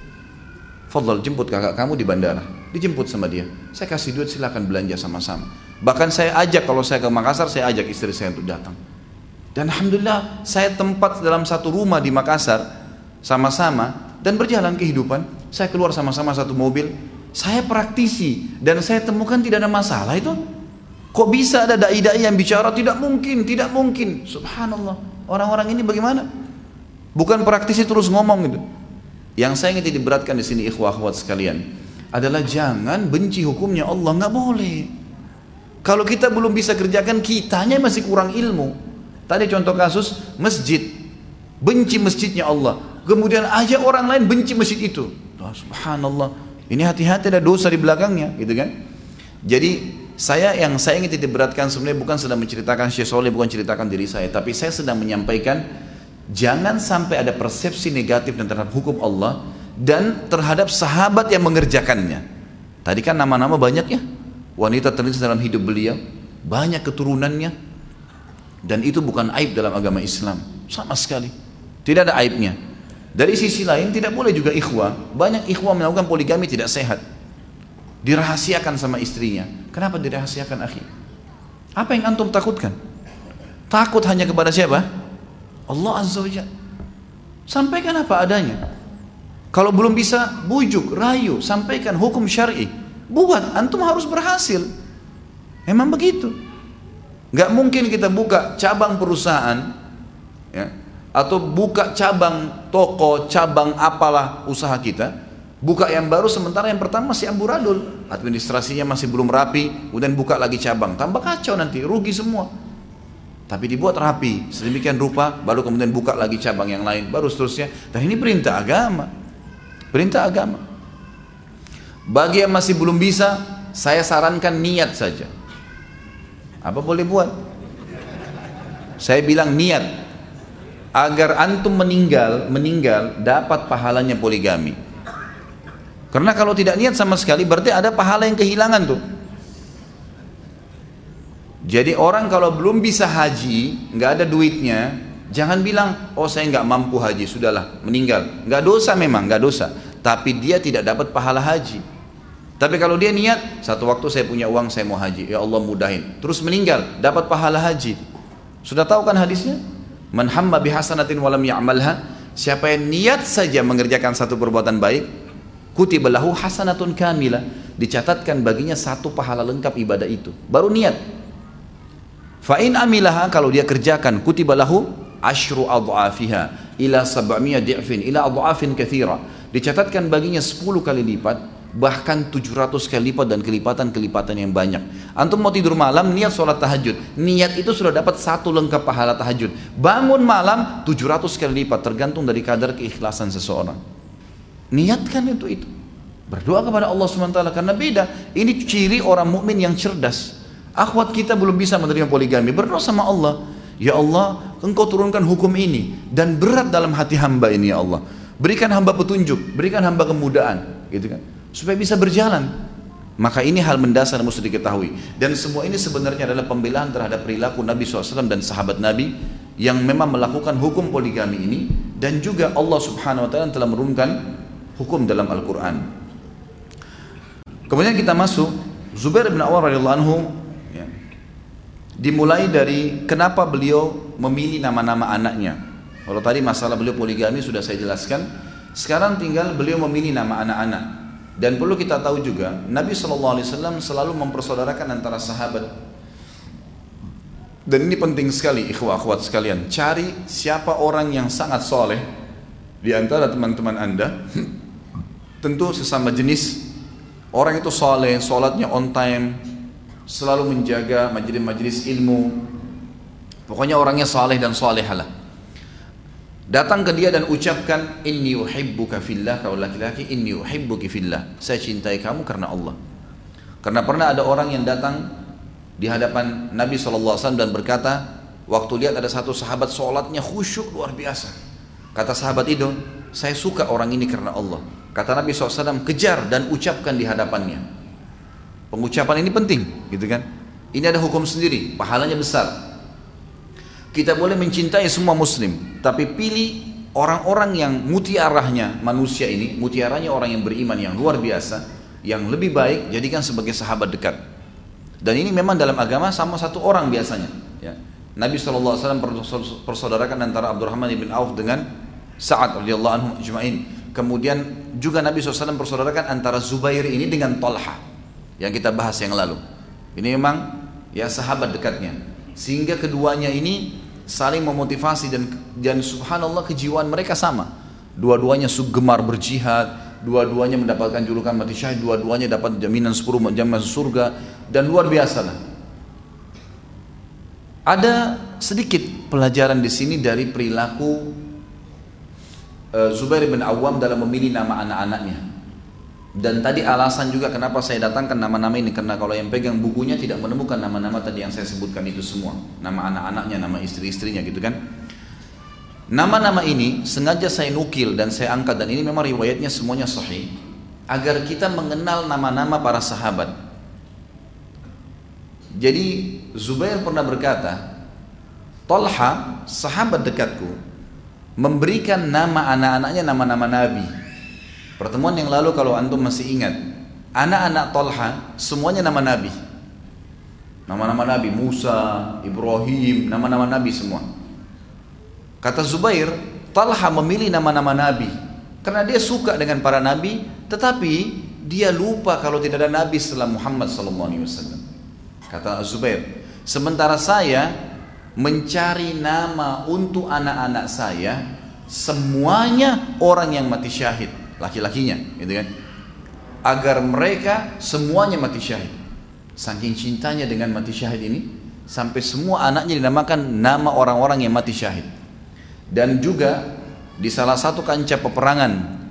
Fadlal, jemput kakak kamu di bandara. Dijemput sama dia. Saya kasih duit, silakan belanja sama-sama. Bahkan saya ajak, kalau saya ke Makassar, saya ajak istri saya untuk datang. Dan alhamdulillah, saya tempat dalam satu rumah di Makassar sama-sama, dan berjalan kehidupan. Saya keluar sama-sama satu mobil. Saya praktisi, dan saya temukan tidak ada masalah itu. Kok bisa ada dai-dai yang bicara tidak mungkin, tidak mungkin. Subhanallah, orang-orang ini bagaimana? Bukan praktisi terus ngomong gitu. Yang saya ingin diberatkan di sini ikhwah akhwat sekalian adalah jangan benci hukumnya Allah, nggak boleh. Kalau kita belum bisa kerjakan, kitanya masih kurang ilmu. Tadi contoh kasus masjid, benci masjidnya Allah, kemudian ajak orang lain benci masjid itu. Oh, subhanallah, ini hati-hati ada dosa di belakangnya, gitu kan? Jadi saya yang saya ingin titik beratkan sebenarnya bukan sedang menceritakan Syekh Soleh, bukan ceritakan diri saya, tapi saya sedang menyampaikan jangan sampai ada persepsi negatif terhadap hukum Allah dan terhadap sahabat yang mengerjakannya. Tadi kan nama-nama banyak ya, wanita terlibat dalam hidup beliau, banyak keturunannya, dan itu bukan aib dalam agama Islam sama sekali, tidak ada aibnya. Dari sisi lain tidak boleh juga ikhwah, banyak ikhwah melakukan poligami tidak sehat, dirahasiakan sama istrinya. Kenapa dirahasiakan, akhi? Apa yang antum takutkan? Takut hanya kepada siapa? Allah Azza wa Jalla. Sampaikan apa adanya. Kalau belum bisa, bujuk, rayu, sampaikan hukum syar'i. Buat, antum harus berhasil. Memang begitu. Gak mungkin kita buka cabang perusahaan, ya, atau buka cabang toko, cabang apalah usaha kita, buka yang baru sementara yang pertama masih amburadul, administrasinya masih belum rapi, kemudian buka lagi cabang, tambah kacau nanti, rugi semua. Tapi dibuat rapi, sedemikian rupa, baru kemudian buka lagi cabang yang lain, baru seterusnya. Dan ini perintah agama, perintah agama. Bagi yang masih belum bisa, saya sarankan niat saja. Apa boleh buat? Saya bilang niat. Agar antum meninggal, meninggal dapat pahalanya poligami. Karena kalau tidak niat sama sekali berarti ada pahala yang kehilangan tuh. Jadi orang kalau belum bisa haji, nggak ada duitnya, jangan bilang, oh saya nggak mampu haji, sudahlah meninggal. Nggak dosa memang, nggak dosa. Tapi dia tidak dapat pahala haji. Tapi kalau dia niat, satu waktu saya punya uang, saya mau haji, ya Allah mudahin. Terus meninggal, dapat pahala haji. Sudah tahu kan hadisnya? Man hamma bihasanatin walam ya'malha, siapa yang niat saja mengerjakan satu perbuatan baik, kutiba lahu hasanatun kamilah, dicatatkan baginya satu pahala lengkap ibadah itu. Baru niat. Fa in amilaha, kalau dia kerjakan, kutiba lahu asyru adhafiha ila sab'amiyah di'fin ila adhafin katsira, dicatatkan baginya sepuluh kali lipat, bahkan tujuh ratus kali lipat dan kelipatan-kelipatan yang banyak. Antum mau tidur malam, niat sholat tahajud, niat itu sudah dapat satu lengkap pahala tahajud. Bangun malam tujuh ratus kali lipat, tergantung dari kadar keikhlasan seseorang. Niatkan itu itu berdoa kepada Allah subhanahu wa taala, karena beda. Ini ciri orang mukmin yang cerdas. Akhwat kita belum bisa menerima poligami, berdoa sama Allah, ya Allah, engkau turunkan hukum ini dan berat dalam hati hamba ini, ya Allah, berikan hamba petunjuk, berikan hamba kemudahan, gitu kan, supaya bisa berjalan. Maka ini hal mendasar yang mesti diketahui. Dan semua ini sebenarnya adalah pembelaan terhadap perilaku Nabi shallallahu alaihi wasallam dan sahabat Nabi yang memang melakukan hukum poligami ini. Dan juga Allah subhanahu wa ta'ala telah menurunkan hukum dalam Al-Quran. Kemudian kita masuk Zubair bin Awwam radhiyallahu anhu, ya, dimulai dari kenapa beliau memilih nama-nama anaknya. Kalau tadi masalah beliau poligami sudah saya jelaskan. Sekarang tinggal beliau memilih nama anak-anak. Dan perlu kita tahu juga, Nabi shallallahu alaihi wasallam selalu mempersaudarakan antara sahabat. Dan ini penting sekali, ikhwah akhwat sekalian. Cari siapa orang yang sangat soleh di antara teman-teman Anda. Tentu sesama jenis. Orang itu soleh, sholatnya on time, selalu menjaga majelis-majelis ilmu. Pokoknya orangnya soleh dan solehalah. Datang ke dia dan ucapkan, inni uhibbuka fillah, kalau laki-laki, inni uhibbuki fillah, saya cintai kamu karena Allah. Karena pernah ada orang yang datang di hadapan Nabi shallallahu alaihi wasallam dan berkata, waktu lihat ada satu sahabat sholatnya khusyuk luar biasa, kata sahabat itu, saya suka orang ini karena Allah. Kata Nabi shallallahu alaihi wasallam, kejar dan ucapkan di hadapannya. Pengucapan ini penting, gitu kan? Ini ada hukum sendiri, pahalanya besar. Kita boleh mencintai semua muslim, tapi pilih orang-orang yang mutiaranya manusia ini, mutiaranya orang yang beriman yang luar biasa, yang lebih baik, jadikan sebagai sahabat dekat. Dan ini memang dalam agama sama satu orang biasanya, ya. Nabi shallallahu alaihi wasallam persaudarakan antara Abdurrahman bin Auf dengan Sa'ad radhiyallahu anhu ajma'in. Kemudian juga Nabi shallallahu alaihi wasallam persaudarakan antara Zubair ini dengan Talha, yang kita bahas yang lalu. Ini memang ya sahabat dekatnya, sehingga keduanya ini saling memotivasi, dan dan subhanallah kejiwaan mereka sama. Dua-duanya gemar berjihad, dua-duanya mendapatkan julukan mati syahid, dua-duanya dapat jaminan sepuluh jam masuk surga, dan luar biasa lah. Ada sedikit pelajaran di sini dari perilaku uh, Zubair bin Awwam dalam memilih nama anak-anaknya. Dan tadi alasan juga kenapa saya datangkan nama-nama ini, karena kalau yang pegang bukunya tidak menemukan nama-nama tadi yang saya sebutkan itu semua, nama anak-anaknya, nama istri-istrinya, gitu kan. Nama-nama ini sengaja saya nukil dan saya angkat, dan ini memang riwayatnya semuanya sahih, agar kita mengenal nama-nama para sahabat. Jadi Zubair pernah berkata, Talha, sahabat dekatku, memberikan nama anak-anaknya nama-nama Nabi. Pertemuan yang lalu kalau antum masih ingat, anak-anak Talha semuanya nama Nabi. Nama-nama Nabi, Musa, Ibrahim, nama-nama Nabi semua. Kata Zubair, Talha memilih nama-nama Nabi karena dia suka dengan para Nabi, tetapi dia lupa kalau tidak ada Nabi setelah Muhammad sallallahu alaihi wasallam. Kata Zubair, sementara saya mencari nama untuk anak-anak saya, semuanya orang yang mati syahid, laki-lakinya, gitu kan? Agar mereka semuanya mati syahid. Saking cintanya dengan mati syahid ini, sampai semua anaknya dinamakan nama orang-orang yang mati syahid. Dan juga di salah satu kancah peperangan,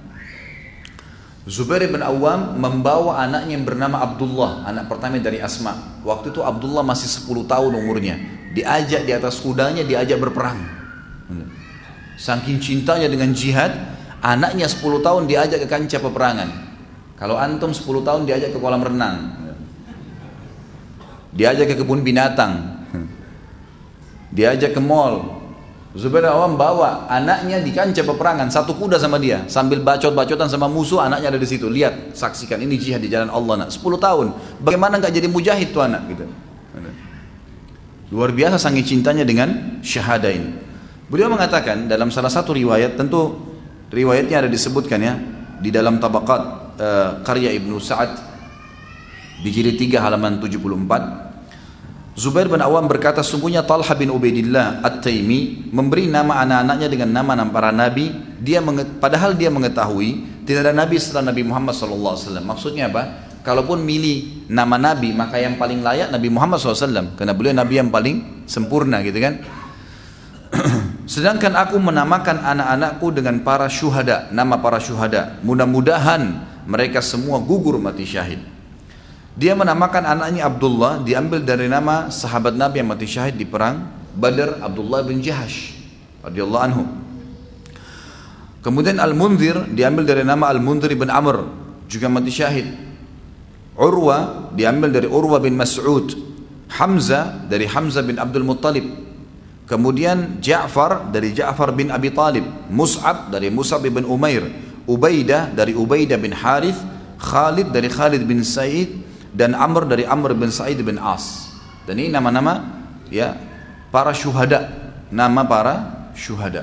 Zubair bin Awam membawa anaknya yang bernama Abdullah, anak pertama dari Asma. Waktu itu Abdullah masih sepuluh tahun umurnya. Diajak di atas kudanya, diajak berperang. Saking cintanya dengan jihad, anaknya sepuluh tahun diajak ke kancah peperangan. Kalau antum sepuluh tahun diajak ke kolam renang, diajak ke kebun binatang, diajak ke mall. Zubair bin Awam bawa anaknya di kancah peperangan, satu kuda sama dia, sambil bacot-bacotan sama musuh, anaknya ada di situ. Lihat, saksikan, ini jihad di jalan Allah, nak. sepuluh tahun. Bagaimana nggak jadi mujahid tuh anak, gitu. Luar biasa sangat cintanya dengan syahadah ini. Beliau mengatakan dalam salah satu riwayat, tentu riwayatnya ada disebutkan ya di dalam Tabaqat uh, karya Ibnu Sa'ad di jilid tiga halaman tujuh puluh empat. Zubair bin Awam berkata, sungguhnya Talha bin Ubaidillah At-Taimi memberi nama anak-anaknya dengan nama-nama para nabi. Dia padahal dia mengetahui tidak ada nabi setelah Nabi Muhammad sallallahu alaihi wasallam. Maksudnya apa? Kalaupun milih nama nabi, maka yang paling layak Nabi Muhammad sallallahu alaihi wasallam, karena beliau nabi yang paling sempurna, gitu kan. Sedangkan aku menamakan anak-anakku dengan para syuhada, nama para syuhada. Mudah-mudahan mereka semua gugur mati syahid. Dia menamakan anaknya Abdullah, diambil dari nama sahabat Nabi yang mati syahid di perang Badar, Abdullah bin Jahash radhiyallahu anhu. Kemudian Al-Munzir diambil dari nama Al-Munzir bin Amr, juga mati syahid. Urwa diambil dari Urwa bin Mas'ud. Hamzah dari Hamzah bin Abdul Muttalib. Kemudian Ja'far dari Ja'far bin Abi Talib. Mus'ab dari Mus'ab bin Umair. Ubaidah dari Ubaidah bin Harith. Khalid dari Khalid bin Sa'id, dan Amr dari Amr bin Sa'id bin As. Dan ini nama-nama ya para syuhada, nama para syuhada.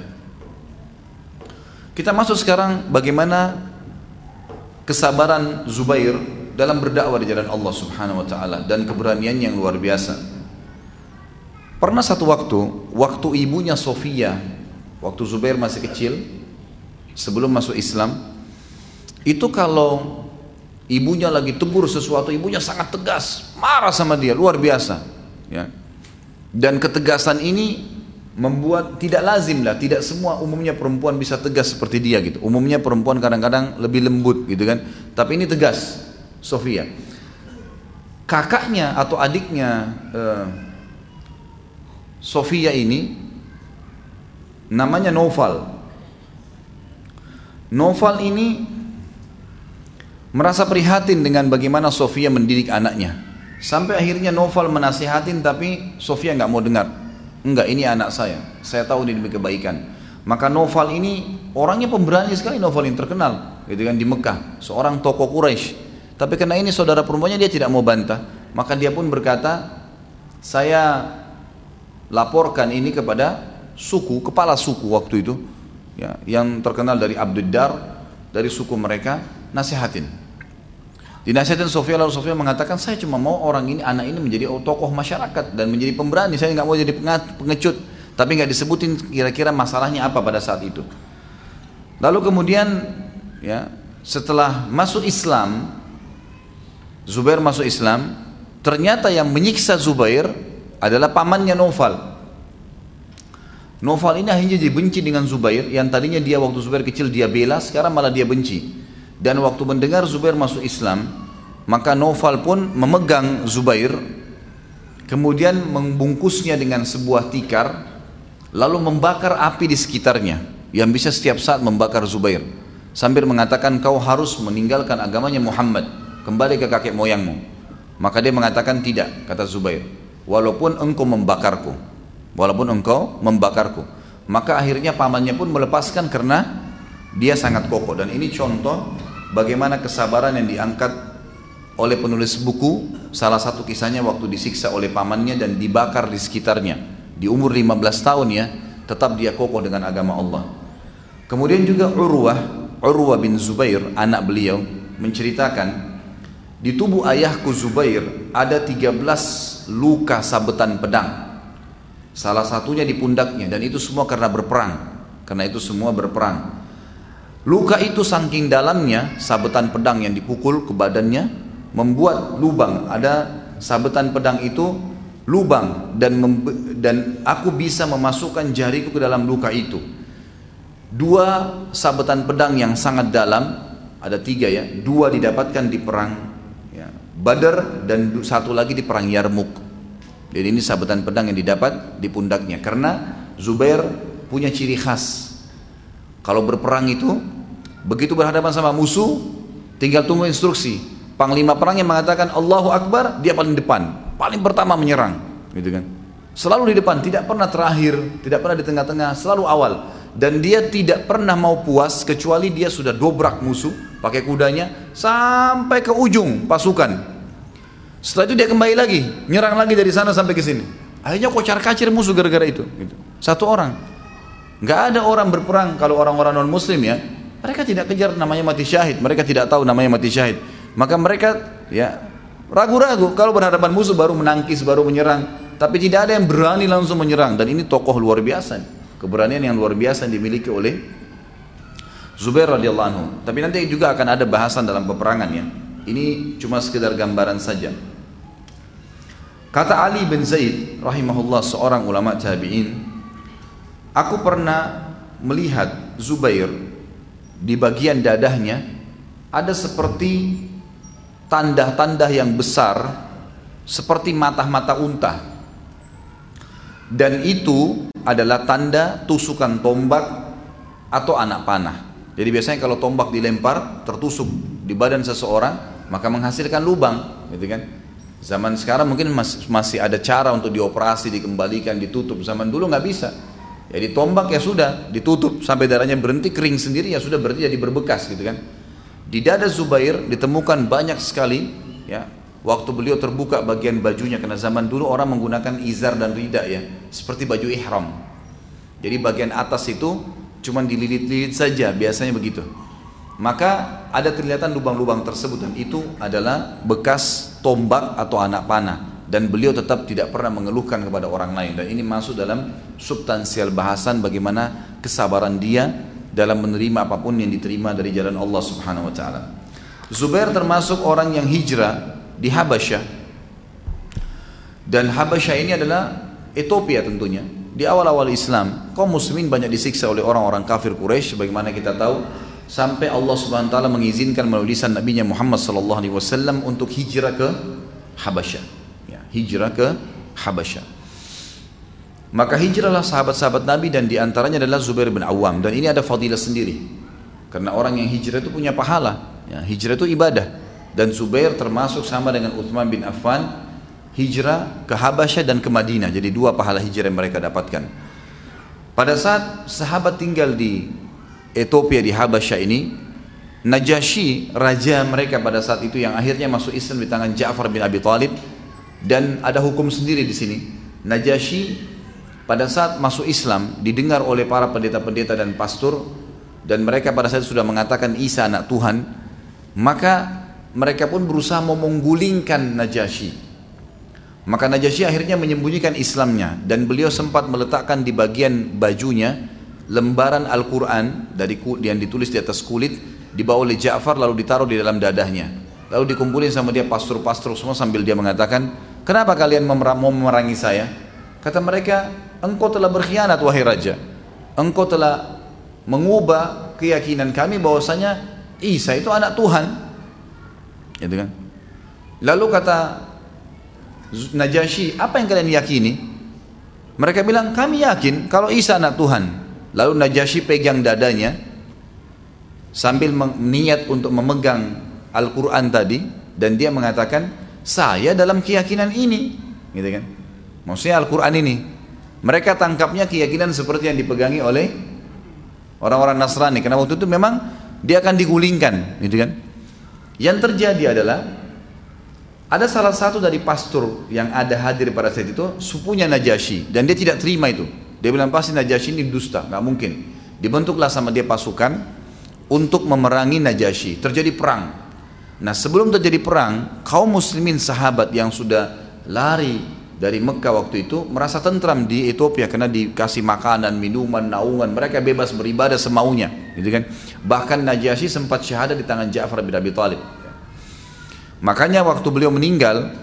Kita masuk sekarang bagaimana kesabaran Zubair dalam berdakwah di jalan Allah Subhanahu wa taala dan keberanian yang luar biasa. Pernah satu waktu, waktu ibunya Sofia, waktu Zubair masih kecil, sebelum masuk Islam, itu kalau ibunya lagi tegur sesuatu, ibunya sangat tegas, marah sama dia, luar biasa, ya. Dan ketegasan ini membuat tidak lazim lah, tidak semua umumnya perempuan bisa tegas seperti dia gitu. Umumnya perempuan kadang-kadang lebih lembut gitu kan, tapi ini tegas. Sofia, kakaknya atau adiknya uh, Sofia ini namanya Naufal. Naufal ini merasa prihatin dengan bagaimana Sofia mendidik anaknya, sampai akhirnya Naufal menasihatin, tapi Sofia nggak mau dengar. Enggak, ini anak saya, saya tahu ini demi kebaikan. Maka Naufal ini orangnya pemberani sekali. Naufal yang terkenal gitu kan di Mekah, seorang tokoh Quraisy. Tapi karena ini saudara perempuannya, dia tidak mau bantah. Maka dia pun berkata, saya laporkan ini kepada suku, kepala suku waktu itu ya, yang terkenal dari Abduddar, dari suku mereka, nasihatin. Dinasihatin Sofia, lalu Sofia mengatakan, saya cuma mau orang ini, anak ini menjadi tokoh masyarakat dan menjadi pemberani, saya nggak mau jadi pengecut. Tapi nggak disebutin kira-kira masalahnya apa pada saat itu. Lalu kemudian ya, setelah masuk Islam, Zubair masuk Islam, ternyata yang menyiksa Zubair adalah pamannya Naufal. Naufal ini akhirnya dibenci dengan Zubair, yang tadinya dia waktu Zubair kecil dia bela, sekarang malah dia benci. Dan waktu mendengar Zubair masuk Islam, maka Naufal pun memegang Zubair, kemudian membungkusnya dengan sebuah tikar, lalu membakar api di sekitarnya yang bisa setiap saat membakar Zubair, sambil mengatakan, kau harus meninggalkan agamanya Muhammad, kembali ke kakek moyangmu. Maka dia mengatakan, tidak, kata Zubair, walaupun engkau membakarku, walaupun engkau membakarku. Maka akhirnya pamannya pun melepaskan karena dia sangat kokoh. Dan ini contoh bagaimana kesabaran yang diangkat oleh penulis buku. Salah satu kisahnya waktu disiksa oleh pamannya dan dibakar di sekitarnya. Di umur lima belas tahun ya, tetap dia kokoh dengan agama Allah. Kemudian juga Urwah, Urwah bin Zubair, anak beliau, menceritakan, di tubuh ayahku Zubair ada tiga belas luka sabetan pedang. Salah satunya di pundaknya, dan itu semua karena berperang. Karena itu semua berperang. Luka itu saking dalamnya, sabetan pedang yang dipukul ke badannya membuat lubang. Ada sabetan pedang itu lubang, dan dan aku bisa memasukkan jariku ke dalam luka itu. Dua sabetan pedang yang sangat dalam, ada tiga ya, dua didapatkan di perang ya, Badar, dan satu lagi di perang Yarmuk. Jadi ini sabetan pedang yang didapat di pundaknya. Karena Zubair punya ciri khas, kalau berperang itu begitu berhadapan sama musuh tinggal tunggu instruksi. Panglima perang yang mengatakan Allahu Akbar, dia paling depan, paling pertama menyerang, gitu kan. Selalu di depan, tidak pernah terakhir, tidak pernah di tengah-tengah, selalu awal. Dan dia tidak pernah mau puas kecuali dia sudah dobrak musuh pakai kudanya sampai ke ujung pasukan. Setelah itu dia kembali lagi, nyerang lagi dari sana sampai ke sini. Akhirnya kocar-kacir musuh gara-gara itu, gitu. Satu orang. Nggak ada orang berperang kalau orang-orang non muslim ya, mereka tidak kejar namanya mati syahid, mereka tidak tahu namanya mati syahid. Maka mereka ya ragu-ragu, kalau berhadapan musuh baru menangkis, baru menyerang. Tapi tidak ada yang berani langsung menyerang. Dan ini tokoh luar biasa, keberanian yang luar biasa yang dimiliki oleh Zubair radhiyallahu anhu. Tapi nanti juga akan ada bahasan dalam peperangan ya. Ini cuma sekedar gambaran saja. Kata Ali bin Zaid rahimahullah, seorang ulama tabi'in, aku pernah melihat Zubair di bagian dadahnya ada seperti tanda-tanda yang besar seperti mata-mata unta, dan itu adalah tanda tusukan tombak atau anak panah. Jadi biasanya kalau tombak dilempar tertusuk di badan seseorang maka menghasilkan lubang, gitu kan. Zaman sekarang mungkin masih ada cara untuk dioperasi, dikembalikan, ditutup. Zaman dulu nggak bisa. Jadi tombak ya sudah ditutup sampai darahnya berhenti, kering sendiri, ya sudah berarti jadi berbekas, gitu kan. Di dada Zubair ditemukan banyak sekali ya, waktu beliau terbuka bagian bajunya, karena zaman dulu orang menggunakan izar dan rida ya, seperti baju ihram. Jadi bagian atas itu cuma dililit-lilit saja, biasanya begitu. Maka ada kelihatan lubang-lubang tersebut, dan itu adalah bekas tombak atau anak panah. Dan beliau tetap tidak pernah mengeluhkan kepada orang lain. Dan ini masuk dalam substansial bahasan bagaimana kesabaran dia dalam menerima apapun yang diterima dari jalan Allah Subhanahu wa taala. Zubair termasuk orang yang hijrah di Habasyah. Dan Habasyah ini adalah Ethiopia tentunya. Di awal-awal Islam, kaum muslimin banyak disiksa oleh orang-orang kafir Quraisy, bagaimana kita tahu, sampai Allah Subhanahu wa taala mengizinkan melalui lisan Nabi Muhammad sallallahu alaihi wasallam untuk hijrah ke Habasyah. Ya, hijrah ke Habasyah. Maka hijrahlah sahabat-sahabat Nabi, dan diantaranya adalah Zubair bin Awam. Dan ini ada fadilah sendiri, karena orang yang hijrah itu punya pahala ya, hijrah itu ibadah. Dan Zubair termasuk sama dengan Uthman bin Affan, hijrah ke Habasyah dan ke Madinah. Jadi dua pahala hijrah yang mereka dapatkan. Pada saat sahabat tinggal di Ethiopia, di Habasyah ini, Najasyi, raja mereka pada saat itu, yang akhirnya masuk Islam di tangan Ja'far bin Abi Thalib. Dan ada hukum sendiri di sini. Najasyi pada saat masuk Islam didengar oleh para pendeta-pendeta dan pastor, dan mereka pada saat itu sudah mengatakan Isa anak Tuhan. Maka mereka pun berusaha mau menggulingkan Najasyi. Maka Najasyi akhirnya menyembunyikan Islamnya, dan beliau sempat meletakkan di bagian bajunya lembaran Al-Quran dari yang ditulis di atas kulit, dibawa oleh Ja'far lalu ditaruh di dalam dadahnya. Lalu dikumpulin sama dia pastor-pastor semua, sambil dia mengatakan, kenapa kalian mau memerangi saya? Kata mereka, engkau telah berkhianat wahai raja. Engkau telah mengubah keyakinan kami bahwasanya Isa itu anak Tuhan. Gitu kan? Lalu kata Najasyi, apa yang kalian yakini? Mereka bilang, kami yakin kalau Isa anak Tuhan. Lalu Najasyi pegang dadanya sambil niat untuk memegang Al-Quran tadi, dan dia mengatakan, saya dalam keyakinan ini, gitu kan? Maksudnya Al-Quran ini. Mereka tangkapnya keyakinan seperti yang dipegangi oleh orang-orang Nasrani. Karena waktu itu memang dia akan digulingkan, gitu kan? Yang terjadi adalah ada salah satu dari pastor yang ada hadir pada saat itu, sepupunya Najasyi, dan dia tidak terima itu. Dia bilang pasti Najasyi ini dusta, nggak mungkin. Dibentuklah sama dia pasukan untuk memerangi Najasyi. Terjadi perang. Nah, sebelum terjadi perang, kaum muslimin sahabat yang sudah lari dari Mekah waktu itu merasa tentram di Ethiopia karena dikasih makanan, minuman, naungan, mereka bebas beribadah semaunya, gitu kan? Bahkan Najasyi sempat syahadat di tangan Ja'far bin Abi Thalib. Makanya waktu beliau meninggal,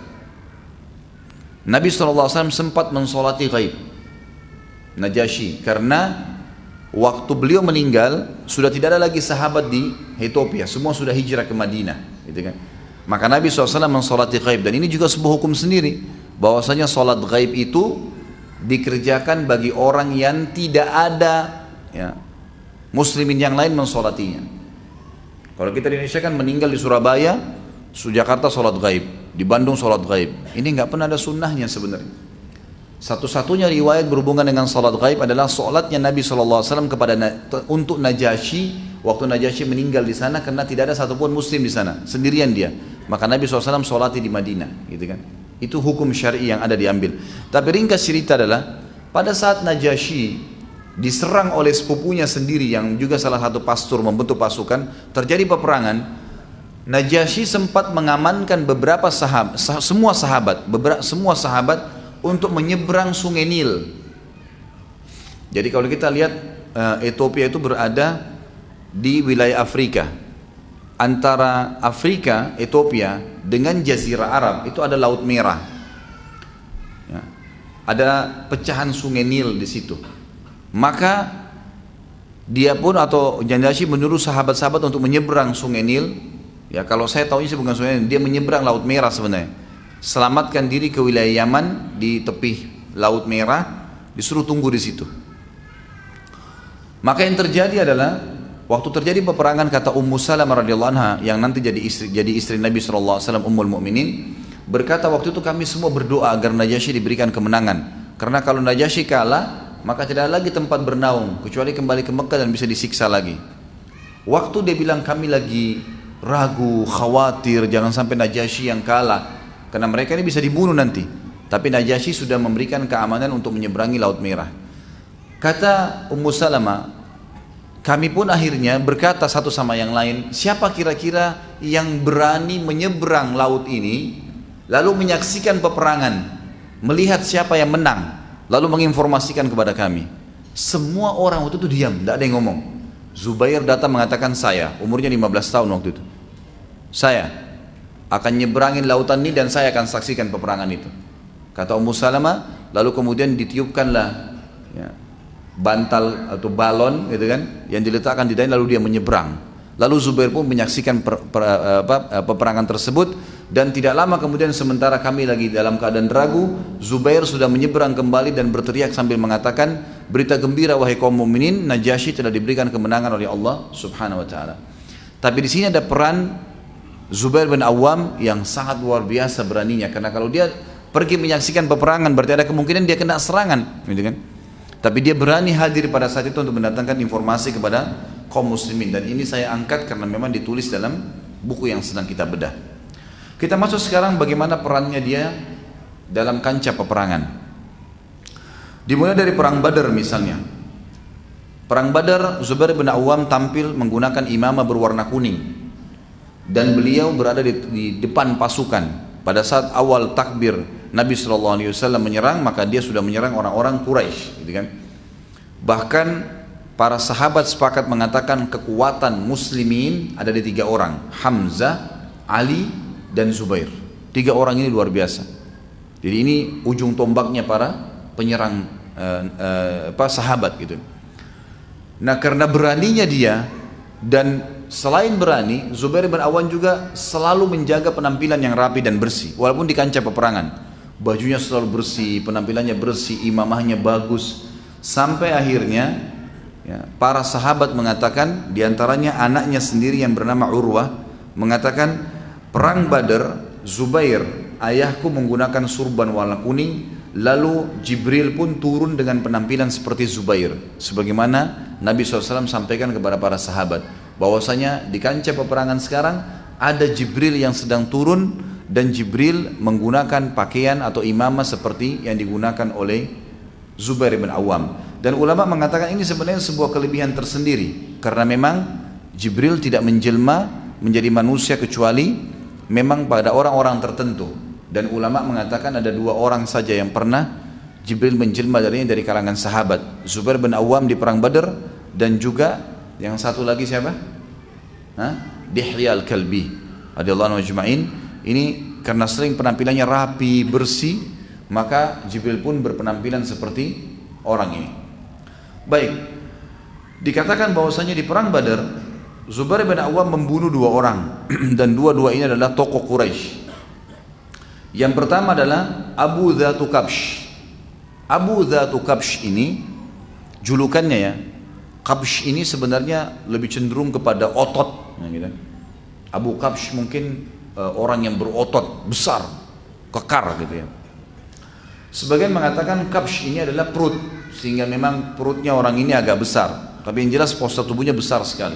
Nabi shallallahu alaihi wasallam sempat mensolati ghaib Najasyi, karena waktu beliau meninggal sudah tidak ada lagi sahabat di Ethiopia, semua sudah hijrah ke Madinah, gitu kan? Maka Nabi shallallahu alaihi wasallam mensolati ghaib, dan ini juga sebuah hukum sendiri, bahwasanya solat ghaib itu dikerjakan bagi orang yang tidak ada ya, muslimin yang lain mensolatinya. Kalau kita di Indonesia kan meninggal di Surabaya, Jakarta sholat gaib, di Bandung sholat gaib. Ini nggak pernah ada sunnahnya sebenarnya. Satu-satunya riwayat berhubungan dengan sholat gaib adalah sholatnya Nabi shallallahu alaihi wasallam kepada untuk Najasyi waktu Najasyi meninggal di sana, karena tidak ada satupun muslim di sana, sendirian dia. Maka Nabi shallallahu alaihi wasallam sholati di Madinah, gitu kan? Itu hukum syar'i yang ada diambil. Tapi ringkas cerita adalah pada saat Najasyi diserang oleh sepupunya sendiri yang juga salah satu pastor membentuk pasukan, terjadi peperangan. Najasyi sempat mengamankan beberapa sahabat, sah, semua sahabat, beberapa, semua sahabat untuk menyeberang Sungai Nil. Jadi kalau kita lihat uh, Ethiopia itu berada di wilayah Afrika. Antara Afrika, Ethiopia dengan Jazirah Arab itu ada Laut Merah. Ya. Ada pecahan Sungai Nil di situ. Maka dia pun atau Najasyi menyuruh sahabat-sahabat untuk menyeberang Sungai Nil. Ya, kalau saya tahunya sih bukan Sungai Nil, dia menyeberang Laut Merah sebenarnya. Selamatkan diri ke wilayah Yaman di tepi Laut Merah, disuruh tunggu di situ. Maka yang terjadi adalah waktu terjadi peperangan, kata Ummu Salamah radhiyallahu anha yang nanti jadi istri jadi istri Nabi shallallahu alaihi wasallam, Ummul Mukminin, berkata waktu itu kami semua berdoa agar Najasyi diberikan kemenangan, karena kalau Najasyi kalah maka tidak ada lagi tempat bernaung kecuali kembali ke Mekah dan bisa disiksa lagi. Waktu dia bilang kami lagi ragu, khawatir jangan sampai Najasyi yang kalah, karena mereka ini bisa dibunuh nanti. Tapi Najasyi sudah memberikan keamanan untuk menyeberangi Laut Merah. Kata Ummu Salamah, kami pun akhirnya berkata satu sama yang lain, siapa kira-kira yang berani menyeberang laut ini lalu menyaksikan peperangan, melihat siapa yang menang, lalu menginformasikan kepada kami. Semua orang waktu itu diam, tidak ada yang ngomong. Zubair datang mengatakan, saya, umurnya lima belas tahun waktu itu, saya akan nyeberangin lautan ini dan saya akan saksikan peperangan itu. Kata Ummu Salamah, lalu kemudian ditiupkanlah ya, bantal atau balon gitu kan, yang diletakkan di dalam, lalu dia menyeberang. Lalu Zubair pun menyaksikan per, per, apa, peperangan tersebut, dan tidak lama kemudian sementara kami lagi dalam keadaan ragu, Zubair sudah menyeberang kembali dan berteriak sambil mengatakan, berita gembira wahai kaum mukminin, Najasyi telah diberikan kemenangan oleh Allah Subhanahu wa taala. Tapi di sini ada peran Zubair bin Awam yang sangat luar biasa beraninya, karena kalau dia pergi menyaksikan peperangan berarti ada kemungkinan dia kena serangan, gitu kan? Tapi dia berani hadir pada saat itu untuk mendatangkan informasi kepada kaum muslimin, dan ini saya angkat karena memang ditulis dalam buku yang sedang kita bedah. Kita masuk sekarang bagaimana perannya dia dalam kancah peperangan. Dimulai dari perang Badar misalnya. Perang Badar, Zubair bin Awam tampil menggunakan imamah berwarna kuning, dan beliau berada di, di depan pasukan. Pada saat awal takbir Nabi shallallahu alaihi wasallam menyerang, maka dia sudah menyerang orang-orang Quraisy, gitu kan? Bahkan para sahabat sepakat mengatakan kekuatan muslimin ada di tiga orang, Hamzah, Ali, dan Zubair. Tiga orang ini luar biasa. Jadi ini ujung tombaknya para penyerang uh, uh, apa, sahabat gitu. Nah, karena beraninya dia, dan selain berani, Zubair bin Awam juga selalu menjaga penampilan yang rapi dan bersih walaupun di kancah peperangan. bajunya selalu bersih, penampilannya bersih, imamahnya bagus. Sampai akhirnya ya, para sahabat mengatakan, diantaranya anaknya sendiri yang bernama Urwah, mengatakan perang Badar, Zubair ayahku menggunakan surban warna kuning, lalu Jibril pun turun dengan penampilan seperti Zubair, sebagaimana Nabi shallallahu alaihi wasallam sampaikan kepada para sahabat bahwasanya di kancah peperangan sekarang ada Jibril yang sedang turun, dan Jibril menggunakan pakaian atau imamah seperti yang digunakan oleh Zubair bin Awam. Dan ulama mengatakan ini sebenarnya sebuah kelebihan tersendiri, karena memang Jibril tidak menjelma menjadi manusia kecuali memang pada orang-orang tertentu. Dan ulama mengatakan ada dua orang saja yang pernah Jibril menjelma darinya dari kalangan sahabat, Zubair bin Awam di perang Badar, dan juga yang satu lagi siapa? Hah? Dihya al-Kalbi radhiyallahu anhu ajma'in. Ini karena sering penampilannya rapi, bersih, maka Jibril pun berpenampilan seperti orang ini. Baik, dikatakan bahwasanya di perang Badar Zubair bin Awam membunuh dua orang dan dua-dua ini adalah tokoh Quraisy. Yang pertama adalah Abu Dhatu Kabsh. Abu Dhatu Kabsh ini julukannya ya. Kabsh ini sebenarnya lebih cenderung kepada otot, ya gitu. Abu Kabsh mungkin uh, orang yang berotot, besar, kekar gitu ya. Sebagian mengatakan Kabsh ini adalah perut, sehingga memang perutnya orang ini agak besar. Tapi yang jelas postur tubuhnya besar sekali.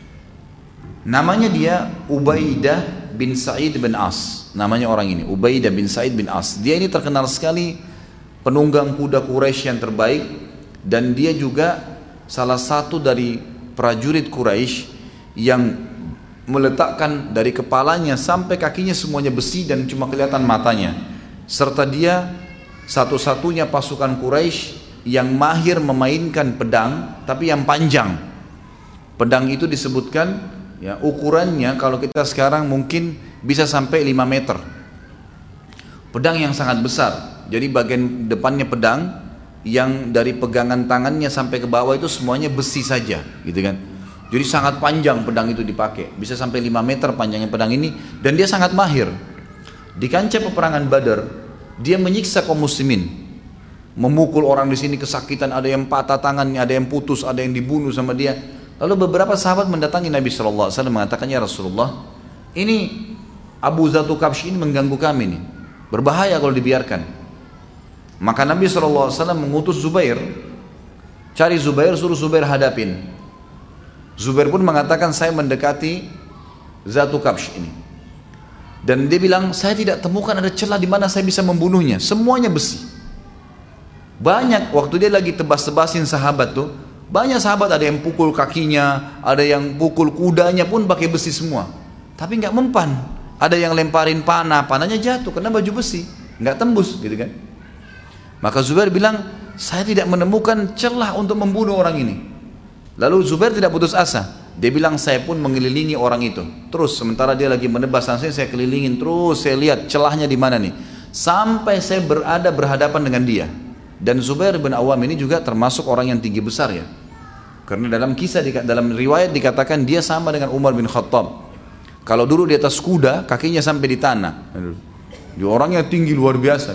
Namanya dia Ubaidah bin Sa'id bin As. Namanya orang ini Ubaidah bin Sa'id bin As. Dia ini terkenal sekali penunggang kuda Quraisy yang terbaik, dan dia juga salah satu dari prajurit Quraisy yang meletakkan dari kepalanya sampai kakinya semuanya besi dan cuma kelihatan matanya. Serta dia satu-satunya pasukan Quraisy yang mahir memainkan pedang, tapi yang panjang. Pedang itu disebutkan ya, ukurannya kalau kita sekarang mungkin bisa sampai lima meter. Pedang yang sangat besar. Jadi bagian depannya pedang, yang dari pegangan tangannya sampai ke bawah itu semuanya besi saja, gitu kan. Jadi sangat panjang pedang itu dipakai, bisa sampai lima meter panjangnya pedang ini, dan dia sangat mahir. Di kancah peperangan Badar, dia menyiksa kaum muslimin, memukul orang di sini kesakitan, ada yang patah tangannya, ada yang putus, ada yang dibunuh sama dia. Lalu beberapa sahabat mendatangi Nabi shallallahu alaihi wasallam mengatakan, ya Rasulullah, ini Abu Dhatu Kabsh ini mengganggu kami nih, berbahaya kalau dibiarkan. Maka Nabi shallallahu alaihi wasallam mengutus Zubair, cari Zubair, suruh Zubair hadapin. Zubair pun mengatakan, saya mendekati Dhatu Kabsh ini, dan dia bilang, saya tidak temukan ada celah di mana saya bisa membunuhnya, semuanya besi. Banyak waktu dia lagi tebas-tebasin sahabat tuh, banyak sahabat ada yang pukul kakinya, ada yang pukul kudanya pun pakai besi semua, tapi nggak mempan. Ada yang lemparin panah, panahnya jatuh karena baju besi, nggak tembus, gitu kan. Maka Zubair bilang, saya tidak menemukan celah untuk membunuh orang ini. Lalu Zubair tidak putus asa. Dia bilang, saya pun mengelilingi orang itu. Terus sementara dia lagi menebas langsung, saya kelilingin terus, saya lihat celahnya di mana nih. Sampai saya berada berhadapan dengan dia. Dan Zubair bin Awam ini juga termasuk orang yang tinggi besar ya. Karena dalam kisah, dalam riwayat dikatakan dia sama dengan Umar bin Khattab. Kalau dulu di atas kuda, kakinya sampai di tanah. Dia orangnya tinggi luar biasa.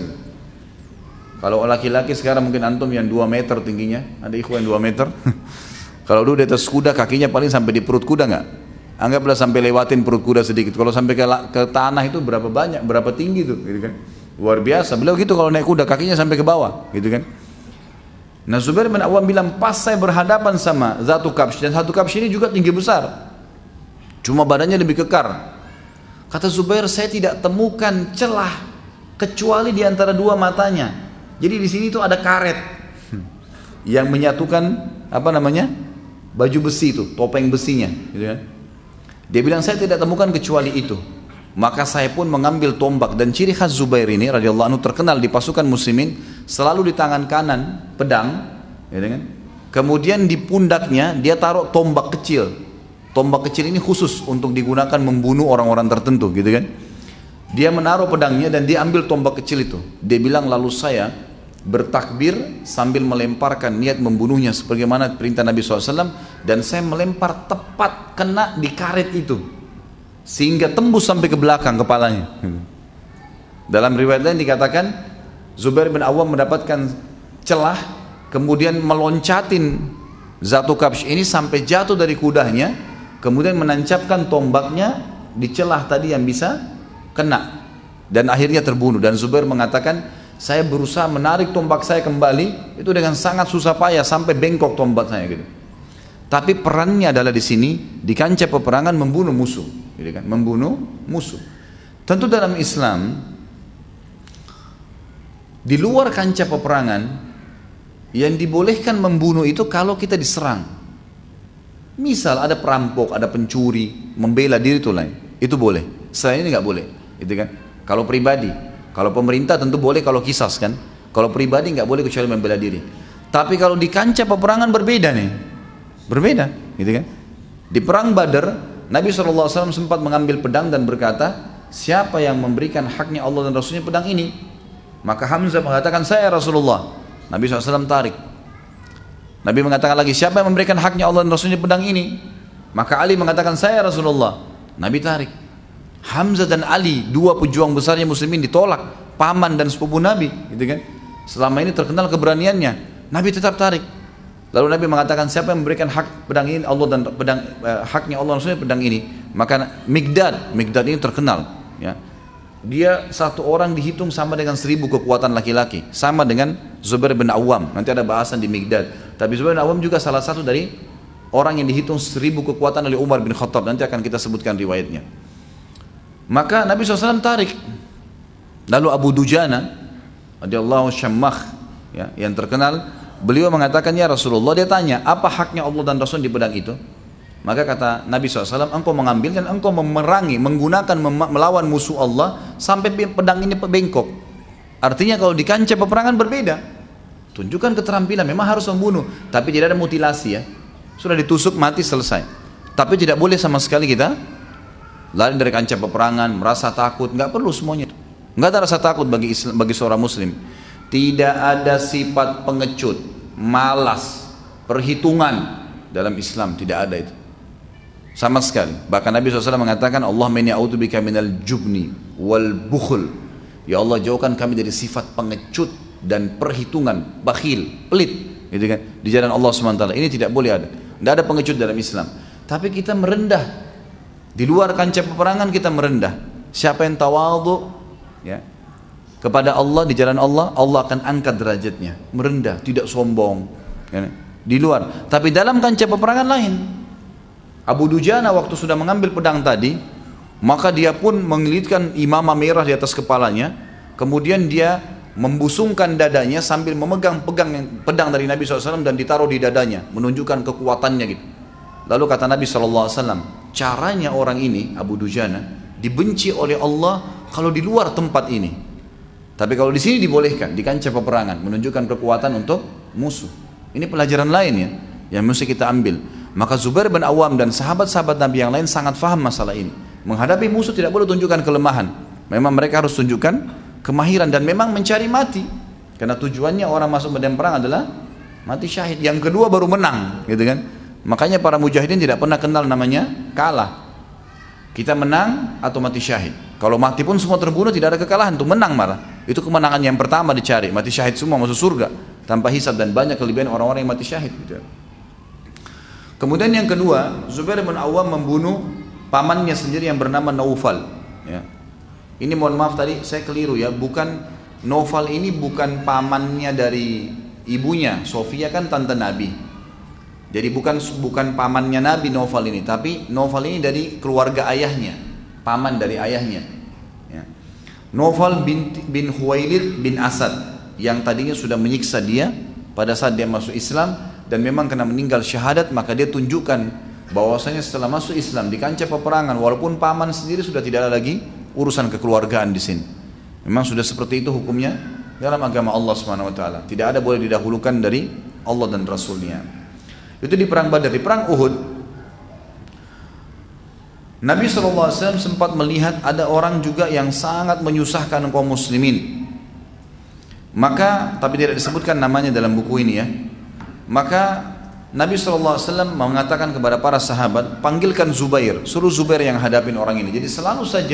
Kalau laki-laki sekarang mungkin antum yang dua meter tingginya, ada ikhwan dua meter. Kalau dulu di atas kuda, kakinya paling sampai di perut kuda nggak? Anggaplah sampai lewatin perut kuda sedikit. Kalau sampai ke, ke tanah itu berapa banyak, berapa tinggi tuh, gitu kan? Luar biasa. Beliau gitu kalau naik kuda, kakinya sampai ke bawah, gitu kan? Nah, Zubair bin Awam bilang, pas saya berhadapan sama Dhatu Kabsh, dan Dhatu Kabsh ini juga tinggi besar, cuma badannya lebih kekar. Kata Zubair, saya tidak temukan celah kecuali di antara dua matanya. Jadi di sini tuh ada karet yang menyatukan apa namanya, baju besi itu, topeng besinya, gitu kan? Dia bilang, saya tidak temukan kecuali itu. Maka saya pun mengambil tombak, dan ciri khas Zubair ini radhiyallahu anhu terkenal di pasukan muslimin, selalu di tangan kanan pedang, gitu kan? Kemudian di pundaknya dia taruh tombak kecil. Tombak kecil ini khusus untuk digunakan membunuh orang-orang tertentu, gitu kan. Dia menaruh pedangnya dan dia ambil tombak kecil itu. Dia bilang, lalu saya bertakbir sambil melemparkan niat membunuhnya sebagaimana perintah Nabi shallallahu alaihi wasallam, dan saya melempar tepat kena di karet itu sehingga tembus sampai ke belakang kepalanya. Dalam riwayat lain dikatakan Zubair bin Awam mendapatkan celah, kemudian meloncatin Zatu Kabsy ini sampai jatuh dari kudanya, kemudian menancapkan tombaknya di celah tadi yang bisa kena, dan akhirnya terbunuh. Dan Zubair mengatakan, saya berusaha menarik tombak saya kembali itu dengan sangat susah payah sampai bengkok tombak saya gitu. Tapi perannya adalah di sini di kancah peperangan membunuh musuh, gitu kan? Membunuh musuh. Tentu dalam Islam di luar kancah peperangan yang dibolehkan membunuh itu kalau kita diserang. Misal ada perampok, ada pencuri, membela diri itu lain, itu boleh. Selain ini nggak boleh, gitu kan? Kalau pribadi, kalau pemerintah tentu boleh kalau kisas kan. Kalau pribadi nggak boleh kecuali membela diri. Tapi kalau di kancah peperangan berbeda nih, berbeda, gitu kan? Di perang Badar, Nabi shallallahu alaihi wasallam sempat mengambil pedang dan berkata, siapa yang memberikan haknya Allah dan Rasulnya pedang ini? Maka Hamzah mengatakan, saya Rasulullah. Nabi shallallahu alaihi wasallam tarik. Nabi mengatakan lagi, siapa yang memberikan haknya Allah dan Rasulnya pedang ini? Maka Ali mengatakan, saya Rasulullah. Nabi tarik. Hamzah dan Ali, dua pejuang besarnya muslimin, ditolak. Paman dan sepupu Nabi, gitu kan? Selama ini terkenal keberaniannya. Nabi tetap tarik. Lalu Nabi mengatakan, siapa yang memberikan hak pedang ini Allah dan pedang eh, haknya Allah dan Rasulnya pedang ini? Maka Mikdad, Mikdad ini terkenal, ya. Dia satu orang dihitung sama dengan seribu kekuatan laki-laki, sama dengan Zubair bin Awam. Nanti ada bahasan di Mikdad. Tapi Zubair bin Awam juga salah satu dari orang yang dihitung seribu kekuatan oleh Umar bin Khattab. Nanti akan kita sebutkan riwayatnya. Maka Nabi shallallahu alaihi wasallam tarik. Lalu Abu Dujana radhiyallahu Syammah, ya, yang terkenal, beliau mengatakan, ya Rasulullah, dia tanya, apa haknya Allah dan Rasul di pedang itu? Maka kata Nabi shallallahu alaihi wasallam, engkau mengambil dan engkau memerangi, menggunakan, mem- melawan musuh Allah sampai pedang ini bengkok. Artinya kalau di kancah peperangan berbeda. Tunjukkan keterampilan, memang harus membunuh, tapi tidak ada mutilasi, ya. Sudah ditusuk mati selesai. Tapi tidak boleh sama sekali kita lari dari kancah peperangan, merasa takut, nggak perlu semuanya. Nggak ada rasa takut bagi Islam, bagi seorang Muslim. Tidak ada sifat pengecut, malas, perhitungan dalam Islam, tidak ada itu. Sama sekali. Bahkan Nabi shallallahu alaihi wasallam mengatakan, Allahumma inni a'udzubika minal jubni wal bukhl. Ya Allah, jauhkan kami dari sifat pengecut dan perhitungan, bakhil, pelit, gitu kan? Di jalan Allah subhanahu wa taala ini tidak boleh ada. Tidak ada pengecut dalam Islam. Tapi kita merendah. Di luar kancah peperangan kita merendah. Siapa yang tawadhu, ya, kepada Allah di jalan Allah, Allah akan angkat derajatnya. Merendah, tidak sombong, ya. Di luar. Tapi dalam kancah peperangan lain. Abu Dujana waktu sudah mengambil pedang tadi, maka dia pun mengelitkan imamah merah di atas kepalanya, kemudian dia membusungkan dadanya sambil memegang pegang pedang dari Nabi shallallahu alaihi wasallam dan ditaruh di dadanya, menunjukkan kekuatannya gitu. Lalu kata Nabi shallallahu alaihi wasallam, caranya orang ini, Abu Dujana, dibenci oleh Allah kalau di luar tempat ini. Tapi kalau di sini dibolehkan, di kancah peperangan, menunjukkan kekuatan untuk musuh. Ini pelajaran lain, ya, yang mesti kita ambil. Maka Zubair bin Awam dan sahabat-sahabat Nabi yang lain sangat faham masalah ini. Menghadapi musuh tidak boleh tunjukkan kelemahan. Memang mereka harus tunjukkan kemahiran dan memang mencari mati. Karena tujuannya orang masuk medan perang adalah mati syahid. Yang kedua baru menang, gitu kan? Makanya para mujahidin tidak pernah kenal namanya kalah. Kita menang atau mati syahid. Kalau mati pun semua terbunuh, tidak ada kekalahan, itu menang malah. Itu kemenangan yang pertama dicari, mati syahid semua masuk surga tanpa hisab, dan banyak kelebihan orang-orang yang mati syahid, gitu. Kemudian yang kedua, Zubair bin Awam membunuh pamannya sendiri yang bernama Naufal, ya. Ini mohon maaf tadi saya keliru, ya, bukan Naufal ini bukan pamannya dari ibunya. Sofia kan tante Nabi. Jadi bukan bukan pamannya Nabi Naufal ini, tapi Naufal ini dari keluarga ayahnya, paman dari ayahnya, ya. Naufal bin bin Huwailid bin Asad yang tadinya sudah menyiksa dia pada saat dia masuk Islam dan memang kena meninggal syahadat, maka dia tunjukkan bahwasanya setelah masuk Islam di kancah peperangan, walaupun paman sendiri sudah tidak ada lagi urusan kekeluargaan di sini. Memang sudah seperti itu hukumnya dalam agama Allah subhanahu wa taala. Tidak ada boleh didahulukan dari Allah dan Rasulnya. Itu di perang Badar. Di perang Uhud, Nabi shallallahu alaihi wasallam sempat melihat ada orang juga yang sangat menyusahkan kaum muslimin. Maka, tapi tidak disebutkan namanya dalam buku ini, ya. Maka Nabi shallallahu alaihi wasallam mengatakan kepada para sahabat, panggilkan Zubair, suruh Zubair yang hadapin orang ini. Jadi selalu saja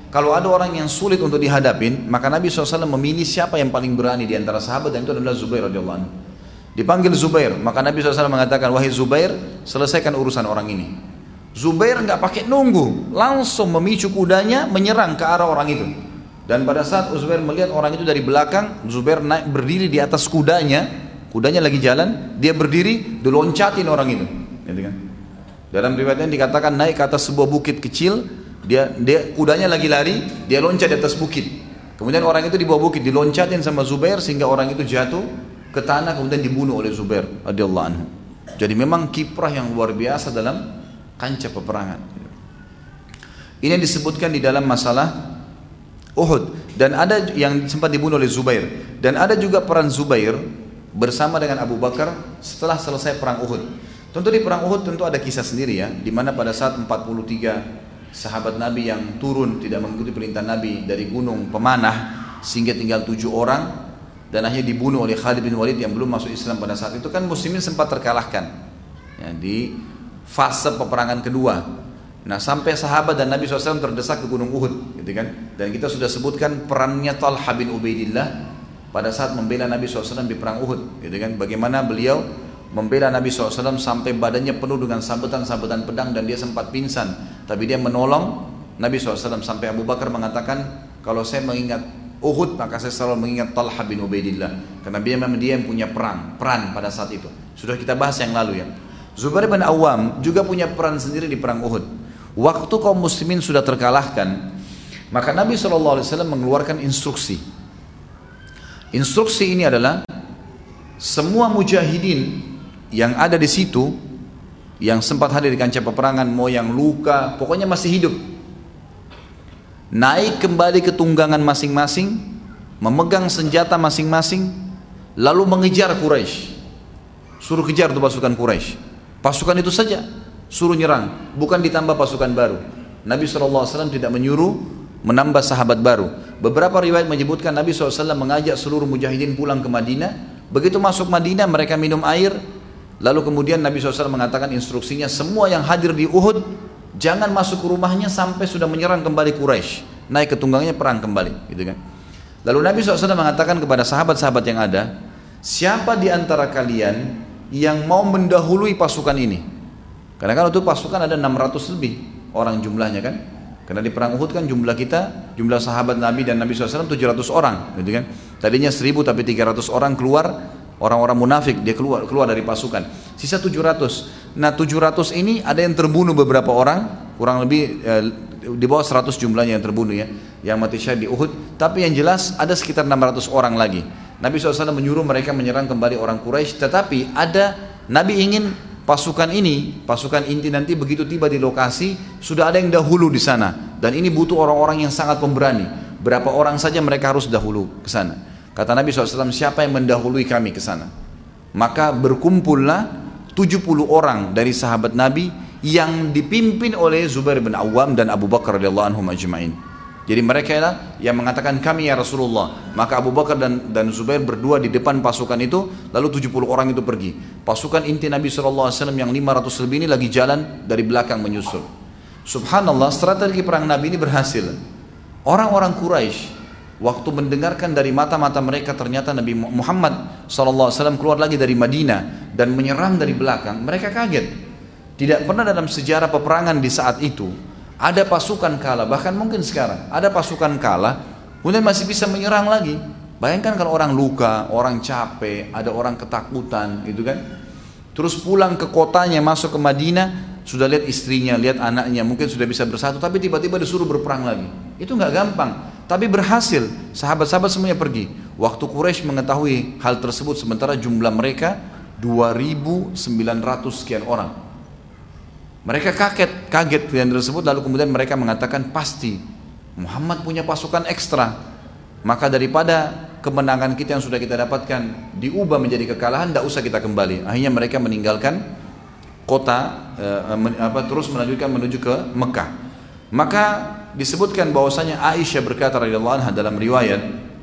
kalau ada orang yang sulit untuk dihadapin, maka Nabi shallallahu alaihi wasallam memilih siapa yang paling berani di antara sahabat, dan itu adalah Zubair radhiyallahu anhu. Dipanggil Zubair, maka Nabi shallallahu alaihi wasallam mengatakan, wahai Zubair, selesaikan urusan orang ini. Zubair nggak pakai nunggu, langsung memicu kudanya menyerang ke arah orang itu. Dan pada saat Zubair melihat orang itu dari belakang, Zubair naik berdiri di atas kudanya, kudanya lagi jalan, dia berdiri, diloncatin orang itu. Gitu kan? Dalam riwayatnya dikatakan naik ke atas sebuah bukit kecil, dia, dia kudanya lagi lari, dia loncat di atas bukit. Kemudian orang itu di bawah bukit diloncatin sama Zubair sehingga orang itu jatuh ke tanah, kemudian dibunuh oleh Zubair radhiyallahu anhu. Jadi memang kiprah yang luar biasa dalam kancah peperangan. Ini yang disebutkan di dalam masalah Uhud, dan ada yang sempat dibunuh oleh Zubair, dan ada juga peran Zubair bersama dengan Abu Bakar setelah selesai perang Uhud. Tentu di perang Uhud tentu ada kisah sendiri ya, di mana pada saat empat puluh tiga sahabat Nabi yang turun tidak mengikuti perintah Nabi dari gunung pemanah sehingga tinggal tujuh orang dan akhirnya dibunuh oleh Khalid bin Walid yang belum masuk Islam pada saat itu, kan muslimin sempat terkalahkan ya, di fase peperangan kedua. Nah sampai sahabat dan Nabi shallallahu alaihi wasallam terdesak ke gunung Uhud gitu kan. Dan kita sudah sebutkan perannya Talha bin Ubaidillah pada saat membela Nabi shallallahu alaihi wasallam di perang Uhud gitu kan. Bagaimana beliau membela Nabi shallallahu alaihi wasallam sampai badannya penuh dengan sabetan-sabetan pedang dan dia sempat pingsan, tapi dia menolong Nabi shallallahu alaihi wasallam. Sampai Abu Bakar mengatakan, kalau saya mengingat Uhud maka saya selalu mengingat Talha bin Ubaidillah, karena dia memang dia yang punya perang peran pada saat itu. Sudah kita bahas yang lalu ya. Zubair bin Awam juga punya peran sendiri di perang Uhud. Waktu kaum muslimin sudah terkalahkan, maka Nabi shallallahu alaihi wasallam mengeluarkan instruksi. Instruksi ini adalah semua mujahidin yang ada di situ, yang sempat hadir di kancah peperangan, mau yang luka, pokoknya masih hidup, naik kembali ke tunggangan masing-masing, memegang senjata masing-masing, lalu mengejar Quraisy. Suruh kejar tuh pasukan Quraisy. Pasukan itu saja suruh nyerang, bukan ditambah pasukan baru. Nabi shallallahu alaihi wasallam tidak menyuruh menambah sahabat baru. Beberapa riwayat menyebutkan Nabi shallallahu alaihi wasallam mengajak seluruh mujahidin pulang ke Madinah. Begitu masuk Madinah mereka minum air, lalu kemudian Nabi shallallahu alaihi wasallam mengatakan instruksinya, semua yang hadir di Uhud jangan masuk ke rumahnya sampai sudah menyerang kembali Quraisy, naik ke tunggangnya perang kembali gitu kan. Lalu Nabi shallallahu alaihi wasallam mengatakan kepada sahabat-sahabat yang ada, siapa di antara kalian yang mau mendahului pasukan ini? Karena kan itu pasukan ada enam ratus lebih orang jumlahnya kan. Karena di perang Uhud kan jumlah kita, jumlah sahabat Nabi dan Nabi shallallahu alaihi wasallam tujuh ratus orang gitu kan. Tadinya seribu tapi tiga ratus orang keluar, orang-orang munafik dia keluar keluar dari pasukan. Sisa tujuh ratus. Nah tujuh ratus ini ada yang terbunuh beberapa orang, kurang lebih eh, di bawah seratus jumlahnya yang terbunuh ya, yang mati syahid di Uhud. Tapi yang jelas ada sekitar enam ratus orang lagi. Nabi shallallahu alaihi wasallam menyuruh mereka menyerang kembali orang Quraisy, tetapi ada Nabi ingin pasukan ini, pasukan inti nanti begitu tiba di lokasi sudah ada yang dahulu di sana, dan ini butuh orang-orang yang sangat pemberani. Berapa orang saja mereka harus dahulu ke sana. Kata Nabi shallallahu alaihi wasallam, siapa yang mendahului kami ke sana? Maka berkumpullah tujuh puluh orang dari sahabat Nabi yang dipimpin oleh Zubair bin Awam dan Abu Bakar radhiyallahu anhum ajma'in. Jadi mereka lah yang mengatakan kami ya Rasulullah. Maka Abu Bakar dan, dan Zubair berdua di depan pasukan itu, lalu tujuh puluh orang itu pergi. Pasukan inti Nabi shallallahu alaihi wasallam yang lima ratus lebih ini lagi jalan dari belakang menyusul. Subhanallah, strategi perang Nabi ini berhasil. Orang-orang Quraisy waktu mendengarkan dari mata-mata mereka ternyata Nabi Muhammad shallallahu alaihi wasallam keluar lagi dari Madinah dan menyerang dari belakang, mereka kaget. Tidak pernah dalam sejarah peperangan di saat itu ada pasukan kalah, bahkan mungkin sekarang ada pasukan kalah kemudian masih bisa menyerang lagi. Bayangkan kalau orang luka, orang capek, ada orang ketakutan gitu kan, terus pulang ke kotanya, masuk ke Madinah, sudah lihat istrinya, lihat anaknya, mungkin sudah bisa bersatu, tapi tiba-tiba disuruh berperang lagi. Itu nggak gampang, tapi berhasil. Sahabat-sahabat semuanya pergi. Waktu Quraisy mengetahui hal tersebut, sementara jumlah mereka dua ribu sembilan ratus sekian orang, mereka kaget, kaget dengan tersebut. Lalu kemudian mereka mengatakan, pasti Muhammad punya pasukan ekstra, maka daripada kemenangan kita yang sudah kita dapatkan diubah menjadi kekalahan, tidak usah kita kembali. Akhirnya mereka meninggalkan kota, eh, men, apa, terus melanjutkan menuju ke Mekah. Maka disebutkan bahwasanya Aisyah berkata radhiyallahu anha dalam riwayat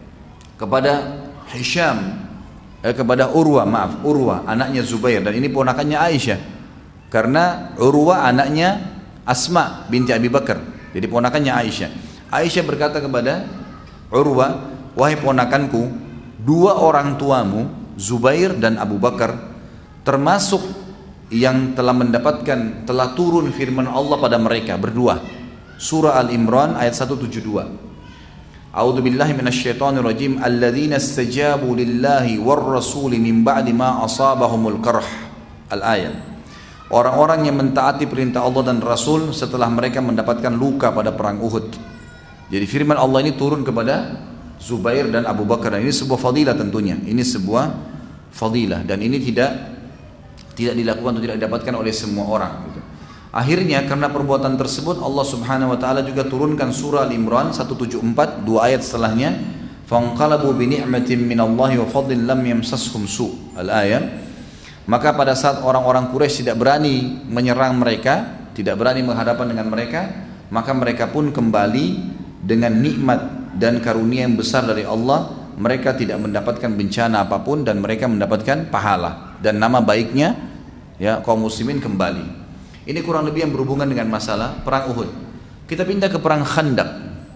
kepada Hisham, eh, kepada Urwa, maaf Urwa anaknya Zubair, dan ini ponakannya Aisyah. Karena Urwa anaknya Asma binti Abi Bakar, jadi ponakannya Aisyah. Aisyah berkata kepada Urwah, wahai ponakanku, dua orang tuamu, Zubair dan Abu Bakar, termasuk yang telah mendapatkan, telah turun firman Allah pada mereka berdua. Surah Al-Imran ayat seratus tujuh puluh dua. A'udzu billahi minasyaitonir rajim. Alladzina istajabu lillahi war rasuli min ba'di ma asabahumul qarh. Al-ayat. Orang-orang yang mentaati perintah Allah dan Rasul setelah mereka mendapatkan luka pada perang Uhud. Jadi firman Allah ini turun kepada Zubair dan Abu Bakar. Dan ini sebuah fadilah tentunya. Ini sebuah fadilah dan ini tidak tidak dilakukan atau tidak didapatkan oleh semua orang gitu. Akhirnya karena perbuatan tersebut Allah Subhanahu wa taala juga turunkan surah Al-Imran seratus tujuh puluh empat, dua ayat setelahnya, fanqalabu bi ni'matin minallahi wa fadlin lam yamsashum su. Al-ayat. Maka pada saat orang-orang Quraisy tidak berani menyerang mereka, tidak berani menghadapan dengan mereka, maka mereka pun kembali dengan nikmat dan karunia yang besar dari Allah. Mereka tidak mendapatkan bencana apapun dan mereka mendapatkan pahala dan nama baiknya ya kaum muslimin kembali. Ini kurang lebih yang berhubungan dengan masalah perang Uhud. Kita pindah ke perang Khandaq.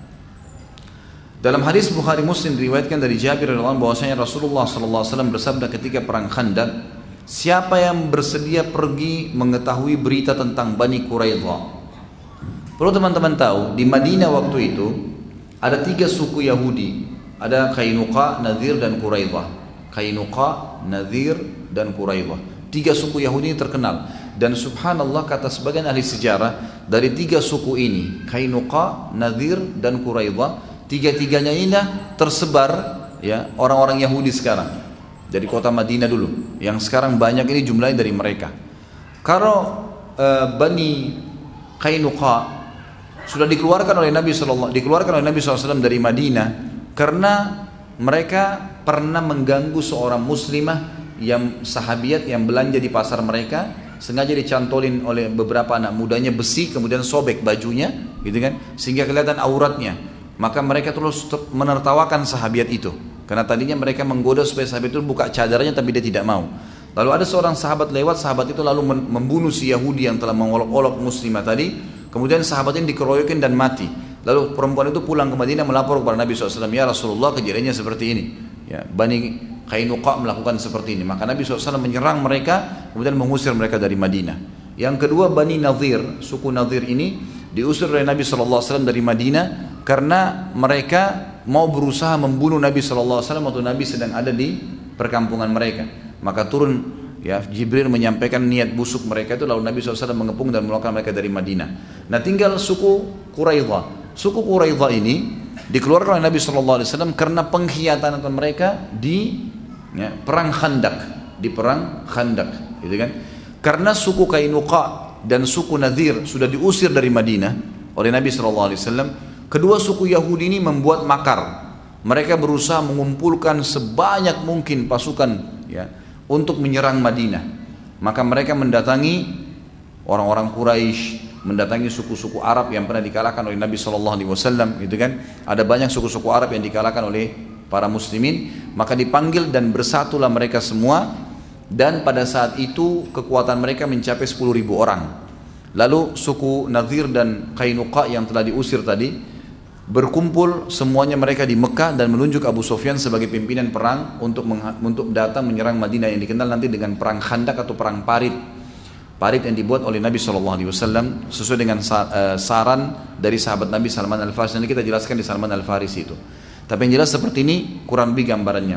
Dalam hadis Bukhari Muslim diriwayatkan dari Jabir radhiyallahu anhu bahwasanya Rasulullah sallallahu alaihi wasallam bersabda ketika perang Khandaq, siapa yang bersedia pergi mengetahui berita tentang Bani Quraidah. Perlu teman-teman tahu, di Madinah waktu itu ada tiga suku Yahudi. Ada Qainuqa, Nadir dan Quraidah. Qainuqa, Nadir dan Quraidah. Tiga suku Yahudi ini terkenal. Dan subhanallah kata sebagian ahli sejarah, dari tiga suku ini, Qainuqa, Nadir dan Quraidah, tiga-tiganya ini tersebar ya orang-orang Yahudi sekarang. Dari kota Madinah dulu, yang sekarang banyak ini jumlahnya dari mereka. Kalau uh, Bani Qainuqa sudah dikeluarkan oleh Nabi sallallahu dikeluarkan oleh Nabi sallallahu alaihi wasallam dari Madinah karena mereka pernah mengganggu seorang muslimah yang sahabiat yang belanja di pasar mereka. Sengaja dicantolin oleh beberapa anak mudanya besi, kemudian sobek bajunya gitu kan, sehingga kelihatan auratnya. Maka mereka terus menertawakan sahabiat itu, karena tadinya mereka menggoda supaya sahabat itu buka cadarnya, tapi dia tidak mau. Lalu ada seorang sahabat lewat, sahabat itu lalu membunuh si Yahudi yang telah mengolok-olok muslimah tadi. Kemudian sahabat ini dikeroyokin dan mati. Lalu perempuan itu pulang ke Madinah melapor kepada Nabi shallallahu alaihi wasallam, ya Rasulullah, kejadiannya seperti ini ya, Bani Qainuqa melakukan seperti ini. Maka Nabi shallallahu alaihi wasallam menyerang mereka, kemudian mengusir mereka dari Madinah. Yang kedua, Bani Nadir, suku Nadir ini diusir oleh Nabi shallallahu alaihi wasallam dari Madinah karena mereka mau berusaha membunuh Nabi shallallahu alaihi wasallam waktu Nabi sedang ada di perkampungan mereka. Maka turun ya Jibril menyampaikan niat busuk mereka itu, lalu Nabi shallallahu alaihi wasallam mengepung dan mengeluarkan mereka dari Madinah. Nah, tinggal suku Quraidah. Suku Quraidah ini dikeluarkan oleh Nabi shallallahu alaihi wasallam karena pengkhianatan mereka di ya, perang Khandaq, di perang Khandaq, gitu kan? Karena suku Qainuqa dan suku Nadir sudah diusir dari Madinah oleh Nabi shallallahu alaihi wasallam, kedua suku Yahudi ini membuat makar. Mereka berusaha mengumpulkan sebanyak mungkin pasukan ya untuk menyerang Madinah. Maka mereka mendatangi orang-orang Quraisy, mendatangi suku-suku Arab yang pernah dikalahkan oleh Nabi shallallahu alaihi wasallam, gitu kan? Ada banyak suku-suku Arab yang dikalahkan oleh para muslimin, maka dipanggil dan bersatulah mereka semua, dan pada saat itu kekuatan mereka mencapai sepuluh ribu orang. Lalu suku Nadir dan Qainuqa yang telah diusir tadi berkumpul semuanya mereka di Mekah dan menunjuk Abu Sufyan sebagai pimpinan perang untuk untuk datang menyerang Madinah yang dikenal nanti dengan perang Khandaq atau perang Parit. Parit yang dibuat oleh Nabi shallallahu alaihi wasallam sesuai dengan saran dari sahabat Nabi Salman Al-Farisi. Nanti kita jelaskan di Salman Al-Farisi itu. Tapi yang jelas seperti ini kurang lebih gambarannya.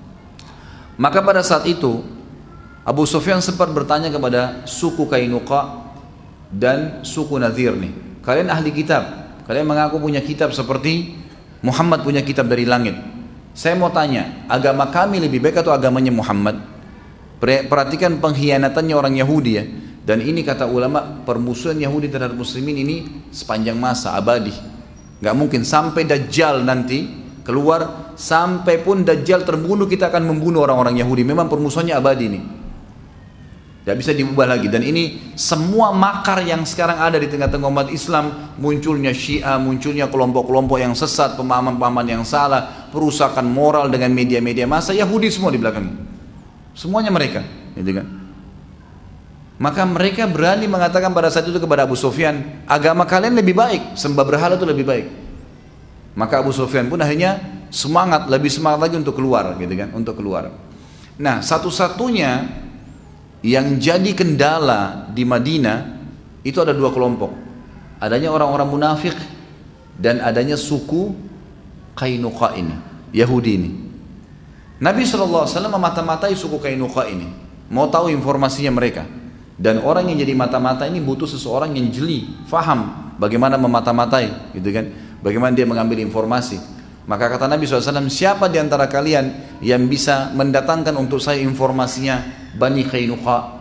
Maka pada saat itu Abu Sufyan sempat bertanya kepada suku Qainuqa dan suku Nadir nih, kalian ahli kitab, kalian mengaku punya kitab seperti Muhammad punya kitab dari langit. Saya mau tanya, agama kami lebih baik atau agamanya Muhammad? Perhatikan pengkhianatannya orang Yahudi ya. Dan ini kata ulama, permusuhan Yahudi terhadap muslimin ini sepanjang masa, abadi. Gak mungkin sampai Dajjal nanti keluar, sampai pun Dajjal terbunuh, kita akan membunuh orang-orang Yahudi. Memang permusuhannya abadi ini, tidak bisa diubah lagi. Dan ini semua makar yang sekarang ada di tengah-tengah umat Islam, munculnya Syiah, munculnya kelompok-kelompok yang sesat, pemahaman-pemahaman yang salah, perusakan moral dengan media-media massa, Yahudi semua di belakang, semuanya mereka, gitu kan? Maka mereka berani mengatakan pada saat itu kepada Abu Sufyan, agama kalian lebih baik, sembah berhala itu lebih baik. Maka Abu Sufyan pun akhirnya semangat, lebih semangat lagi untuk keluar gitu kan, untuk keluar. Nah, satu-satunya yang jadi kendala di Madinah itu ada dua kelompok. Adanya orang-orang munafik dan adanya suku Qainuqa ini, Yahudi ini. Nabi shallallahu alaihi wasallam memata-matai suku Qainuqa ini, mau tahu informasinya mereka. Dan orang yang jadi mata-mata ini butuh seseorang yang jeli, faham bagaimana memata-matai, gitu kan? Bagaimana dia mengambil informasi. Maka kata Nabi shallallahu alaihi wasallam, siapa di antara kalian yang bisa mendatangkan untuk saya informasinya Bani Qainuqa?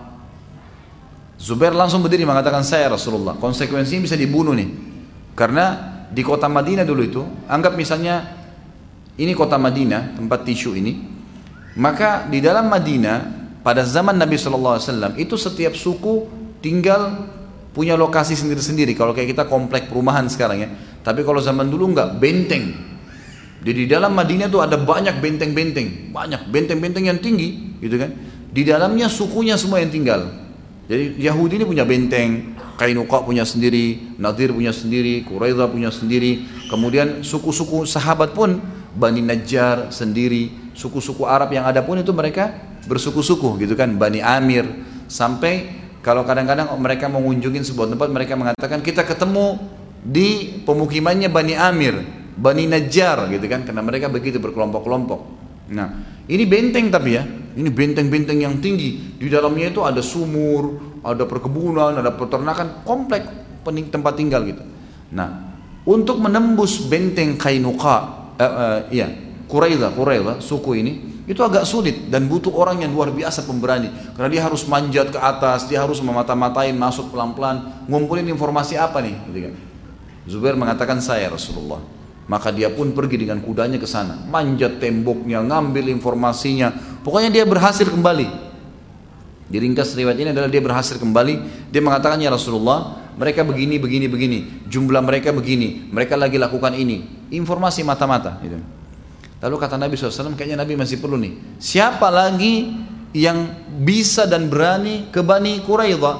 Zubair langsung berdiri mengatakan, saya Rasulullah. Konsekuensinya bisa dibunuh nih. Karena di kota Madinah dulu itu, anggap misalnya ini kota Madinah, tempat tisu ini. Maka di dalam Madinah pada zaman Nabi shallallahu alaihi wasallam itu setiap suku tinggal punya lokasi sendiri-sendiri. Kalau kayak kita komplek perumahan sekarang ya. Tapi kalau zaman dulu enggak, benteng. Jadi di dalam Madinah itu ada banyak benteng-benteng, banyak benteng-benteng yang tinggi, gitu kan? Di dalamnya sukunya semua yang tinggal. Jadi Yahudi ini punya benteng, Qainuqa punya sendiri, Nadir punya sendiri, Quraidah punya sendiri. Kemudian suku-suku sahabat pun Bani Najjar sendiri, suku-suku Arab yang ada pun itu mereka bersuku-suku gitu kan, Bani Amir. Sampai kalau kadang-kadang mereka mengunjungi sebuah tempat, mereka mengatakan kita ketemu di pemukimannya Bani Amir, Bani Najjar gitu kan, karena mereka begitu berkelompok-kelompok. Nah, ini benteng tapi ya, ini benteng-benteng yang tinggi. Di dalamnya itu ada sumur, ada perkebunan, ada peternakan, komplek tempat tinggal gitu. Nah, untuk menembus benteng Qainuqa, uh, uh, ya, Quraidah, Quraidah, suku ini, itu agak sulit dan butuh orang yang luar biasa pemberani. Karena dia harus manjat ke atas, dia harus memata-matain, masuk pelan-pelan, ngumpulin informasi apa nih, gitu kan. Zubair mengatakan, saya Rasulullah. Maka dia pun pergi dengan kudanya ke sana, manjat temboknya, ngambil informasinya. Pokoknya dia berhasil kembali. Di ringkas riwayat ini adalah dia berhasil kembali. Dia mengatakan, ya Rasulullah, mereka begini, begini, begini. Jumlah mereka begini. Mereka lagi lakukan ini. Informasi mata-mata. Gitu. Lalu kata Nabi shallallahu alaihi wasallam, kayaknya Nabi masih perlu nih. Siapa lagi yang bisa dan berani ke Bani Quraidah?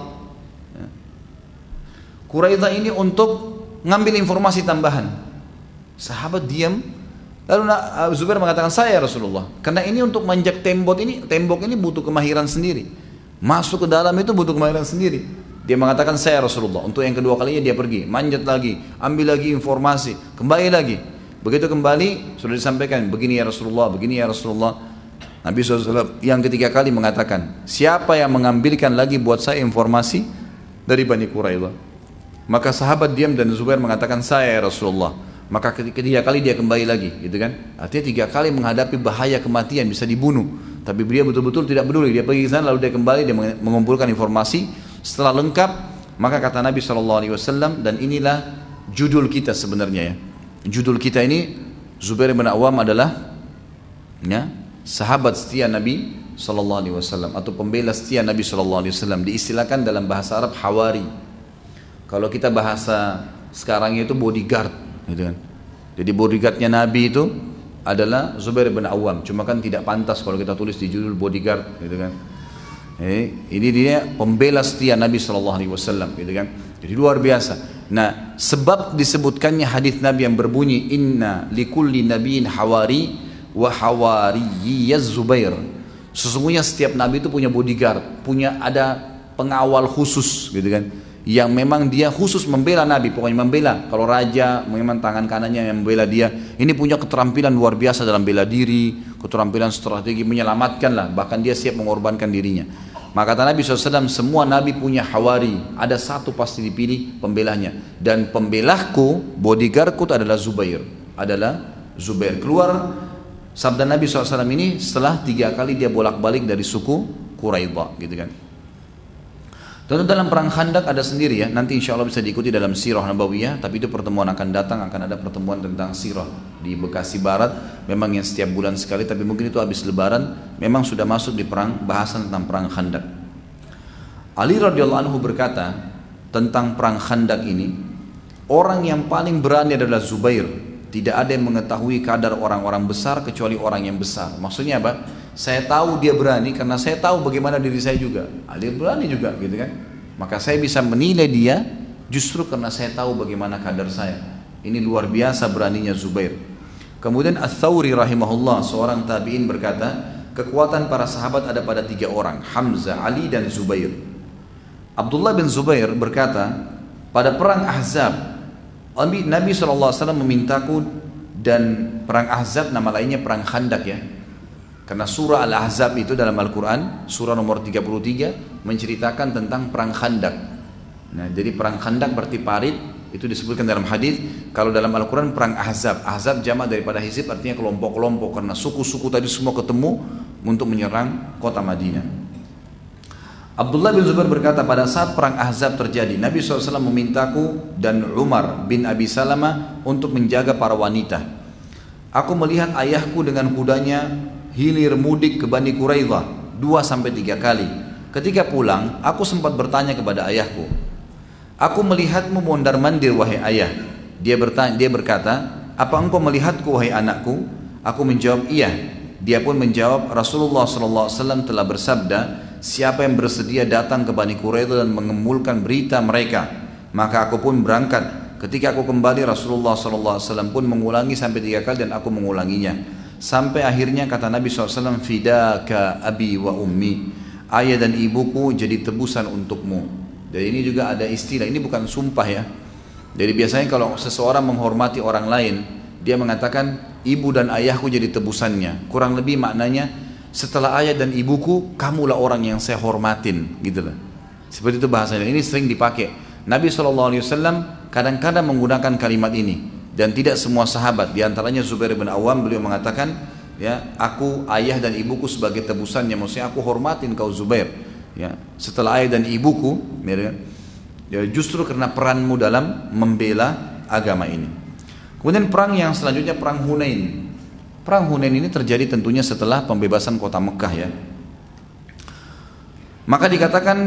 Quraidah ini untuk ngambil informasi tambahan. Sahabat diam. Lalu Zubair mengatakan, saya Rasulullah. Karena ini untuk manjak tembok ini, tembok ini butuh kemahiran sendiri. Masuk ke dalam itu butuh kemahiran sendiri. Dia mengatakan, saya Rasulullah. Untuk yang kedua kalinya dia pergi, manjat lagi, ambil lagi informasi, kembali lagi. Begitu kembali sudah disampaikan, begini ya Rasulullah, begini ya Rasulullah. Nabi shallallahu alaihi wasallam yang ketiga kali mengatakan, siapa yang mengambilkan lagi buat saya informasi dari Bani Quraidah? Maka sahabat diam dan Zubair mengatakan, saya ya Rasulullah. Maka ketiga kali dia kembali lagi, gitu kan? Artinya tiga kali menghadapi bahaya kematian, bisa dibunuh. Tapi dia betul-betul tidak peduli. Dia pergi ke sana lalu dia kembali, dia mengumpulkan informasi. Setelah lengkap, maka kata Nabi shallallahu alaihi wasallam, dan inilah judul kita sebenarnya ya. Judul kita ini, Zubair bin Awam adalah ya, sahabat setia Nabi shallallahu alaihi wasallam atau pembela setia Nabi shallallahu alaihi wasallam. Diistilahkan dalam bahasa Arab hawari. Kalau kita bahasa sekarang itu bodyguard, gitu kan. Jadi bodyguardnya Nabi itu adalah Zubair bin Awam. Cuma kan tidak pantas kalau kita tulis di judul bodyguard, gitu kan. Eh, ini dia pembela setia Nabi shallallahu alaihi wasallam, gitu kan. Jadi luar biasa. Nah, sebab disebutkannya hadis Nabi yang berbunyi, inna likulli nabiyyin hawari wa hawariyyiz Zubair. Sesungguhnya setiap nabi itu punya bodyguard, punya ada pengawal khusus, gitu kan. Yang memang dia khusus membela Nabi, pokoknya membela. Kalau raja, memang tangan kanannya yang membela dia. Ini punya keterampilan luar biasa dalam bela diri, keterampilan strategi, menyelamatkan lah. Bahkan dia siap mengorbankan dirinya. Maka kata Nabi shallallahu alaihi wasallam, semua Nabi punya hawari. Ada satu pasti dipilih pembelahnya. Dan pembelahku, bodyguardku adalah Zubair. Adalah Zubair. Keluar sabda Nabi shallallahu alaihi wasallam ini setelah tiga kali dia bolak-balik dari suku Quraidah, gitu kan. Tentu dalam perang Khandak ada sendiri ya, nanti insya Allah bisa diikuti dalam Sirah Nabawiyah, tapi itu pertemuan akan datang, akan ada pertemuan tentang Sirah di Bekasi Barat, memang yang setiap bulan sekali, tapi mungkin itu habis Lebaran, memang sudah masuk di perang, bahasan tentang perang Khandak. Ali radhiyallahu anhu berkata tentang perang Khandak ini, orang yang paling berani adalah Zubair, tidak ada yang mengetahui kadar orang-orang besar kecuali orang yang besar. Maksudnya apa? Saya tahu dia berani karena saya tahu bagaimana diri saya juga. Ali berani juga, gitu kan. Maka saya bisa menilai dia justru karena saya tahu bagaimana kadar saya. Ini luar biasa beraninya Zubair. Kemudian Ats-Tsauri rahimahullah, seorang tabi'in, berkata, kekuatan para sahabat ada pada tiga orang, Hamzah, Ali dan Zubair. Abdullah bin Zubair berkata, pada perang Ahzab, Nabi shallallahu alaihi wasallam memintaku, dan perang Ahzab nama lainnya perang Khandak ya. Karena surah Al-Ahzab itu dalam Al-Quran, surah nomor tiga puluh tiga, menceritakan tentang perang Khandak. Nah, jadi perang Khandak berarti parit, itu disebutkan dalam hadis. Kalau dalam Al-Quran perang Ahzab, Ahzab jamak daripada Hizb, artinya kelompok-kelompok, karena suku-suku tadi semua ketemu untuk menyerang kota Madinah. Abdullah bin Zubair berkata, pada saat perang Ahzab terjadi, Nabi shallallahu alaihi wasallam memintaku dan Umar bin Abi Salamah untuk menjaga para wanita. Aku melihat ayahku dengan kudanya hilir mudik ke Bani Quraidah dua sampai tiga kali. Ketika pulang, aku sempat bertanya kepada ayahku, aku melihatmu mondar-mandir wahai ayah. Dia bertanya, dia berkata, apa engkau melihatku wahai anakku? Aku menjawab, iya. Dia pun menjawab, Rasulullah shallallahu alaihi wasallam telah bersabda, siapa yang bersedia datang ke Bani Quraidah dan mengemulkan berita mereka, maka aku pun berangkat. Ketika aku kembali, Rasulullah shallallahu alaihi wasallam pun mengulangi sampai tiga kali dan aku mengulanginya. Sampai akhirnya kata Nabi shallallahu alaihi wasallam, fidaka abi wa ummi, ayah dan ibuku jadi tebusan untukmu. Jadi ini juga ada istilah, ini bukan sumpah ya. Jadi biasanya kalau seseorang menghormati orang lain, dia mengatakan ibu dan ayahku jadi tebusannya. Kurang lebih maknanya, setelah ayah dan ibuku, kamulah orang yang saya hormatin, gitu lah. Seperti itu bahasanya. Ini sering dipakai. Nabi shallallahu alaihi wasallam kadang-kadang menggunakan kalimat ini, dan tidak semua sahabat. Di antaranya Zubair bin Awam, beliau mengatakan, ya, aku ayah dan ibuku sebagai tebusannya. Maksudnya aku hormatin kau Zubair. Ya, setelah ayah dan ibuku, ya, justru karena peranmu dalam membela agama ini. Kemudian perang yang selanjutnya perang Hunain. Perang Hunain ini terjadi tentunya setelah pembebasan kota Mekah ya. Maka dikatakan,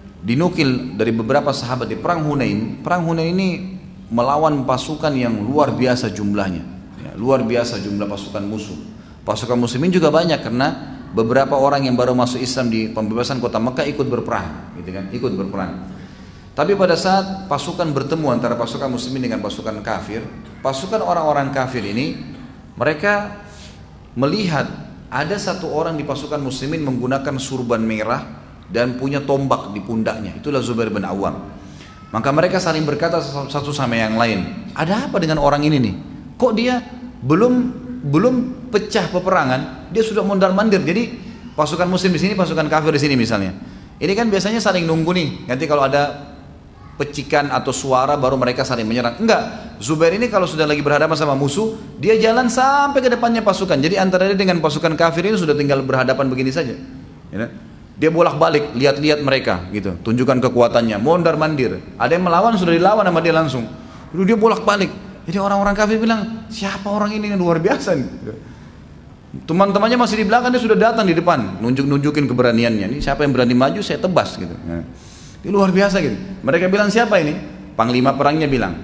dinukil dari beberapa sahabat di perang Hunain, perang Hunain ini melawan pasukan yang luar biasa jumlahnya ya, luar biasa jumlah pasukan musuh. Pasukan muslimin juga banyak, karena beberapa orang yang baru masuk Islam di pembebasan kota Mekah ikut berperang gitu kan, ikut berperang. Tapi pada saat pasukan bertemu antara pasukan muslimin dengan pasukan kafir, pasukan orang-orang kafir ini, mereka melihat ada satu orang di pasukan muslimin menggunakan surban merah dan punya tombak di pundaknya. Itulah Zubair bin Awam. Maka mereka saling berkata satu sama yang lain, ada apa dengan orang ini nih? Kok dia belum belum pecah peperangan, dia sudah mondar-mandir. Jadi pasukan muslim di sini, pasukan kafir di sini misalnya. Ini kan biasanya saling nunggu nih. Nanti kalau ada pecikan atau suara baru mereka saling menyerang. Enggak, Zubair ini kalau sudah lagi berhadapan sama musuh, dia jalan sampai ke depannya pasukan. Jadi antara dia dengan pasukan kafir ini sudah tinggal berhadapan begini saja ya. Dia bolak-balik, lihat-lihat mereka gitu, tunjukkan kekuatannya, mondar-mandir. Ada yang melawan, sudah dilawan sama dia langsung. Lalu dia bolak-balik. Jadi orang-orang kafir bilang, siapa orang ini yang luar biasa nih? Teman-temannya masih di belakang, dia sudah datang di depan, nunjuk-nunjukin keberaniannya. Ini siapa yang berani maju, saya tebas gitu. Ini luar biasa gitu. Mereka bilang, siapa ini? Panglima perangnya bilang,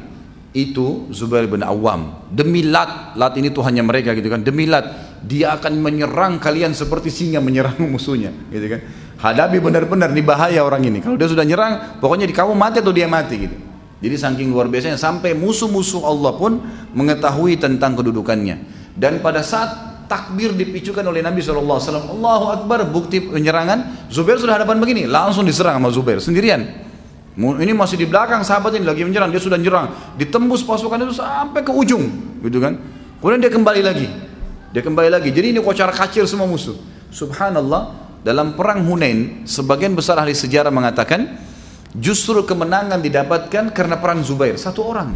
itu Zubair bin Awam. Demi Lat, Lat ini Tuhannya mereka gitu kan. Demi Lat, dia akan menyerang kalian seperti singa menyerang musuhnya gitu kan. Hadapi benar-benar, ini bahaya orang ini. Kalau dia sudah nyerang, pokoknya di kamu mati atau dia mati gitu. Jadi saking luar biasanya, sampai musuh-musuh Allah pun mengetahui tentang kedudukannya. Dan pada saat takbir dipicukan oleh Nabi shallallahu alaihi wasallam, Allahu Akbar, bukti penyerangan, Zubair sudah hadapan begini, langsung diserang sama Zubair sendirian. Ini masih di belakang sahabat ini lagi menyerang, dia sudah nyerang, ditembus pasukan itu sampai ke ujung gitu kan. Kemudian dia kembali lagi, dia kembali lagi. Jadi ini kocar-kacir semua musuh. Subhanallah, dalam perang Hunain, sebagian besar ahli sejarah mengatakan justru kemenangan didapatkan karena peran Zubair, satu orang.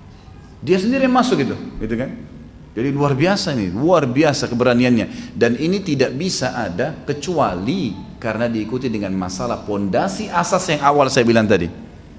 Dia sendiri yang masuk gitu, gitu kan. Jadi luar biasa nih, luar biasa keberaniannya. Dan ini tidak bisa ada kecuali karena diikuti dengan masalah pondasi asas yang awal saya bilang tadi.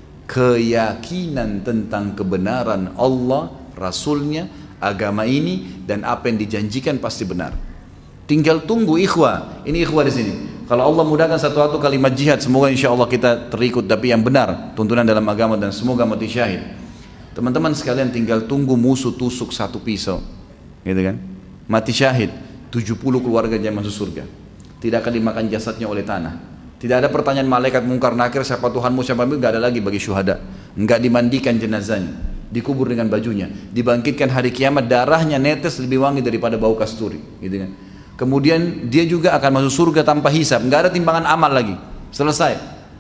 Keyakinan tentang kebenaran Allah, Rasulnya, agama ini, dan apa yang dijanjikan pasti benar. Tinggal tunggu ikhwah. Ini ikhwah di sini. Kalau Allah mudahkan satu-satu kalimat jihad, semoga insya Allah kita terikut, tapi yang benar, tuntunan dalam agama, dan semoga mati syahid. Teman-teman sekalian, tinggal tunggu musuh tusuk satu pisau, gitu kan? Mati syahid, tujuh puluh keluarga yang masuk surga. Tidak akan dimakan jasadnya oleh tanah. Tidak ada pertanyaan malaikat mungkar nakir, siapa Tuhanmu, siapa Tuhanmu, nggak ada lagi bagi syuhada. Nggak dimandikan jenazahnya. dikubur dengan bajunya, dibangkitkan hari kiamat, darahnya netes lebih wangi daripada bau kasturi, gitu kan. Kemudian dia juga akan masuk surga tanpa hisab, nggak ada timbangan amal lagi, selesai.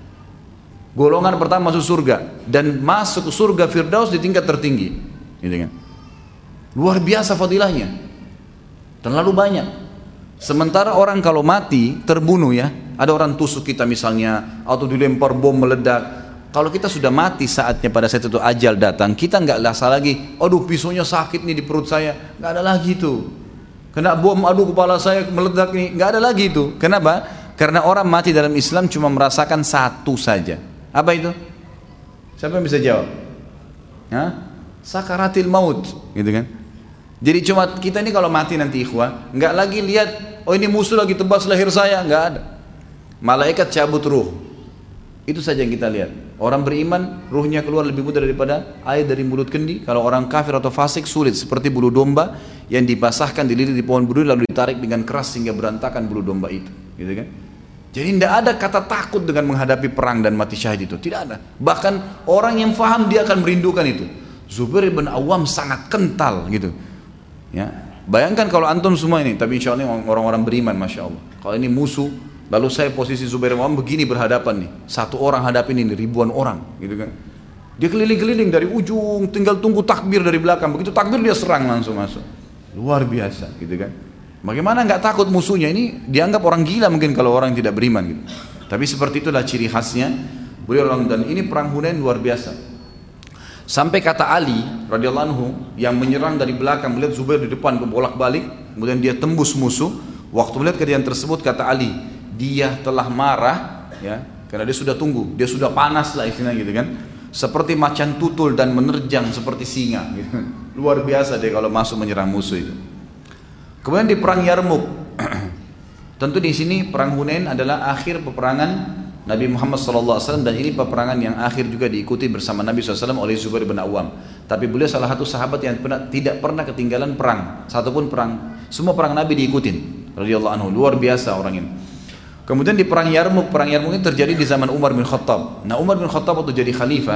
Golongan pertama masuk surga dan masuk surga Firdaus di tingkat tertinggi, gitu kan. Luar biasa fadilahnya, terlalu banyak. Sementara orang kalau mati terbunuh ya, ada orang tusuk kita misalnya, atau dilempar bom meledak. Kalau kita sudah mati saatnya pada saat itu ajal datang, kita nggak rasa lagi, aduh pisaunya sakit nih di perut saya, nggak ada lagi itu. Kena bom, aduh kepala saya meledak nih, nggak ada lagi itu. Kenapa? Karena orang mati dalam Islam cuma merasakan satu saja. Apa itu? Siapa yang bisa jawab? Hah? Sakaratil maut, gitu kan? Jadi cuma kita ini kalau mati nanti ikhwah, nggak lagi lihat, oh ini musuh lagi tebas leher saya, nggak ada. Malaikat cabut ruh. Itu saja yang kita lihat. Orang beriman, ruhnya keluar lebih mudah daripada air dari mulut kendi. Kalau orang kafir atau fasik sulit, seperti bulu domba yang dipasahkan dililit di pohon berduri lalu ditarik dengan keras sehingga berantakan bulu domba itu, gitu kan? Jadi tidak ada kata takut dengan menghadapi perang dan mati syahid itu, tidak ada. Bahkan orang yang faham dia akan merindukan itu. Zubair bin Awam sangat kental, gitu. Ya, bayangkan kalau antum semua ini, tapi insya Allah orang-orang beriman, masya Allah. Kalau ini musuh, lalu saya posisi Zubair bin Awam begini berhadapan nih, satu orang hadapin ini ribuan orang, gitu kan? Dia keliling-keliling dari ujung, tinggal tunggu takbir dari belakang. Begitu takbir dia serang langsung masuk, luar biasa, gitu kan? Bagaimana nggak takut musuhnya? Ini dianggap orang gila mungkin kalau orang tidak beriman, gitu. Tapi seperti itulah ciri khasnya beliau orang, dan ini perang Hunain luar biasa. Sampai kata Ali radhiyallahu anhu yang menyerang dari belakang melihat Zubair di depan bolak-balik, kemudian dia tembus musuh. Waktu melihat kejadian tersebut kata Ali, dia telah marah ya, karena dia sudah tunggu, dia sudah panas lah istilahnya, gitu kan. Seperti macan tutul dan menerjang seperti singa, gitu. Luar biasa dia kalau masuk menyerang musuh itu. Kemudian di perang Yarmuk, tentu di sini perang Hunain adalah akhir peperangan Nabi Muhammad shallallahu alaihi wasallam, dan ini peperangan yang akhir juga diikuti bersama Nabi shallallahu alaihi wasallam oleh Zubair bin Awam. Tapi beliau salah satu sahabat yang pernah, tidak pernah ketinggalan perang, satupun perang, semua perang Nabi diikutin, radhiyallahu anhu, luar biasa orang ini. Kemudian di perang Yarmuk, perang Yarmuk ini terjadi di zaman Umar bin Khattab. Nah, Umar bin Khattab waktu jadi khalifah,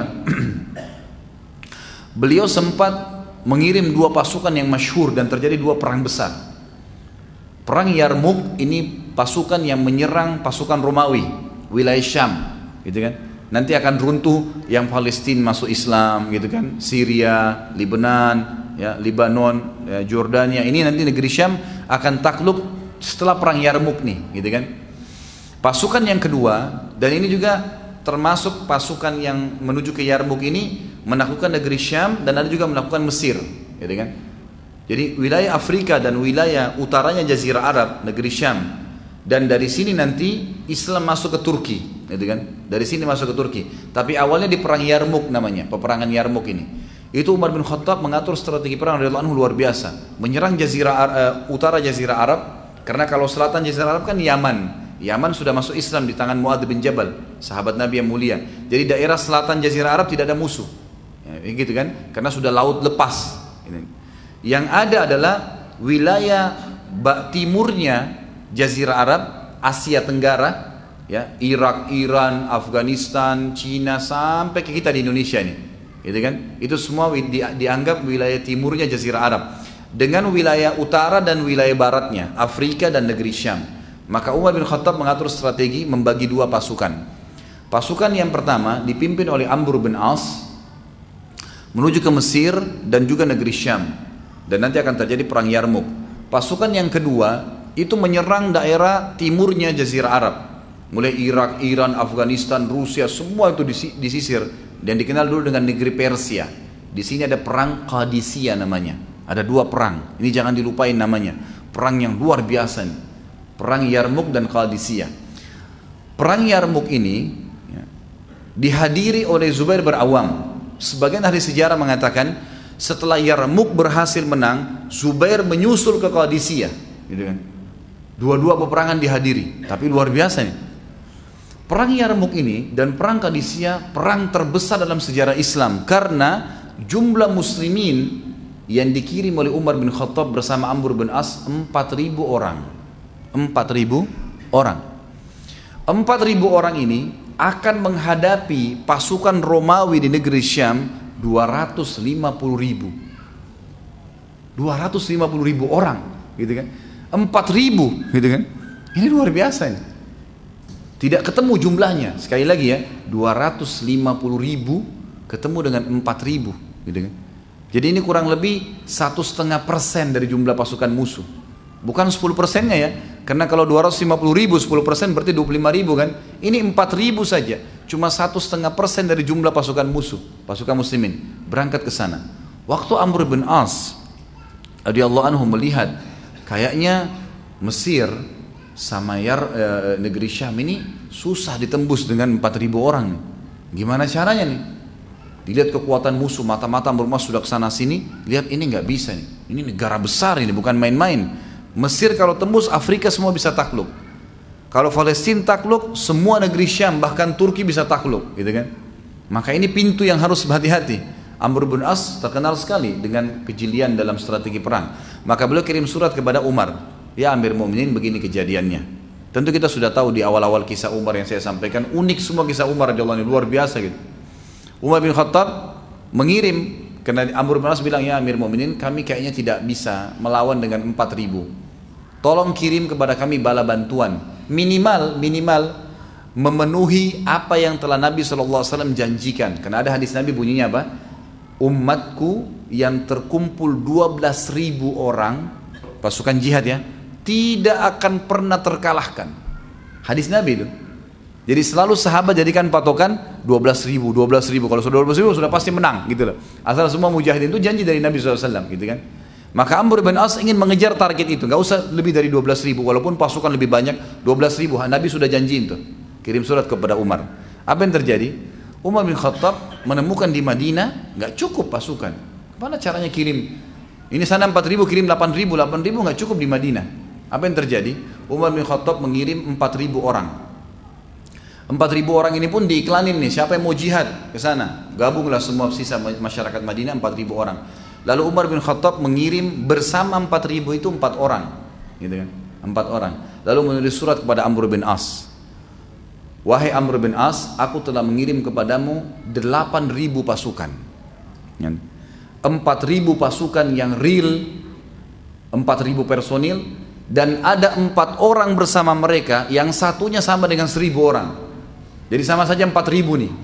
beliau sempat mengirim dua pasukan yang masyhur dan terjadi dua perang besar. Perang Yarmuk ini pasukan yang menyerang pasukan Romawi, wilayah Syam, gitu kan. Nanti akan runtuh yang Palestina masuk Islam, gitu kan. Syria, Lebanon, ya, Lebanon, ya, Jordania. Ini nanti negeri Syam akan takluk setelah perang Yarmuk nih, gitu kan. Pasukan yang kedua, dan ini juga termasuk pasukan yang menuju ke Yarmuk ini menaklukkan negeri Syam dan ada juga menaklukkan Mesir, gitu kan. Jadi wilayah Afrika dan wilayah utaranya Jazirah Arab, negeri Syam. Dan dari sini nanti Islam masuk ke Turki, gitu kan? Dari sini masuk ke Turki. Tapi awalnya di perang Yarmuk namanya, peperangan Yarmuk ini. Itu Umar bin Khattab mengatur strategi perang radhiyallahu anhu luar biasa, menyerang Jazirah uh, utara Jazirah Arab, karena kalau selatan Jazirah Arab kan Yaman. Yaman sudah masuk Islam di tangan Muadz bin Jabal, sahabat Nabi yang mulia. Jadi daerah selatan Jazirah Arab tidak ada musuh, ya, gitu kan? Karena sudah laut lepas. Yang ada adalah wilayah timurnya Jazirah Arab, Asia Tenggara, ya, Irak, Iran, Afghanistan, Cina, sampai ke kita di Indonesia ini, gitu kan? Itu semua di, dianggap wilayah timurnya Jazirah Arab, dengan wilayah utara dan wilayah baratnya Afrika dan negeri Syam. Maka Umar bin Khattab mengatur strategi membagi dua pasukan. Pasukan yang pertama dipimpin oleh Amr bin As menuju ke Mesir dan juga negeri Syam, dan nanti akan terjadi perang Yarmuk. Pasukan yang kedua itu menyerang daerah timurnya Jazirah Arab, mulai Irak, Iran, Afghanistan, Rusia, semua itu disisir, dan dikenal dulu dengan negeri Persia. Di sini ada perang Qadisiyah namanya, ada dua perang, ini jangan dilupain namanya, perang yang luar biasa nih, perang Yarmuk dan Qadisiyah. Perang Yarmuk ini ya, dihadiri oleh Zubair bin Awam. Sebagian ahli sejarah mengatakan setelah Yarmuk berhasil menang, Zubair menyusul ke Qadisiyah, gitu kan. Dua-dua peperangan dihadiri, tapi luar biasa nih. Perang Yarmuk ini dan perang Qadisiyah perang terbesar dalam sejarah Islam, karena jumlah muslimin yang dikirim oleh Umar bin Khattab bersama Amr bin As empat ribu orang. empat ribu orang. empat ribu orang ini akan menghadapi pasukan Romawi di negeri Syam dua ratus lima puluh ribu. dua ratus lima puluh ribu orang, gitu kan? empat ribu, gitu kan? Ini luar biasa ini. Tidak ketemu jumlahnya. Sekali lagi ya, dua ratus lima puluh ribu ketemu dengan empat ribu, gitu kan? Jadi ini kurang lebih satu setengah persen dari jumlah pasukan musuh. Bukan sepuluh persennya ya, karena kalau dua ratus lima puluh ribu, sepuluh persen berarti dua puluh lima ribu kan. Ini empat ribu saja, cuma satu setengah persen dari jumlah pasukan musuh, pasukan muslimin berangkat ke sana. Waktu Amr bin As radhiyallahu anhu melihat kayaknya Mesir sama Yar, e, negeri Syam ini susah ditembus dengan empat ribu orang nih. Gimana caranya nih? Dilihat kekuatan musuh, mata-mata Amr bin As sudah kesana sini, lihat ini nggak bisa nih. Ini negara besar ini, bukan main-main. Mesir kalau tembus Afrika semua bisa takluk. Kalau Palestina takluk, semua negeri Syam bahkan Turki bisa takluk, gitu kan? Maka ini pintu yang harus berhati-hati. Amr bin As terkenal sekali dengan kejelian dalam strategi perang. Maka beliau kirim surat kepada Umar, ya Amir Mu'minin begini kejadiannya. Tentu kita sudah tahu di awal-awal kisah Umar yang saya sampaikan, unik semua kisah Umar radhiyallahu anhu, luar biasa gitu. Umar bin Khattab mengirim, karena Amr bin As bilang, ya Amir Mu'minin, kami kayaknya tidak bisa melawan dengan empat ribu. Tolong kirim kepada kami bala bantuan, minimal minimal memenuhi apa yang telah Nabi shallallahu alaihi wasallam janjikan. Karena ada hadis Nabi bunyinya apa? Umatku yang terkumpul dua belas ribu orang pasukan jihad ya, tidak akan pernah terkalahkan. Hadis Nabi itu. Jadi selalu sahabat jadikan patokan dua belas ribu, dua belas ribu. Kalau sudah dua belas ribu sudah pasti menang gitu loh. Asal semua mujahidin itu janji dari Nabi shallallahu alaihi wasallam gitu kan. Maka Amr bin As ingin mengejar target itu, nggak usah lebih dari dua belas ribu, walaupun pasukan lebih banyak, dua belas ribu, Nabi sudah janjiin tuh, kirim surat kepada Umar. Apa yang terjadi? Umar bin Khattab menemukan di Madinah nggak cukup pasukan. Mana caranya kirim? Ini sana empat ribu, kirim delapan ribu, delapan ribu nggak cukup di Madinah. Apa yang terjadi? Umar bin Khattab mengirim empat ribu orang. empat ribu orang ini pun diiklanin nih, siapa yang mau jihad ke sana? Gabunglah semua sisa masyarakat Madinah empat ribu orang. Lalu Umar bin Khattab mengirim bersama empat ribu itu empat orang, gitu kan? empat orang. Lalu menulis surat kepada Amr bin As. Wahai Amr bin As, aku telah mengirim kepadamu delapan ribu pasukan. empat ribu pasukan yang real, empat ribu personil, dan ada empat orang bersama mereka yang satunya sama dengan seribu orang. Jadi sama saja empat ribu nih.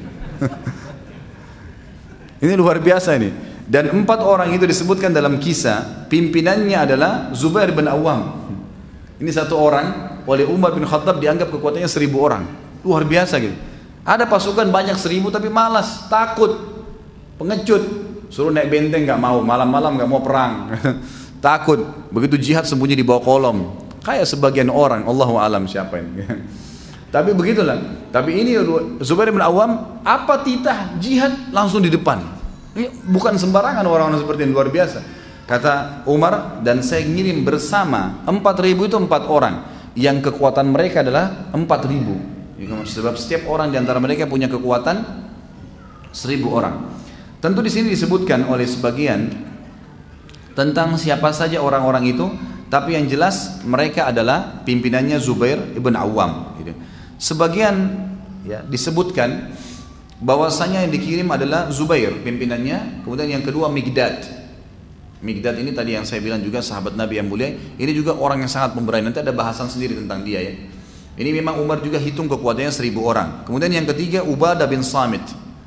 Ini luar biasa ini. Dan empat orang itu disebutkan dalam kisah, pimpinannya adalah Zubair bin Awam. Ini satu orang oleh Umar bin Khattab dianggap kekuatannya seribu orang. Luar biasa gitu. Ada pasukan banyak seribu tapi malas, takut, pengecut. Suruh naik benteng nggak mau, malam-malam nggak mau perang. Takut. Begitu jihad sembunyi di bawah kolom. Kayak sebagian orang, Allahu alam siapa ini. Tapi begitulah. Tapi ini Zubair bin Awam, apa titah jihad langsung di depan. Ini bukan sembarangan orang-orang seperti ini, luar biasa. Kata Umar, dan saya ngirim bersama empat ribu itu empat orang, yang kekuatan mereka adalah empat ribu. Sebab setiap orang di antara mereka punya kekuatan seribu orang. Tentu di sini disebutkan oleh sebagian tentang siapa saja orang-orang itu, tapi yang jelas mereka adalah pimpinannya Zubair ibn Awam. Sebagian ya, disebutkan bahwasanya yang dikirim adalah Zubair pimpinannya, kemudian yang kedua Migdad. Migdad ini tadi yang saya bilang juga sahabat Nabi yang mulia, ini juga orang yang sangat pemberani, nanti ada bahasan sendiri tentang dia ya. Ini memang Umar juga hitung kekuatannya seribu orang. Kemudian yang ketiga Ubadah bin Samit.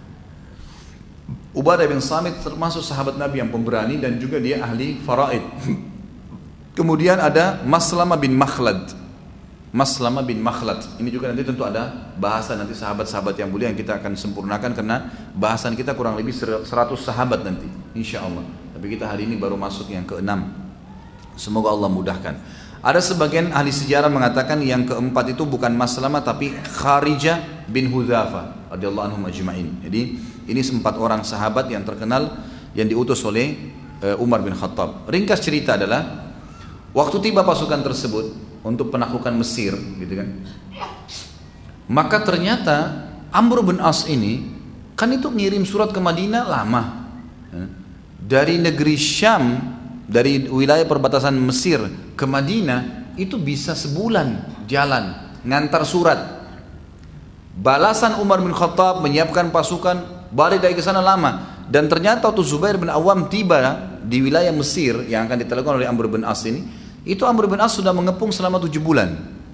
Ubadah bin Samit termasuk sahabat Nabi yang pemberani dan juga dia ahli faraid. Kemudian ada Maslamah bin Makhlad. Maslamah bin Makhlad. Ini juga nanti tentu ada bahasan nanti sahabat-sahabat yang mulia yang kita akan sempurnakan, karena bahasan kita kurang lebih seratus sahabat nanti insya Allah. Tapi kita hari ini baru masuk yang keenam. Semoga Allah mudahkan. Ada sebagian ahli sejarah mengatakan yang keempat itu bukan Maslamah tapi Kharijah bin Hudzafa radhiyallahu anhum ajma'in. Jadi ini empat orang sahabat yang terkenal yang diutus oleh Umar bin Khattab. Ringkas cerita adalah waktu tiba pasukan tersebut untuk penaklukan Mesir, gitu kan? Maka ternyata Amr bin As ini kan itu ngirim surat ke Madinah lama. Dari negeri Syam, dari wilayah perbatasan Mesir ke Madinah itu bisa sebulan jalan ngantar surat. Balasan Umar bin Khattab menyiapkan pasukan balik dari ke sana lama. Dan ternyata waktu Zubair bin Awam tiba di wilayah Mesir yang akan ditelepon oleh Amr bin As ini, itu Amr bin As sudah mengepung selama tujuh bulan.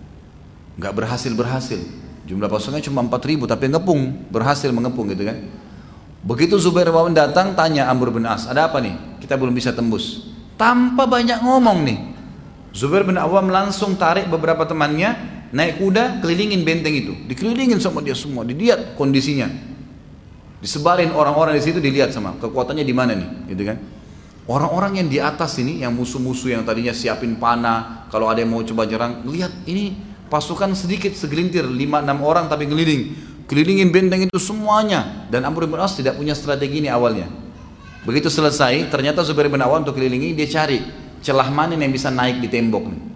Nggak berhasil-berhasil. Jumlah pasukannya cuma empat ribu tapi ngepung, berhasil mengepung gitu kan. Begitu Zubair bin Awam datang, tanya Amr bin As, ada apa nih? Kita belum bisa tembus. Tanpa banyak ngomong nih, Zubair bin Awam langsung tarik beberapa temannya, naik kuda, kelilingin benteng itu. Dikelilingin sama dia semua, dilihat kondisinya. Disebarin orang-orang di situ, dilihat sama kekuatannya di mana nih, gitu kan? Orang-orang yang di atas ini, yang musuh-musuh yang tadinya siapin panah, kalau ada yang mau coba nyerang, lihat ini pasukan sedikit segelintir, lima enam orang tapi keliling, kelilingin benteng itu semuanya. Dan Amr bin As tidak punya strategi ini awalnya. Begitu selesai, ternyata Zubair bin Awam untuk kelilingi, dia cari celah mana yang bisa naik di tembok nih.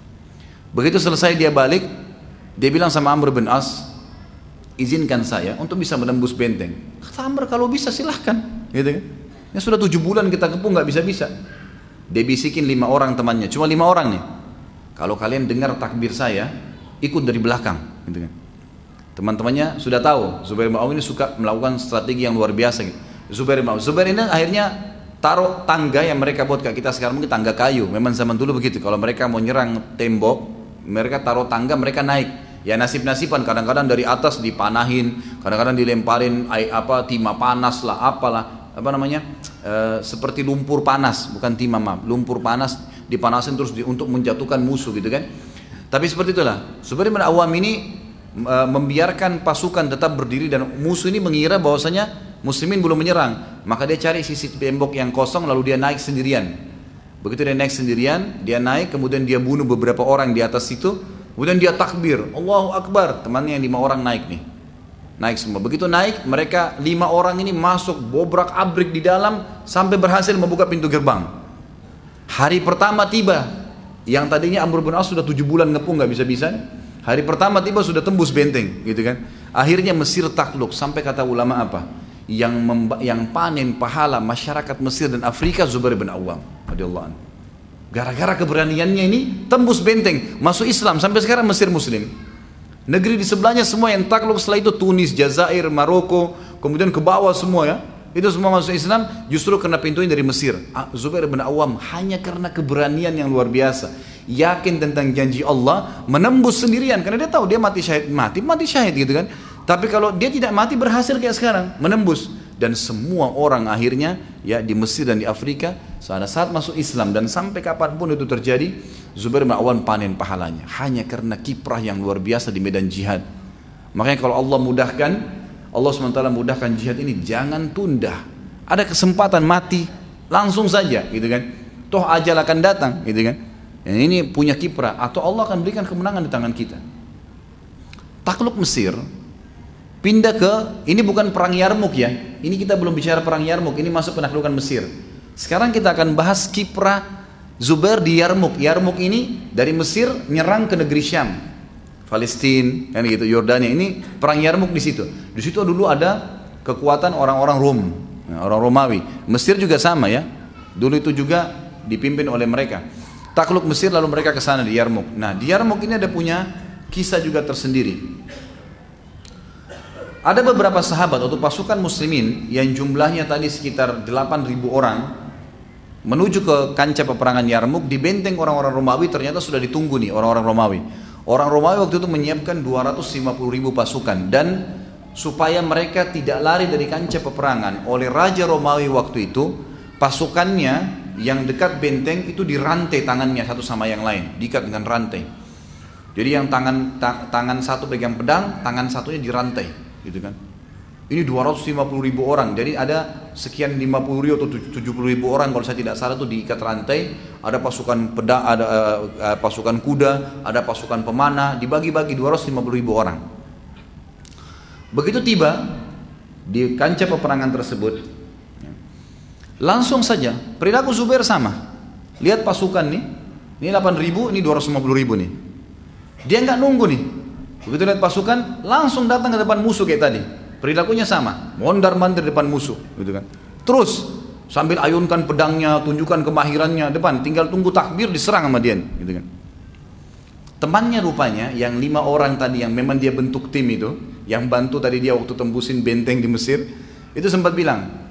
Begitu selesai dia balik, dia bilang sama Amr bin As, izinkan saya untuk bisa menembus benteng. Kata Amr, kalau bisa silahkan, gitu kan? Ya sudah tujuh bulan kita kepung nggak bisa-bisa. Dia bisikin lima orang temannya, cuma lima orang nih. Kalau kalian dengar takbir saya, ikut dari belakang, gitu kan? Teman-temannya sudah tahu Zubair bin Awam ini suka melakukan strategi yang luar biasa. Gitu. Zubair bin Awam, Zubair ini akhirnya taruh tangga yang mereka buat kayak kita sekarang mungkin tangga kayu. Memang zaman dulu begitu. Kalau mereka mau nyerang tembok, mereka taruh tangga, mereka naik. Ya nasib-nasiban, kadang-kadang dari atas dipanahin, kadang-kadang dilemparin ay, apa timah panas lah, apalah, apa namanya, e, seperti lumpur panas, bukan timah maaf, lumpur panas dipanasin terus di, untuk menjatuhkan musuh gitu kan. Tapi seperti itulah, Zubair bin Awam ini e, membiarkan pasukan tetap berdiri dan musuh ini mengira bahwasanya muslimin belum menyerang, maka dia cari sisi tembok yang kosong lalu dia naik sendirian. Begitu dia naik sendirian, dia naik kemudian dia bunuh beberapa orang di atas situ. Kemudian dia takbir, Allahu Akbar, temannya yang lima orang naik nih, naik semua. Begitu naik, mereka lima orang ini masuk bobrak abrik di dalam sampai berhasil membuka pintu gerbang. Hari pertama tiba, yang tadinya Amr bin As sudah tujuh bulan ngepung nggak bisa-bisa. Hari pertama tiba sudah tembus benteng, gitu kan? Akhirnya Mesir takluk. Sampai kata ulama apa? Yang memba- yang panen pahala masyarakat Mesir dan Afrika Zubair bin Awam, radhiyallahu anhu. Gara-gara keberaniannya ini tembus benteng, masuk Islam, sampai sekarang Mesir Muslim. Negeri di sebelahnya semua yang takluk setelah itu Tunis, Jazair, Maroko, kemudian ke bawah semua ya. Itu semua masuk Islam justru karena pintu ini dari Mesir. Zubair bin Awam hanya karena keberanian yang luar biasa, yakin tentang janji Allah, menembus sendirian karena dia tahu dia mati syahid, mati mati syahid gitu kan. Tapi kalau dia tidak mati berhasil kayak sekarang, menembus. Dan semua orang akhirnya ya di Mesir dan di Afrika pada saat masuk Islam dan sampai kapanpun itu terjadi, Zubair bin Awam panen pahalanya hanya karena kiprah yang luar biasa di medan jihad. Makanya kalau Allah mudahkan, Allah subhanahu wa taala mudahkan jihad ini, jangan tunda. Ada kesempatan mati langsung saja gitu kan. Toh ajal akan datang gitu kan. Yang ini punya kiprah atau Allah akan berikan kemenangan di tangan kita. Takluk Mesir, pindah ke, ini bukan perang Yarmuk ya, ini kita belum bicara perang Yarmuk, ini masuk penaklukan Mesir. Sekarang kita akan bahas kiprah Zubair di Yarmuk. Yarmuk ini dari Mesir nyerang ke negeri Syam, Palestina, kan gitu, Yordania. Ini perang Yarmuk di situ. Di situ dulu ada kekuatan orang-orang Rom, orang Romawi. Mesir juga sama ya, dulu itu juga dipimpin oleh mereka. Takluk Mesir lalu mereka ke sana di Yarmuk. Nah di Yarmuk ini ada punya kisah juga tersendiri. Ada beberapa sahabat atau pasukan muslimin yang jumlahnya tadi sekitar delapan ribu orang menuju ke kancah peperangan Yarmuk. Di benteng orang-orang Romawi ternyata sudah ditunggu nih orang-orang Romawi. Orang Romawi waktu itu menyiapkan dua ratus lima puluh ribu pasukan, dan supaya mereka tidak lari dari kancah peperangan oleh Raja Romawi waktu itu, pasukannya yang dekat benteng itu dirantai tangannya satu sama yang lain, diikat dengan rantai. Jadi yang tangan ta tangan satu pegang pedang, tangan satunya dirantai. Gitu kan. Ini dua ratus lima puluh ribu orang, jadi ada sekian lima puluh ribu atau tujuh puluh ribu orang kalau saya tidak salah itu diikat rantai. Ada pasukan pedang, ada uh, pasukan kuda, ada pasukan pemanah, dibagi-bagi dua ratus lima puluh ribu orang. Begitu tiba di kancah peperangan tersebut, langsung saja perilaku Zubair sama. Lihat pasukan nih, ini delapan ribu, ini dua ratus lima puluh ribu nih. Dia nggak nunggu nih. Begitu lihat pasukan, langsung datang ke depan musuh kayak tadi. Perilakunya sama, mondar-mandir depan musuh, gitu kan. Terus sambil ayunkan pedangnya, tunjukkan kemahirannya depan, tinggal tunggu takbir diserang sama dia, gitu kan. Temannya rupanya yang lima orang tadi yang memang dia bentuk tim itu, yang bantu tadi dia waktu tembusin benteng di Mesir, itu sempat bilang,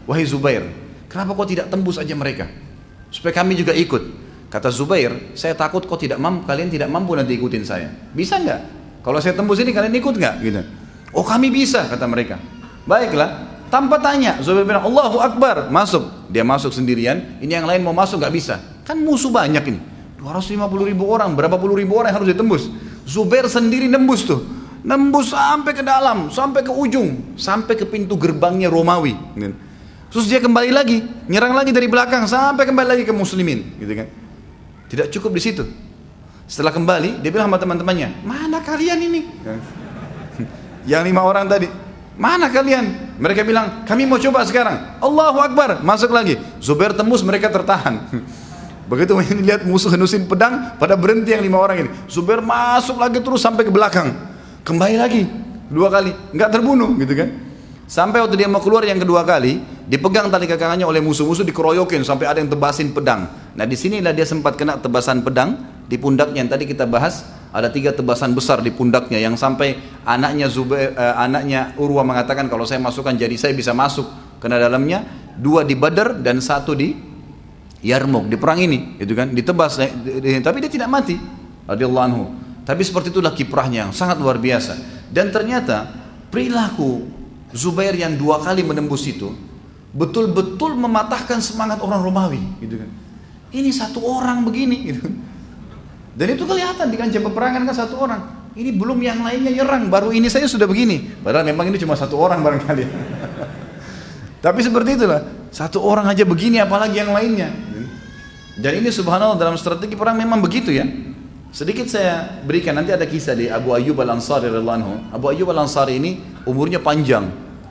wahai Zubair, kenapa kau tidak tembus aja mereka? Supaya kami juga ikut. Kata Zubair, saya takut kau tidak mampu, kalian tidak mampu nanti ikutin saya. Bisa nggak? Kalau saya tembus ini kalian ikut nggak? Gitu. Oh kami bisa, kata mereka. Baiklah, tanpa tanya, Zubair bilang Allahu Akbar, masuk. Dia masuk sendirian, ini yang lain mau masuk nggak bisa. Kan musuh banyak ini, dua ratus lima puluh ribu orang, berapa puluh ribu orang yang harus ditembus. Zubair sendiri nembus tuh, nembus sampai ke dalam, sampai ke ujung, sampai ke pintu gerbangnya Romawi. Terus dia kembali lagi, nyerang lagi dari belakang, sampai kembali lagi ke muslimin, gitu kan. Tidak cukup di situ. Setelah kembali, dia bilang sama teman-temannya, mana kalian ini? Yang lima orang tadi, mana kalian? Mereka bilang, kami mau coba sekarang. Allahu Akbar, masuk lagi. Zubair tembus, mereka tertahan. Begitu lihat musuh henusin pedang, pada berhenti yang lima orang ini. Zubair masuk lagi terus sampai ke belakang. Kembali lagi, dua kali, nggak terbunuh, gitu kan? Sampai waktu dia mau keluar yang kedua kali, dipegang tali kakinya oleh musuh-musuh, dikeroyokin sampai ada yang tebasin pedang. Nah di sinilah dia sempat kena tebasan pedang di pundaknya yang tadi kita bahas. Ada tiga tebasan besar di pundaknya yang sampai anaknya Zubair, eh, anaknya Urwa mengatakan kalau saya masukkan jadi saya bisa masuk kena dalamnya. Dua di Badar dan satu di Yarmuk, di perang ini, gitu kan? Ditebas, eh, tapi dia tidak mati, radhiyallahu anhu. Tapi seperti itulah kiprahnya yang sangat luar biasa. Dan ternyata perilaku Zubair yang dua kali menembus itu betul-betul mematahkan semangat orang Romawi, gitu kan. Ini satu orang begini, gitu. Dan itu kelihatan di kancah peperangan kan satu orang. Ini belum yang lainnya nyerang, baru ini saya sudah begini. Padahal memang ini cuma satu orang barangkali. Tapi seperti itulah, satu orang aja begini, apalagi yang lainnya. Dan ini subhanallah dalam strategi perang memang begitu ya. Sedikit saya berikan, nanti ada kisah di Abu Ayyub Al-Ansari radhiyallahu anhu. Abu Ayyub Al-Ansari ini umurnya panjang.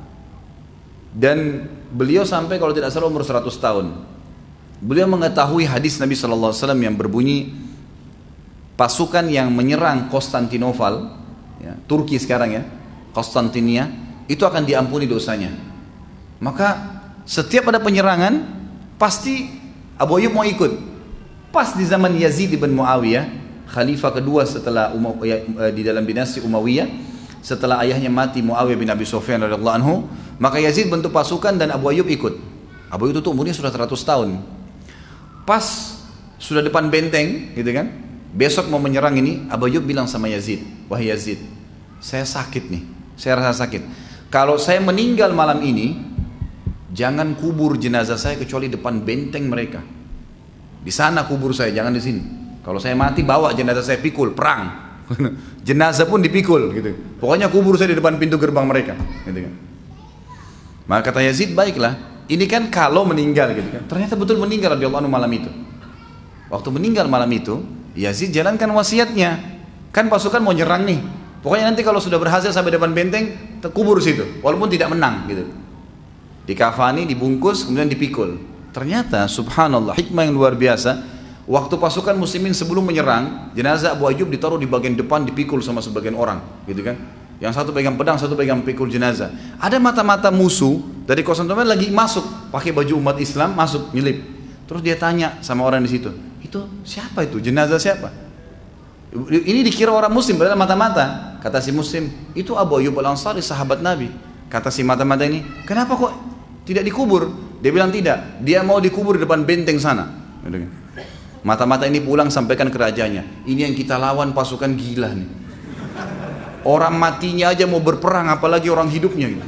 Dan beliau sampai kalau tidak salah umur seratus tahun. Beliau mengetahui hadis Nabi shallallahu alaihi wasallam yang berbunyi pasukan yang menyerang Konstantinopel, ya, Turki sekarang ya, Konstantinia, itu akan diampuni dosanya. Maka setiap ada penyerangan pasti Abu Ayyub mau ikut. Pas di zaman Yazid bin Muawiyah, khalifah kedua setelah Umayyah, di dalam dinasti Umayyah, setelah ayahnya mati Muawiyah bin Abi Sufyan radhiyallahu anhu, maka Yazid bentuk pasukan dan Abu Ayyub ikut. Abu Ayyub itu umurnya sudah seratus tahun. Pas sudah depan benteng, gitu kan? Besok mau menyerang ini, Abu Ayyub bilang sama Yazid, wahai Yazid, saya sakit nih, saya rasa sakit. Kalau saya meninggal malam ini, jangan kubur jenazah saya kecuali depan benteng mereka. Di sana kubur saya, jangan di sini. Kalau saya mati bawa jenazah saya pikul, perang. Jenazah pun dipikul, gitu. Pokoknya kubur saya di depan pintu gerbang mereka, gitu kan. Maka kata Yazid, baiklah. Ini kan kalau meninggal, gitu kan. Ternyata betul meninggal radhiyallahu anhu malam itu. Waktu meninggal malam itu, Yazid jalankan wasiatnya. Kan pasukan mau nyerang nih. Pokoknya nanti kalau sudah berhasil sampai depan benteng, terkubur situ, walaupun tidak menang, gitu. Dikafani, dibungkus, kemudian dipikul. Ternyata subhanallah hikmah yang luar biasa. Waktu pasukan muslimin sebelum menyerang, jenazah Abu Ayyub ditaruh di bagian depan, dipikul sama sebagian orang, gitu kan. Yang satu pegang pedang, satu pegang pikul jenazah. Ada mata-mata musuh dari Konstantinopel lagi masuk, pakai baju umat Islam, masuk, nyelip. Terus dia tanya sama orang di situ, itu siapa itu? Jenazah siapa? Ini dikira orang muslim, padahal mata-mata. Kata si muslim, itu Abu Ayyub Al-Ansari, sahabat Nabi. Kata si mata-mata ini, kenapa kok tidak dikubur? Dia bilang tidak, dia mau dikubur di depan benteng sana. Mata-mata ini pulang sampaikan ke rajanya, ini yang kita lawan pasukan gila nih. Orang matinya aja mau berperang, apalagi orang hidupnya gitu.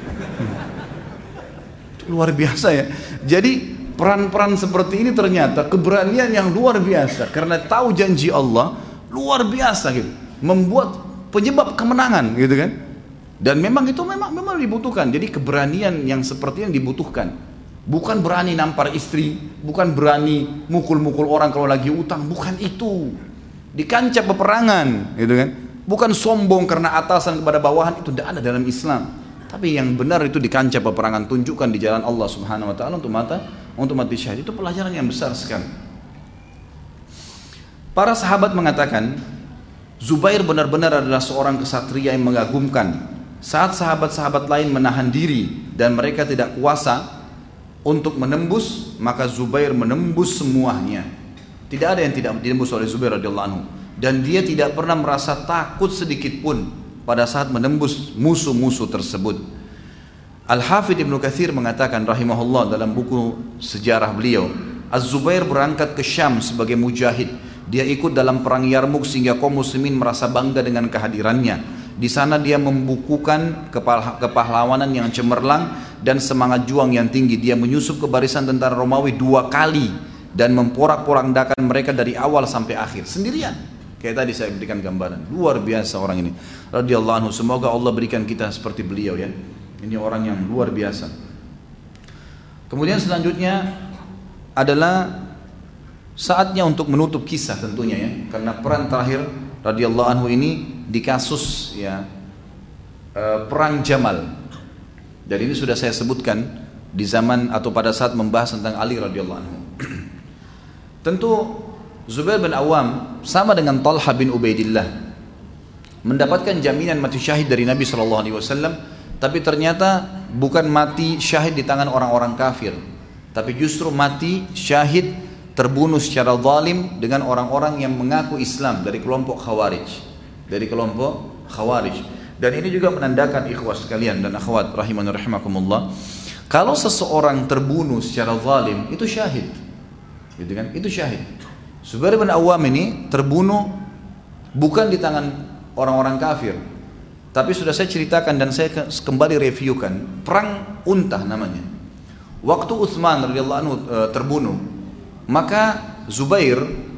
Itu luar biasa ya. Jadi peran-peran seperti ini ternyata keberanian yang luar biasa, karena tahu janji Allah luar biasa gitu, membuat penyebab kemenangan gitu kan. Dan memang itu memang memang dibutuhkan. Jadi keberanian yang seperti yang dibutuhkan. Bukan berani nampar istri, bukan berani mukul-mukul orang kalau lagi utang, bukan itu. Di kancah peperangan, gitu kan? Bukan sombong karena atasan kepada bawahan, itu tidak ada dalam Islam. Tapi yang benar itu di kancah peperangan, tunjukkan di jalan Allah Subhanahu wa taala untuk mata untuk mati syahid. Itu pelajaran yang besar sekali. Para sahabat mengatakan, Zubair benar-benar adalah seorang kesatria yang mengagumkan. Saat sahabat-sahabat lain menahan diri dan mereka tidak kuasa untuk menembus, maka Zubair menembus semuanya. Tidak ada yang tidak ditembus oleh Zubair radhiyallahu anhu. Dan dia tidak pernah merasa takut sedikit pun pada saat menembus musuh-musuh tersebut. Al-Hafidh Ibnu Katsir mengatakan rahimahullah dalam buku sejarah beliau, Az-Zubair berangkat ke Syam sebagai mujahid. Dia ikut dalam perang Yarmuk sehingga kaum muslimin merasa bangga dengan kehadirannya. Di sana dia membukukan kepahlawanan yang cemerlang dan semangat juang yang tinggi. Dia menyusup ke barisan tentara Romawi dua kali dan memporak-porandakan mereka dari awal sampai akhir sendirian. Kayak tadi saya berikan gambaran. Luar biasa orang ini. Radhiyallahu anhu. Semoga Allah berikan kita seperti beliau ya. Ini orang yang luar biasa. Kemudian selanjutnya adalah saatnya untuk menutup kisah tentunya ya. Karena peran terakhir radhiyallahu anhu ini di kasus ya uh, perang Jamal. Dan ini sudah saya sebutkan di zaman atau pada saat membahas tentang Ali radhiyallahu anhu. Tentu Zubair bin Awam sama dengan Talha bin Ubaidillah mendapatkan jaminan mati syahid dari Nabi shallallahu alaihi wasallam, tapi ternyata bukan mati syahid di tangan orang-orang kafir, tapi justru mati syahid terbunuh secara zalim dengan orang-orang yang mengaku Islam dari kelompok Khawarij. Dari kelompok Khawarij. Dan ini juga menandakan ikhwah sekalian dan akhwat rahimani rahimakumullah, kalau seseorang terbunuh secara zalim itu syahid. Gitu kan? Itu syahid. Zubair bin Awam ini terbunuh bukan di tangan orang-orang kafir, tapi sudah saya ceritakan dan saya kembali reviewkan perang Untah namanya. Waktu Utsman radhiyallahu anhu e, terbunuh, maka Zubair,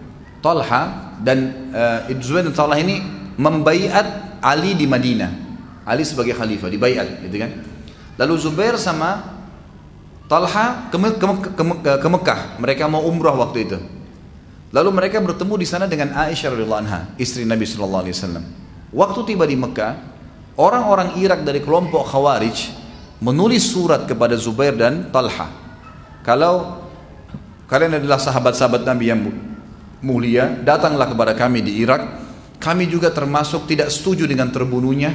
Talha dan e, Zubair dan Talha ini membaiat Ali di Madinah. Ali sebagai khalifah dibaiat, gitu kan? Lalu Zubair sama Talha ke, ke, ke, ke, ke Mekah. Mereka mau umrah waktu itu. Lalu mereka bertemu di sana dengan Aisyah radhiyallahu anha, istri Nabi sallallahu alaihi wasallam. Waktu tiba di Mekah, orang-orang Irak dari kelompok Khawarij menulis surat kepada Zubair dan Talha. Kalau kalian adalah sahabat-sahabat Nabi yang mulia, datanglah kepada kami di Irak. Kami juga termasuk tidak setuju dengan terbunuhnya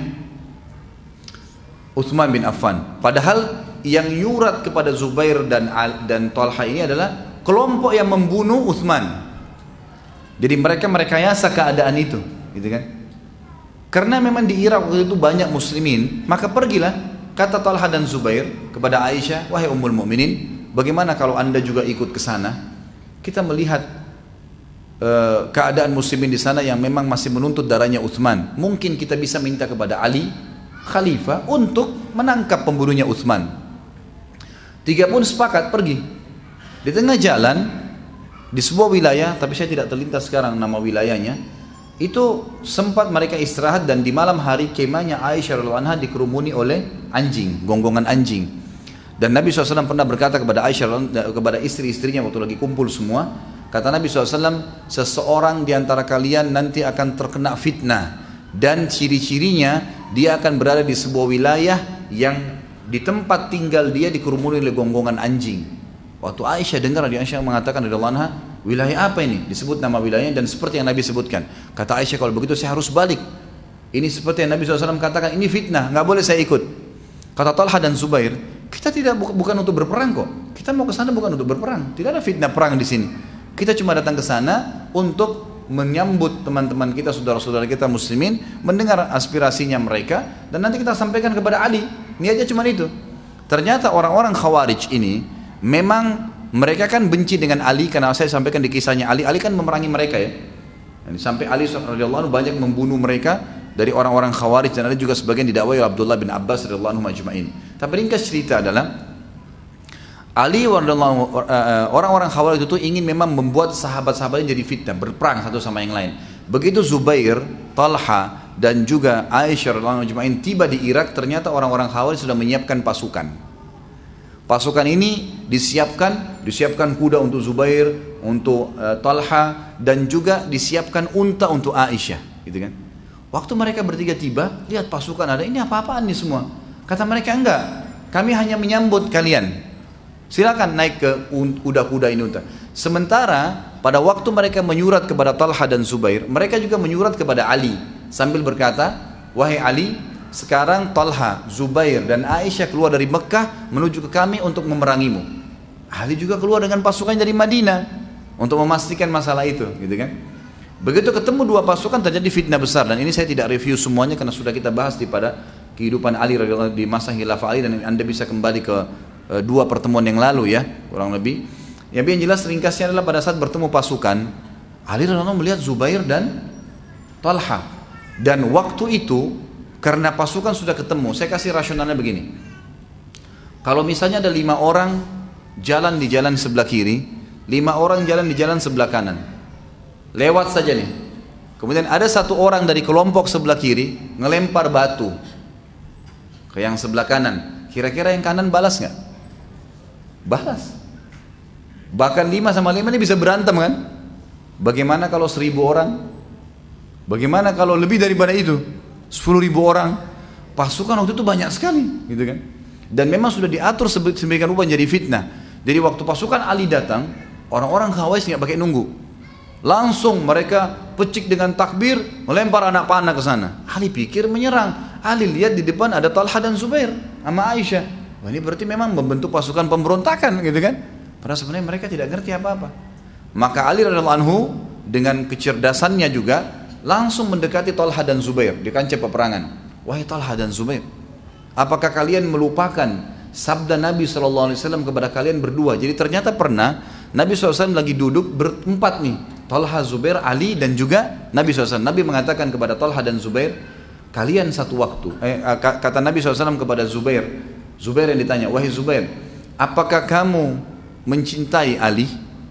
Utsman bin Affan. Padahal yang nyurat kepada Zubair dan dan Talha ini adalah kelompok yang membunuh Utsman. Jadi mereka merekayasa keadaan itu, gitu kan? Karena memang di Irak waktu itu banyak muslimin, maka pergilah kata Talha dan Zubair kepada Aisyah, wahai Ummul Mukminin, bagaimana kalau Anda juga ikut ke sana? Kita melihat uh, keadaan muslimin di sana yang memang masih menuntut darahnya Utsman. Mungkin kita bisa minta kepada Ali khalifah untuk menangkap pembunuhnya Utsman. Tiga pun sepakat pergi. Di tengah jalan di sebuah wilayah, tapi saya tidak terlintas sekarang nama wilayahnya, itu sempat mereka istirahat dan di malam hari kemahnya Aisyah radhiyallahu anha dikerumuni oleh anjing, gonggongan anjing. Dan Nabi shallallahu alaihi wasallam pernah berkata kepada Aisyah, kepada istri-istrinya waktu lagi kumpul semua, kata Nabi shallallahu alaihi wasallam, seseorang di antara kalian nanti akan terkena fitnah dan ciri-cirinya dia akan berada di sebuah wilayah yang di tempat tinggal dia dikerumuni oleh gonggongan anjing. Waktu Aisyah dengar, Aisyah mengatakan radhiyallahu anha, wilayah apa ini? Disebut nama wilayahnya dan seperti yang Nabi sebutkan. Kata Aisyah, kalau begitu saya harus balik. Ini seperti yang Nabi shallallahu alaihi wasallam katakan, ini fitnah, nggak boleh saya ikut. Kata Talha dan Zubair, kita tidak bukan untuk berperang kok. Kita mau ke sana bukan untuk berperang. Tidak ada fitnah perang di sini. Kita cuma datang ke sana untuk menyambut teman-teman kita, saudara-saudara kita muslimin, mendengar aspirasinya mereka, dan nanti kita sampaikan kepada Ali. Niatnya cuma itu. Ternyata orang-orang Khawarij ini memang mereka kan benci dengan Ali, karena saya sampaikan di kisahnya Ali. Ali kan memerangi mereka ya. Sampai Ali radhiyallahu anhu banyak membunuh mereka dari orang-orang Khawarij, dan ada juga sebagian didakwai oleh Abdullah bin Abbas radhiyallahu anhu majma'in. Tapi ringkas cerita adalah Ali radhiyallahu orang-orang Khawarij itu ingin memang membuat sahabat-sahabatnya jadi fitnah, berperang satu sama yang lain. Begitu Zubair, Talha dan juga Aisyah radhiyallahu anha majma'in tiba di Irak, ternyata orang-orang Khawarij sudah menyiapkan pasukan. Pasukan ini disiapkan, disiapkan kuda untuk Zubair, untuk uh, Talha, dan juga disiapkan unta untuk Aisyah, gitu kan? Waktu mereka bertiga tiba, lihat pasukan ada, ini apa-apaan nih semua? Kata mereka, enggak, kami hanya menyambut kalian. Silakan naik ke kuda-kuda ini unta. Sementara pada waktu mereka menyurat kepada Talha dan Zubair, mereka juga menyurat kepada Ali sambil berkata, wahai Ali, sekarang Talha, Zubair dan Aisyah keluar dari Mekah menuju ke kami untuk memerangimu. Ali juga keluar dengan pasukan dari Madinah untuk memastikan masalah itu, gitu kan? Begitu ketemu dua pasukan terjadi fitnah besar, dan ini saya tidak review semuanya karena sudah kita bahas di pada kehidupan Ali radhiyallahu anhu di masa khilafah Ali, dan Anda bisa kembali ke e, dua pertemuan yang lalu ya, kurang lebih. Yang yang jelas ringkasnya adalah pada saat bertemu pasukan, Ali radhiyallahu anhu melihat Zubair dan Talha. Dan waktu itu karena pasukan sudah ketemu, saya kasih rasionalnya begini. Kalau misalnya ada lima orang jalan di jalan sebelah kiri, lima orang jalan di jalan sebelah kanan, lewat saja nih. Kemudian ada satu orang dari kelompok sebelah kiri ngelempar batu ke yang sebelah kanan. Kira-kira yang kanan balas nggak? Balas. Bahkan lima sama lima ini bisa berantem kan? Bagaimana kalau seribu orang? Bagaimana kalau lebih daripada itu? Sepuluh ribu orang? Pasukan waktu itu banyak sekali, gitu kan? Dan memang sudah diatur sedemikian rupa jadi fitnah. Jadi waktu pasukan Ali datang, orang-orang Khawarij nggak pakai nunggu. Langsung mereka pecik dengan takbir, melempar anak panah ke sana. Ali pikir menyerang. Ali lihat di depan ada Talha dan Zubair sama Aisyah. Wah, ini berarti memang membentuk pasukan pemberontakan, gitu kan? Padahal sebenarnya mereka tidak ngerti apa-apa. Maka Ali radhiyallahu anhu dengan kecerdasannya juga langsung mendekati Talha dan Zubair di kancah peperangan. Wahai Talha dan Zubair, apakah kalian melupakan sabda Nabi shallallahu alaihi wasallam kepada kalian berdua? Jadi ternyata pernah Nabi shallallahu alaihi wasallam lagi duduk berempat nih, Talha, Zubair, Ali dan juga Nabi shallallahu alaihi wasallam. Nabi mengatakan kepada Talha dan Zubair, kalian satu waktu, eh, kata Nabi shallallahu alaihi wasallam kepada Zubair, Zubair yang ditanya, wahai Zubair, apakah kamu mencintai Ali?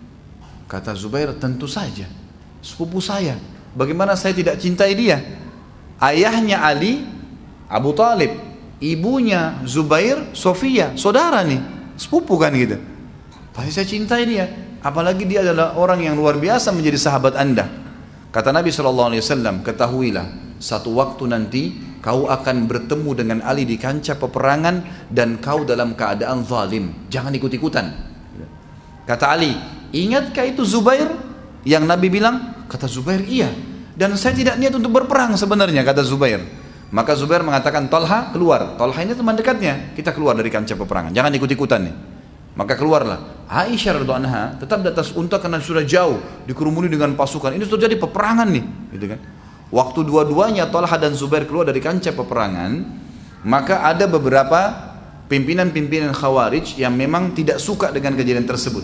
Kata Zubair, tentu saja, sepupu saya, bagaimana saya tidak cintai dia? Ayahnya Ali, Abu Talib, ibunya Zubair, Sofia, saudara nih, sepupu kan gitu. Pasti saya cintai dia, apalagi dia adalah orang yang luar biasa menjadi sahabat anda. Kata Nabi shallallahu alaihi wasallam, ketahuilah, satu waktu nanti kau akan bertemu dengan Ali di kancah peperangan dan kau dalam keadaan zalim. Jangan ikut-ikutan. Kata Ali, ingatkah itu Zubair yang Nabi bilang? Kata Zubair, iya. Dan saya tidak niat untuk berperang sebenarnya, kata Zubair. Maka Zubair mengatakan, Talha keluar. Talha ini teman dekatnya, kita keluar dari kancah peperangan, jangan ikut-ikutan nih. Maka keluarlah. Aisyah radhiyallahu anha tetap di atas unta karena sudah jauh dikerumuni dengan pasukan. Ini sudah jadi peperangan nih, gitu kan? Waktu dua-duanya Talha dan Zubair keluar dari kancah peperangan, maka ada beberapa pimpinan-pimpinan Khawarij yang memang tidak suka dengan kejadian tersebut.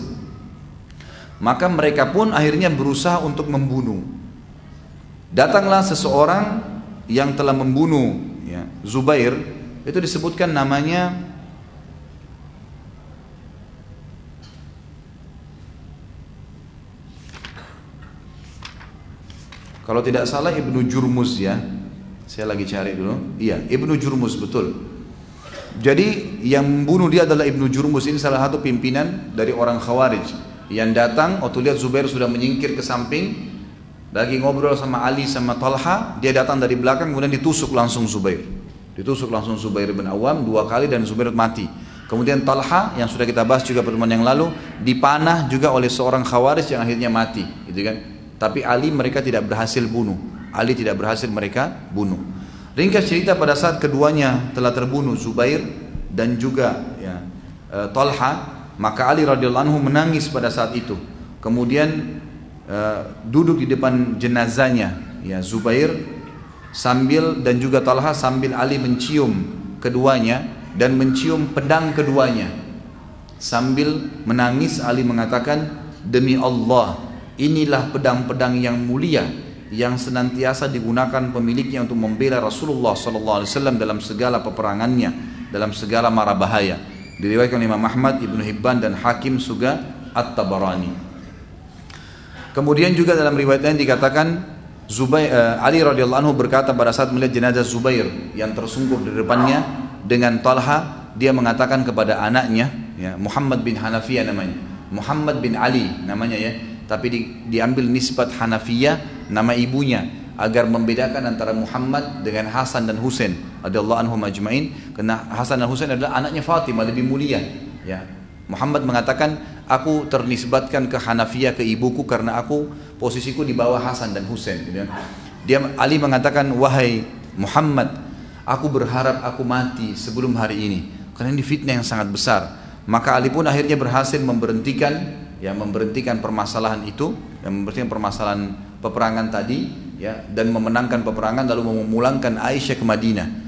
Maka mereka pun akhirnya berusaha untuk membunuh. Datanglah seseorang yang telah membunuh ya, Zubair, itu disebutkan namanya kalau tidak salah Ibnu Jurmuz ya. Saya lagi cari dulu. Iya, Ibnu Jurmuz betul. Jadi yang membunuh dia adalah Ibnu Jurmuz, ini salah satu pimpinan dari orang Khawarij yang datang waktu lihat Zubair sudah menyingkir ke samping, lagi ngobrol sama Ali sama Talha, dia datang dari belakang kemudian ditusuk langsung Zubair. Ditusuk langsung Zubair bin Awam dua kali dan Zubair mati. Kemudian Talha yang sudah kita bahas juga pertemuan yang lalu dipanah juga oleh seorang Khawarij yang akhirnya mati, gitu kan? Tapi Ali mereka tidak berhasil bunuh. Ali tidak berhasil mereka bunuh. Ringkas cerita, pada saat keduanya telah terbunuh, Zubair dan juga ya, e, Talha, maka Ali radhiyallahu anhu menangis pada saat itu. Kemudian e, duduk di depan jenazahnya ya Zubair sambil dan juga Talha sambil Ali mencium keduanya dan mencium pedang keduanya. Sambil menangis Ali mengatakan, demi Allah, inilah pedang-pedang yang mulia yang senantiasa digunakan pemiliknya untuk membela Rasulullah sallallahu alaihi wasallam dalam segala peperangannya, dalam segala mara bahaya. Diriwayatkan Imam Ahmad, Ibnu Hibban dan Hakim juga At-Tabarani. Kemudian juga dalam riwayat lain dikatakan Zubair, uh, Ali radhiyallahu anhu berkata pada saat melihat jenazah Zubair yang tersungkur di depannya dengan Talha, dia mengatakan kepada anaknya ya, Muhammad bin Hanafiyah namanya, Muhammad bin Ali namanya ya, tapi di, diambil nisbat Hanafiyah nama ibunya agar membedakan antara Muhammad dengan Hasan dan Husain radhiyallahu anhum ajmain, karena Hasan dan Husain adalah anaknya Fatimah lebih mulia ya. Muhammad mengatakan, aku ternisbatkan ke Hanafiyah, ke ibuku, karena aku posisiku di bawah Hasan dan Husain gitu. Dia Ali mengatakan, wahai Muhammad, aku berharap aku mati sebelum hari ini karena ini fitnah yang sangat besar. Maka Ali pun akhirnya berhasil memberhentikan ya memberhentikan permasalahan itu, yang memberhentikan permasalahan peperangan tadi ya, dan memenangkan peperangan lalu memulangkan Aisyah ke Madinah.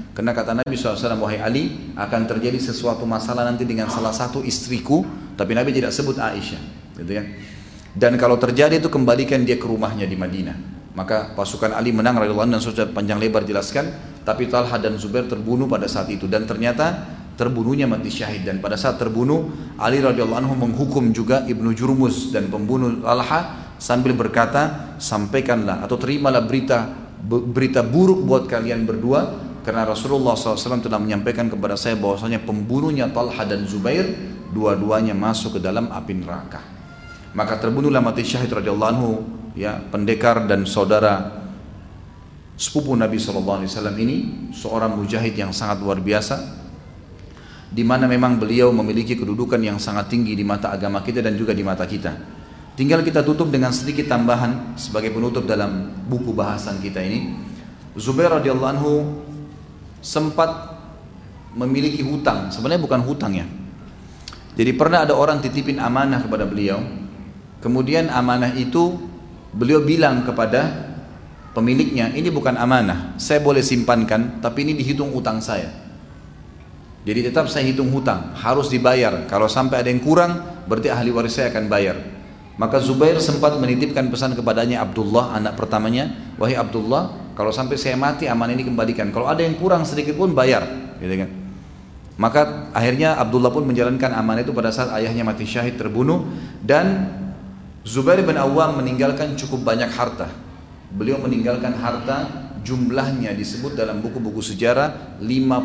Karena kata Nabi shallallahu alaihi wasallam, wahai Ali, akan terjadi sesuatu masalah nanti dengan salah satu istriku, tapi Nabi tidak sebut Aisyah, gitu kan? Dan kalau terjadi itu kembalikan dia ke rumahnya di Madinah. Maka pasukan Ali menang radhiyallahu anhu, dan sudah panjang lebar jelaskan. Tapi Talha dan Zubair terbunuh pada saat itu, dan ternyata terbunuhnya mati syahid. Dan pada saat terbunuh, Ali radhiyallahu anhu menghukum juga Ibnu Jurmuz dan pembunuh Talha sambil berkata, sampaikanlah atau terimalah berita berita buruk buat kalian berdua, karena Rasulullah shallallahu alaihi wasallam telah menyampaikan kepada saya bahwasanya pembunuhnya Talha dan Zubair dua-duanya masuk ke dalam api neraka. Maka terbunuhlah mati syahid radhiyallahu anhu, ya, pendekar dan saudara sepupu Nabi shallallahu alaihi wasallam ini, seorang mujahid yang sangat luar biasa, di mana memang beliau memiliki kedudukan yang sangat tinggi di mata agama kita dan juga di mata kita. Tinggal kita tutup dengan sedikit tambahan sebagai penutup dalam buku bahasan kita ini. Zubair radhiyallahu anhu sempat memiliki hutang, sebenarnya bukan hutang ya. Jadi pernah ada orang titipin amanah kepada beliau, kemudian amanah itu beliau bilang kepada pemiliknya, ini bukan amanah, saya boleh simpankan, tapi ini dihitung hutang saya. Jadi tetap saya hitung hutang, harus dibayar. Kalau sampai ada yang kurang, berarti ahli waris saya akan bayar. Maka Zubair sempat menitipkan pesan kepadanya Abdullah, anak pertamanya, wahai Abdullah, kalau sampai saya mati amanah ini kembalikan. Kalau ada yang kurang sedikit pun bayar, gitu kan? Maka akhirnya Abdullah pun menjalankan amanah itu pada saat ayahnya mati syahid terbunuh, dan Zubair bin Awwam meninggalkan cukup banyak harta. Beliau meninggalkan harta jumlahnya disebut dalam buku-buku sejarah lima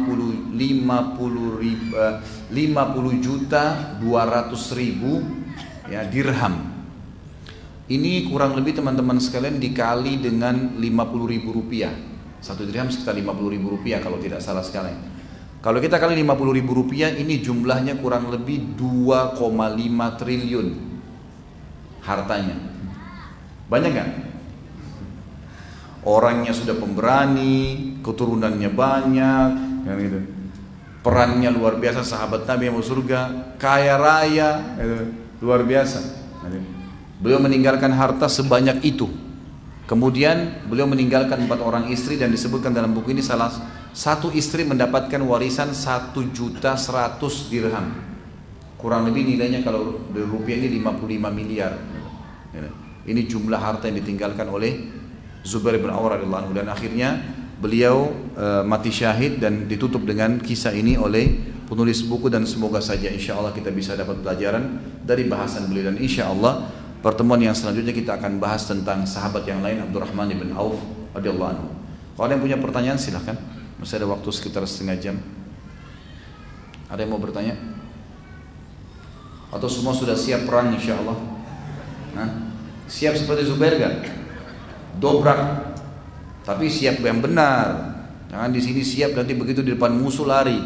puluh juta dua ratus ribu ya, dirham. Ini kurang lebih teman-teman sekalian dikali dengan lima puluh ribu rupiah. Satu dirham sekitar lima puluh ribu rupiah kalau tidak salah sekali. Kalau kita kali lima puluh ribu rupiah, ini jumlahnya kurang lebih dua koma lima triliun hartanya. Banyak gak? Orangnya sudah pemberani, keturunannya banyak, kan gitu. Perannya luar biasa, sahabat Nabi yang masuk surga, kaya raya, gitu. Luar biasa. Beliau meninggalkan harta sebanyak itu. Kemudian beliau meninggalkan empat orang istri, dan disebutkan dalam buku ini salah satu istri mendapatkan warisan satu juta seratus dirham. Kurang lebih nilainya kalau dari rupiah ini lima puluh lima miliar. Ini jumlah harta yang ditinggalkan oleh Zubair bin Awwam radhiyallahu anhu, dan akhirnya beliau e, mati syahid, dan ditutup dengan kisah ini oleh penulis buku. Dan semoga saja insya Allah kita bisa dapat pelajaran dari bahasan beliau, dan insya Allah pertemuan yang selanjutnya kita akan bahas tentang sahabat yang lain, Abdurrahman bin Auf radhiyallahu anhu. Kalau ada yang punya pertanyaan silahkan, masih ada waktu sekitar setengah jam. Ada yang mau bertanya? Atau semua sudah siap perang insya Allah? Nah, siap seperti Zubair kan? Dobrak, tapi siap yang benar. Jangan di sini siap nanti begitu di depan musuh lari.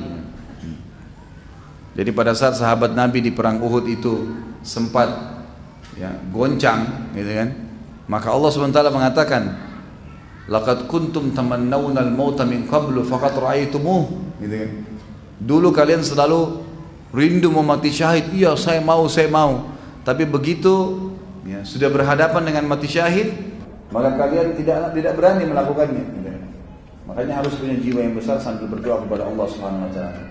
Jadi pada saat sahabat Nabi di perang Uhud itu sempat ya, goncang, gitu kan? Maka Allah subhanahu wa taala mengatakan, laqad kuntum tamannawna al-mauta min qablu faqad ra'aytumuh, gitu kan? Dulu kalian selalu rindu mau mati syahid, iya saya mau, saya mau. Tapi begitu ya, sudah berhadapan dengan mati syahid, maka kalian tidak tidak berani melakukannya. Gitu. Makanya harus punya jiwa yang besar sambil berdoa kepada Allah Subhanahu wa taala.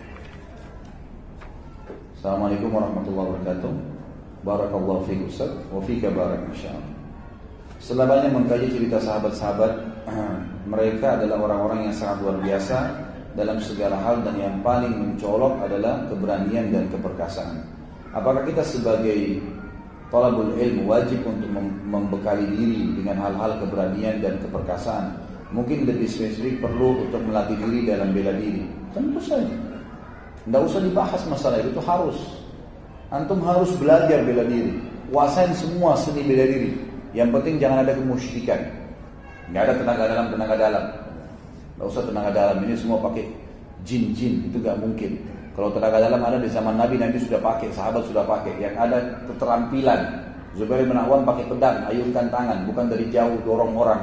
Assalamualaikum warahmatullahi wabarakatuh. Barakallahu fiik Ustaz wa fika barak insyaallah. Setelah banyak mengkaji cerita sahabat-sahabat, mereka adalah orang-orang yang sangat luar biasa dalam segala hal, dan yang paling mencolok adalah keberanian dan keperkasaan. Apakah kita sebagai talabul ilmu wajib untuk membekali diri dengan hal-hal keberanian dan keperkasaan? Mungkin lebih spesifik perlu untuk melatih diri dalam bela diri. Tentu saja. Tidak usah dibahas masalah itu, itu harus. Antum harus belajar bela diri. Kuasain semua seni bela diri. Yang penting jangan ada kemusyrikan. Tidak ada tenaga dalam, tenaga dalam. Tidak usah tenaga dalam, ini semua pakai jin-jin, itu gak mungkin. Kalau tenaga dalam ada di zaman Nabi, Nabi sudah pakai, sahabat sudah pakai. Yang ada keterampilan. Zubair bin Awwam pakai pedang, ayunkan tangan, bukan dari jauh dorong orang.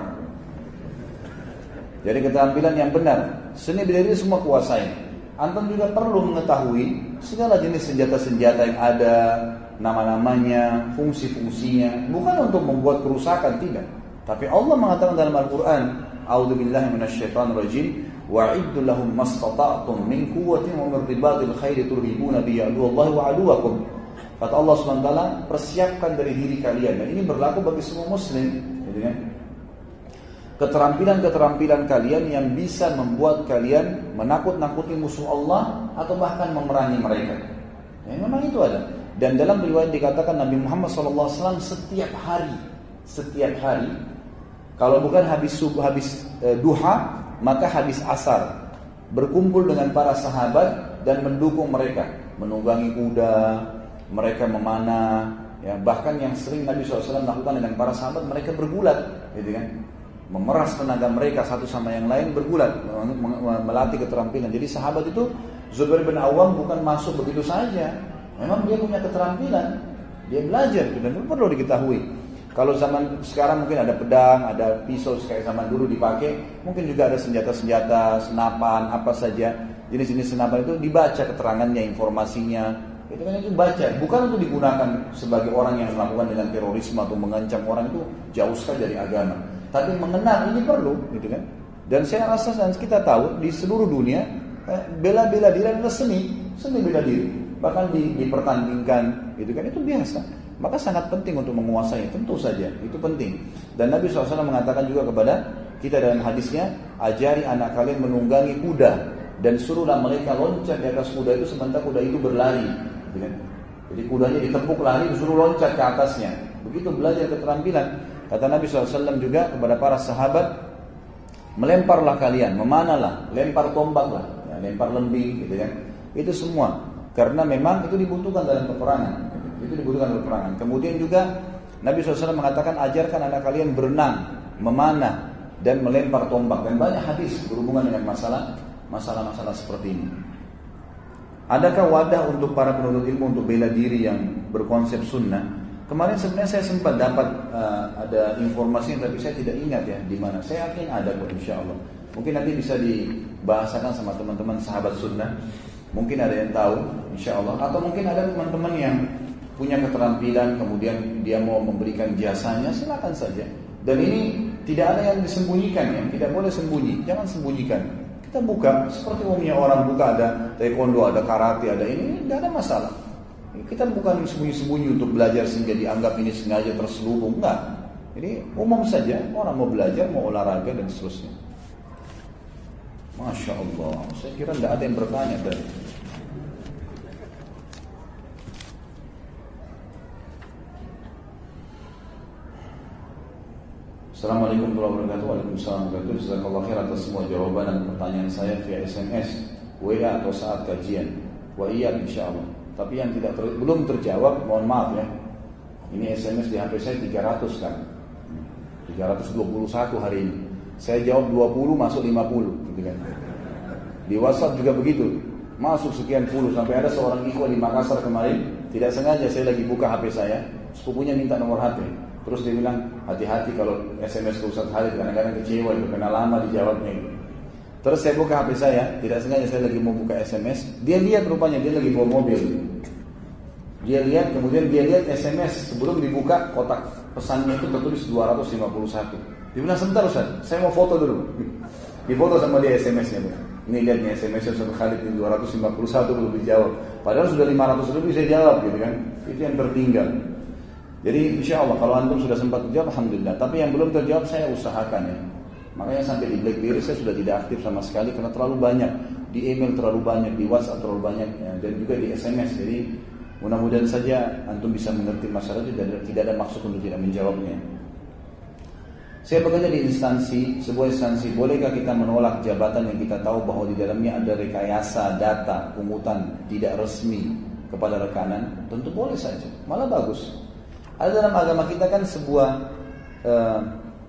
Jadi keterampilan yang benar. Seni bela diri semua kuasain. Antum juga perlu mengetahui segala jenis senjata-senjata yang ada, nama-namanya, fungsi-fungsinya. Bukan untuk membuat kerusakan, tidak. Tapi Allah mengatakan dalam Al-Quran, A'udzubillahi minasyaitonirrajim, wa'iddu lahum mastata'tum min quwwatin wa min ribatil khairi turhibuna bi aduwallahi wa aduwakum. Kata Allah subhanahu wa taala, persiapkan dari diri kalian, dan ini berlaku bagi semua muslim, gitu kan? Keterampilan-keterampilan kalian yang bisa membuat kalian menakut-nakuti musuh Allah atau bahkan memerangi mereka. Ya, memang itu ada. Dan dalam riwayat dikatakan Nabi Muhammad shallallahu alaihi wasallam setiap hari, setiap hari, kalau bukan habis subuh, habis e, duha, maka habis asar, berkumpul dengan para sahabat dan mendukung mereka, menunggangi kuda, mereka memanah, ya, bahkan yang sering Nabi shallallahu alaihi wasallam lakukan dengan para sahabat, mereka bergulat, gitu kan, memeras tenaga mereka satu sama yang lain, bergulat, melatih keterampilan. Jadi sahabat itu, Zubair bin Awam bukan masuk begitu saja, memang dia punya keterampilan, dia belajar, dan itu perlu diketahui. Kalau zaman sekarang mungkin ada pedang, ada pisau kayak zaman dulu dipakai, mungkin juga ada senjata-senjata, senapan, apa saja jenis-jenis senapan itu dibaca keterangannya, informasinya. Itu kan itu baca, bukan untuk digunakan sebagai orang yang melakukan dengan terorisme atau mengancam orang, itu jauh sekali dari agama. Tapi mengenal ini perlu, gitu kan? Dan saya rasa dan kita tahu di seluruh dunia eh, bela-bela diri adalah seni, seni bela diri, bahkan di, dipertandingkan, gitu kan? Itu biasa. Maka sangat penting untuk menguasai, tentu saja itu penting. Dan Nabi shallallahu alaihi wasallam mengatakan juga kepada kita dalam hadisnya, ajari anak kalian menunggangi kuda dan suruhlah mereka loncat di atas kuda itu sementara kuda itu berlari. Jadi kudanya ditepuk lari, disuruh loncat ke atasnya. Begitu belajar keterampilan. Kata Nabi shallallahu alaihi wasallam juga kepada para sahabat, melemparlah kalian, memanahlah, lempar tombaklah, ya, lempar lembing, gitu kan. Itu semua karena memang itu dibutuhkan dalam peperangan. Itu dibutuhkan dalam peperangan. Kemudian juga Nabi shallallahu alaihi wasallam mengatakan, ajarkan anak kalian berenang, memanah, dan melempar tombak. Dan banyak hadis berhubungan dengan masalah masalah-masalah seperti ini. Adakah wadah untuk para penuntut ilmu untuk bela diri yang berkonsep sunnah? Kemarin sebenarnya saya sempat dapat uh, ada informasi, tapi saya tidak ingat ya di mana. Saya yakin ada kok, insya Allah. Mungkin nanti bisa dibahasakan sama teman-teman sahabat sunnah. Mungkin ada yang tahu, insya Allah. Atau mungkin ada teman-teman yang punya keterampilan, kemudian dia mau memberikan jasanya, silakan saja. Dan ini tidak ada yang disembunyikan ya, tidak boleh sembunyi, jangan sembunyikan. Kita buka seperti umumnya orang buka, ada taekwondo, ada karate, ada ini, tidak ada masalah. Kita bukan sembunyi-sembunyi untuk belajar sehingga dianggap ini sengaja terselubung, enggak. Jadi umum saja, orang mau belajar, mau olahraga dan seterusnya. Masya Allah, saya kira tidak ada yang bertanya tadi. Assalamualaikum warahmatullahi wabarakatuh. Waalaikumsalam warahmatullahi wabarakatuh. Jazakallah khair atas semua jawaban dan pertanyaan saya via S M S, W A atau saat kajian. Wa iya insyaallah. Tapi yang tidak ter, belum terjawab, mohon maaf ya. Ini S M S di H P saya tiga ratus kan. tiga ratus dua puluh satu hari ini. Saya jawab dua puluh masuk lima puluh gitu kan. Di WhatsApp juga begitu. Masuk sekian puluh, sampai ada seorang ikhwan di Makassar kemarin, tidak sengaja saya lagi buka H P saya, sepupunya minta nomor H P. Terus dia bilang, hati-hati kalau S M S ke Ustaz Khalid, kadang-kadang kecewa itu, karena lama dijawabnya itu. Terus saya buka H P saya, tidak sengaja saya lagi mau buka S M S, dia lihat rupanya, dia lagi bawa mobil. Dia lihat, kemudian dia lihat S M S, sebelum dibuka, kotak pesannya itu tertulis dua ratus lima puluh satu. Dia bilang, sebentar Ustaz, saya mau foto dulu. Difoto sama dia S M S-nya. Ini lihat nih S M S-nya Ustaz Khalid, ini dua ratus lima puluh satu belum dijawab. Padahal sudah lima ratus lebih saya jawab gitu kan. Itu yang tertinggal. Jadi insya Allah kalau antum sudah sempat terjawab, alhamdulillah. Tapi yang belum terjawab saya usahakan ya. Makanya sampai di BlackBerry saya sudah tidak aktif sama sekali karena terlalu banyak, di email terlalu banyak, di WhatsApp terlalu banyak, ya, dan juga di S M S. Jadi mudah-mudahan saja antum bisa mengerti masalah itu dan tidak ada maksud untuk tidak menjawabnya. Saya bekerja di instansi, sebuah instansi. Bolehkah kita menolak jabatan yang kita tahu bahwa di dalamnya ada rekayasa data pungutan tidak resmi kepada rekanan? Tentu boleh saja, malah bagus. Ada dalam agama kita kan sebuah uh,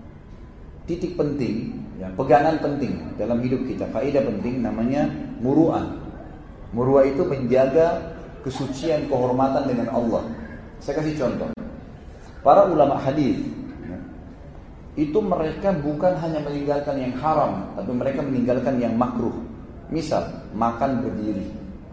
titik penting, ya, pegangan penting dalam hidup kita, faedah penting namanya muru'ah. Muru'ah itu menjaga kesucian, kehormatan dengan Allah. Saya kasih contoh. Para ulama hadis ya, itu mereka bukan hanya meninggalkan yang haram, tapi mereka meninggalkan yang makruh. Misal, makan berdiri.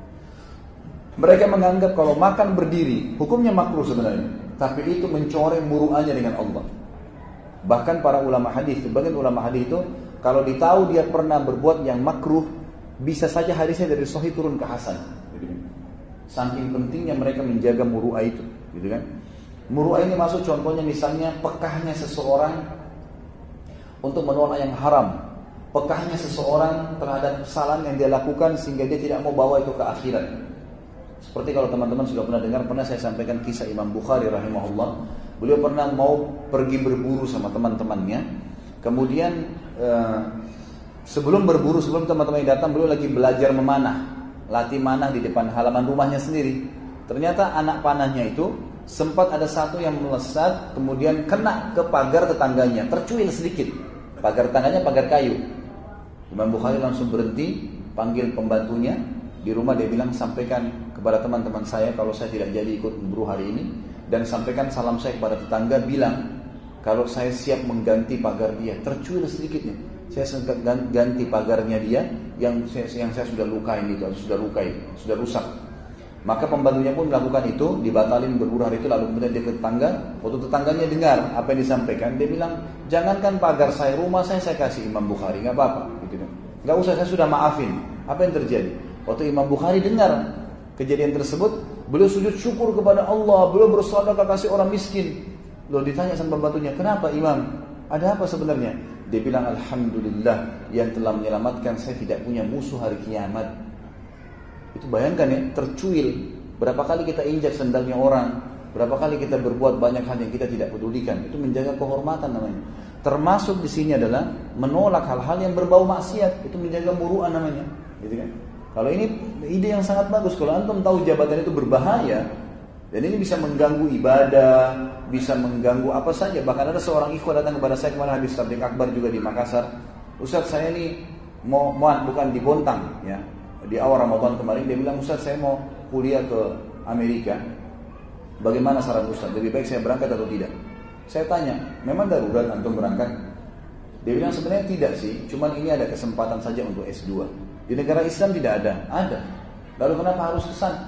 Mereka menganggap kalau makan berdiri, hukumnya makruh sebenarnya, tapi itu mencoreng muru'ahnya dengan Allah. Bahkan para ulama hadis, sebagian ulama hadis itu kalau ditahu dia pernah berbuat yang makruh, bisa saja hadisnya dari sahih turun ke hasan. Gitu kan. Saking pentingnya mereka menjaga muru'ah itu, gitu kan. Muru'ah ini masuk contohnya misalnya pekahnya seseorang untuk menolak yang haram, pekahnya seseorang terhadap kesalahan yang dia lakukan sehingga dia tidak mau bawa itu ke akhirat. Seperti kalau teman-teman sudah pernah dengar, pernah saya sampaikan kisah Imam Bukhari rahimahullah. Beliau pernah mau pergi berburu sama teman-temannya. Kemudian eh, sebelum berburu, sebelum teman-temannya datang, beliau lagi belajar memanah, latih manah di depan halaman rumahnya sendiri. Ternyata anak panahnya itu sempat ada satu yang melesat, kemudian kena ke pagar tetangganya, tercuil sedikit. Pagar tetangganya pagar kayu. Imam Bukhari langsung berhenti, panggil pembantunya di rumah, dia bilang, sampaikan kepada teman-teman saya kalau saya tidak jadi ikut berburu hari ini, dan sampaikan salam saya kepada tetangga, bilang kalau saya siap mengganti pagar dia, tercuil sedikitnya, saya ganti pagarnya dia yang saya, yang saya sudah lukain itu, atau sudah lukai, sudah rusak. Maka pembantunya pun melakukan itu, dibatalin berburu hari itu. Lalu kemudian dia ke tetangga, waktu tetangganya dengar apa yang disampaikan, dia bilang, jangankan pagar saya, rumah saya saya kasih Imam Bukhari, nggak apa-apa, gitu kan? Nggak usah, saya sudah maafin. Apa yang terjadi? Waktu Imam Bukhari dengar kejadian tersebut, beliau sujud syukur kepada Allah, beliau bersedekah kasih orang miskin. Lalu ditanya sama pembantunya, kenapa Imam? Ada apa sebenarnya? Dia bilang, alhamdulillah yang telah menyelamatkan saya tidak punya musuh hari kiamat. Itu bayangkan ya, tercuil. Berapa kali kita injak sendalnya orang, berapa kali kita berbuat banyak hal yang kita tidak pedulikan. Itu menjaga kehormatan namanya. Termasuk di sini adalah menolak hal-hal yang berbau maksiat. Itu menjaga muru'ah namanya, gitu kan? Kalau ini ide yang sangat bagus. Kalau antum tahu jabatan itu berbahaya dan ini bisa mengganggu ibadah, bisa mengganggu apa saja. Bahkan ada seorang ikhwan datang kepada saya kemarin habis tabligh akbar juga di Makassar. Ustaz, saya ini mau, mau bukan di Bontang ya. Di awal Ramadan kemarin dia bilang, Ustaz saya mau kuliah ke Amerika. Bagaimana saran Ustaz? Lebih baik saya berangkat atau tidak? Saya tanya, memang darurat antum berangkat? Dia bilang sebenarnya tidak sih, cuman ini ada kesempatan saja untuk S dua. Di negara Islam tidak ada, ada. Lalu kenapa harus ke sana?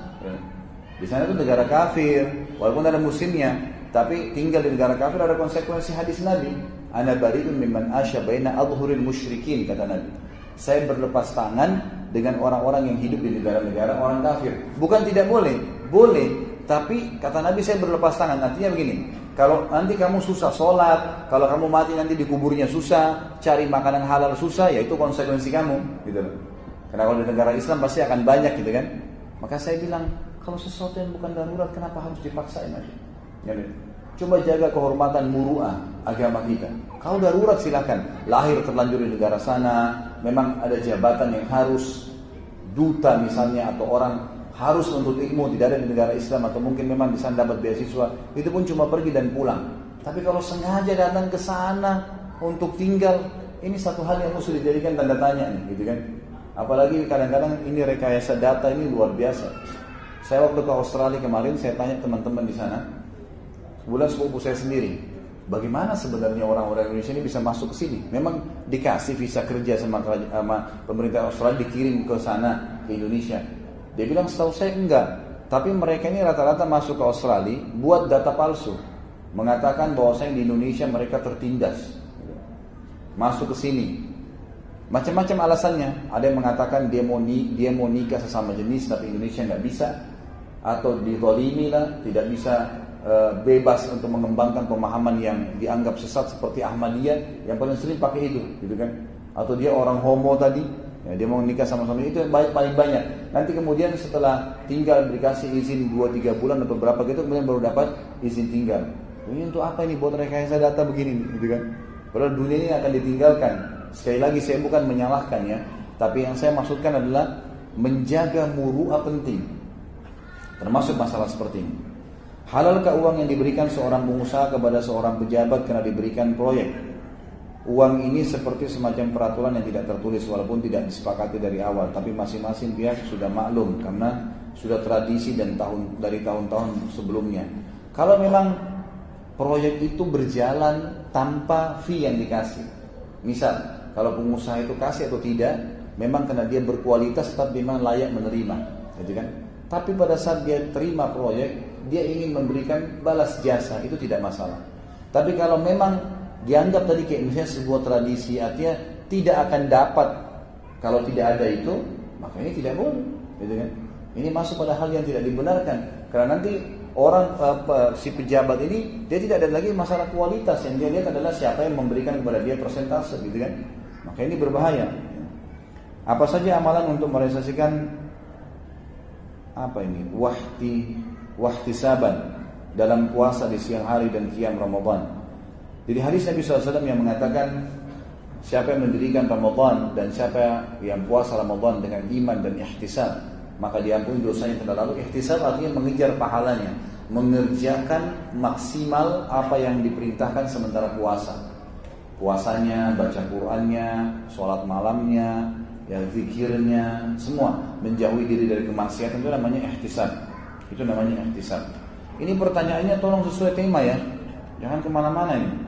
Di sana itu negara kafir, walaupun ada muslimnya, tapi tinggal di negara kafir ada konsekuensi hadis Nabi. Ana bari'un mimman asya baina adhhuril musyrikin, kata Nabi. Saya berlepas tangan dengan orang-orang yang hidup di negara-negara orang kafir. Bukan tidak boleh, boleh. Tapi kata Nabi saya berlepas tangan. Artinya begini, kalau nanti kamu susah sholat, kalau kamu mati nanti di kuburnya susah, cari makanan halal susah, ya itu konsekuensi kamu, gitu loh. Karena kalau di negara Islam pasti akan banyak, gitu kan. Maka saya bilang, kalau sesuatu yang bukan darurat, kenapa harus dipaksain aja? Ya, coba jaga kehormatan muru'ah agama kita. Kalau darurat silakan. Lahir terlanjur di negara sana, memang ada jabatan yang harus, duta misalnya, atau orang harus untuk ilmu, tidak ada di negara Islam, atau mungkin memang di sana dapat beasiswa, itu pun cuma pergi dan pulang. Tapi kalau sengaja datang ke sana untuk tinggal, ini satu hal yang harus dijadikan tanda tanya nih, gitu kan. Apalagi kadang-kadang ini rekayasa data ini luar biasa. Saya waktu ke Australia kemarin, saya tanya teman-teman di sana, kebetulan sepupu saya sendiri, bagaimana sebenarnya orang-orang Indonesia ini bisa masuk ke sini? Memang dikasih visa kerja sama, sama pemerintah Australia, dikirim ke sana, ke Indonesia. Dia bilang setahu saya enggak, tapi mereka ini rata-rata masuk ke Australia buat data palsu, mengatakan bahwasanya di Indonesia mereka tertindas, masuk ke sini. Macam-macam alasannya. Ada yang mengatakan dia mau ni, dia mau nikah sesama jenis tapi Indonesia nggak bisa, atau dizalimi lah, tidak bisa e, bebas untuk mengembangkan pemahaman yang dianggap sesat seperti Ahmadiyah yang paling sering pakai itu, gitu kan? Atau dia orang homo tadi, ya, dia mau nikah sama-sama, itu yang baik, paling banyak. Nanti kemudian setelah tinggal dikasih izin dua tiga bulan atau berapa gitu, kemudian baru dapat izin tinggal. Ini untuk apa ini, buat rekayasa data begini, gitu kan? Padahal dunia ini akan ditinggalkan. Sekali lagi saya bukan menyalahkan ya, tapi yang saya maksudkan adalah menjaga muru'ah penting, termasuk masalah seperti ini. Halalkah uang yang diberikan seorang pengusaha kepada seorang pejabat karena diberikan proyek? Uang ini seperti semacam peraturan yang tidak tertulis walaupun tidak disepakati dari awal, tapi masing-masing pihak sudah maklum karena sudah tradisi dan tahun dari tahun-tahun sebelumnya. Kalau memang proyek itu berjalan tanpa fee yang dikasih, misal kalau pengusaha itu kasih atau tidak, memang karena dia berkualitas tetap memang layak menerima, gitu kan? Tapi pada saat dia terima proyek, dia ingin memberikan balas jasa, itu tidak masalah. Tapi kalau memang dianggap tadi kayak misalnya sebuah tradisi, artinya tidak akan dapat kalau tidak ada itu, maka ini tidak boleh, gitu kan? Ini masuk pada hal yang tidak dibenarkan, karena nanti orang uh, si pejabat ini dia tidak ada lagi masalah kualitas, yang dia lihat adalah siapa yang memberikan kepada dia persentase, gitu kan? Maka ini berbahaya. Apa saja amalan untuk merealisasikan apa ini wahti wahtisaban dalam puasa di siang hari dan qiyam Ramadan? Jadi hadis Nabi shallallahu alaihi wasallam yang mengatakan siapa yang mendirikan Ramadan dan siapa yang puasa Ramadan dengan iman dan ihtisab, maka diampuni dosanya telah lalu. Ihtisab artinya mengejar pahalanya, mengerjakan maksimal apa yang diperintahkan sementara puasa. Puasanya, baca Qur'annya, sholat malamnya, ya zikirnya, semua menjauhi diri dari kemaksiatan, itu namanya ihtisab. Itu namanya ihtisab. Ini pertanyaannya tolong sesuai tema ya, jangan kemana-mana ini.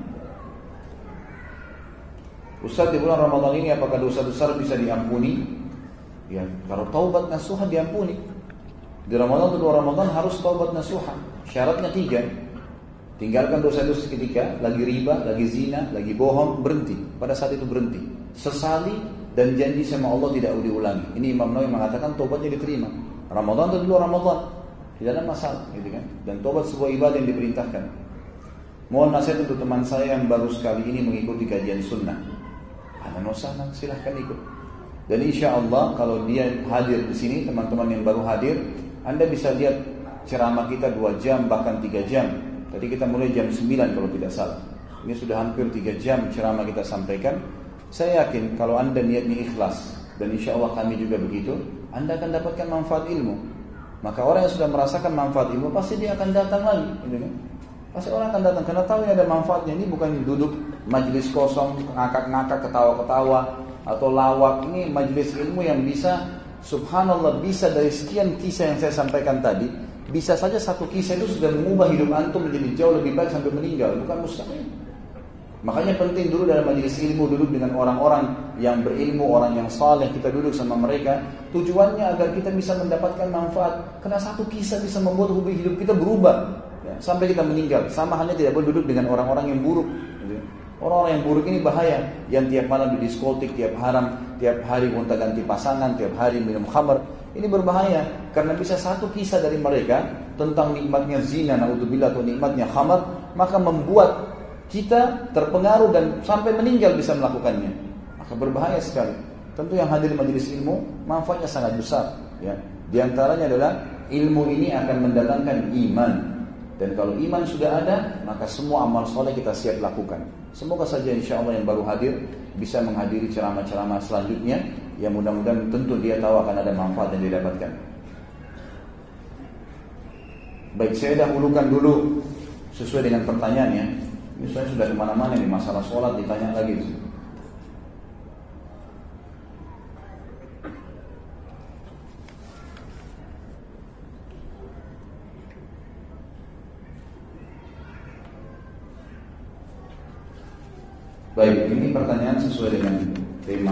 Ustaz, di bulan Ramadan ini apakah dosa besar bisa diampuni? Ya, kalau taubat nasuha diampuni. Di Ramadan atau luar Ramadan harus taubat nasuha. Syaratnya tiga. Tinggalkan dosa-dosa seketika, lagi riba, lagi zina, lagi bohong, berhenti. Pada saat itu berhenti. Sesali dan janji sama Allah tidak diulangi. Ini Imam Nawawi mengatakan taubatnya diterima. Ramadan atau luar Ramadan, tidak ada masalah, gitu kan? Dan taubat sebuah ibadah yang diperintahkan. Mohon nasihat untuk teman saya yang baru sekali ini mengikuti kajian sunnah. Ada nusana, silahkan ikut. Dan insya Allah kalau dia hadir di sini, teman-teman yang baru hadir, Anda bisa lihat ceramah kita dua jam bahkan tiga jam. Tadi kita mulai jam sembilan kalau tidak salah. Ini sudah hampir tiga jam ceramah kita sampaikan. Saya yakin kalau Anda niatnya ikhlas, dan insya Allah kami juga begitu, Anda akan dapatkan manfaat ilmu. Maka orang yang sudah merasakan manfaat ilmu pasti dia akan datang lagi, gitu kan? Pasti orang akan datang karena tahu ini ada manfaatnya. Ini bukan duduk majelis kosong, ngakak-ngakak, ketawa-ketawa atau lawak. Ini majelis ilmu yang bisa, subhanallah, bisa dari sekian kisah yang saya sampaikan tadi, bisa saja satu kisah itu sudah mengubah hidup antum menjadi jauh lebih baik sampai meninggal. Bukan mustahil. Makanya penting dulu dalam majelis ilmu duduk dengan orang-orang yang berilmu, orang yang saleh, kita duduk sama mereka. Tujuannya agar kita bisa mendapatkan manfaat. Karena satu kisah bisa membuat hubungan hidup kita berubah ya, sampai kita meninggal. Sama halnya tidak boleh duduk dengan orang-orang yang buruk. Orang-orang yang buruk ini bahaya, yang tiap malam di diskotik, tiap haram, tiap hari gonta-ganti pasangan, tiap hari minum khamar. Ini berbahaya karena bisa satu kisah dari mereka tentang nikmatnya zina, naudzubillah, atau nikmatnya khamar, maka membuat kita terpengaruh dan sampai meninggal bisa melakukannya. Maka berbahaya sekali. Tentu yang hadir di majelis ilmu manfaatnya sangat besar ya. Di antaranya adalah ilmu ini akan mendatangkan iman. Dan kalau iman sudah ada, maka semua amal soleh kita siap lakukan. Semoga saja insya Allah yang baru hadir bisa menghadiri ceramah-ceramah selanjutnya. Yang mudah-mudahan tentu dia tahu akan ada manfaat yang didapatkan. Baik, saya dahulukan dulu sesuai dengan pertanyaannya. Ini saya sudah kemana-mana nih, masalah sholat ditanya lagi. Baik, ini pertanyaan sesuai dengan tema.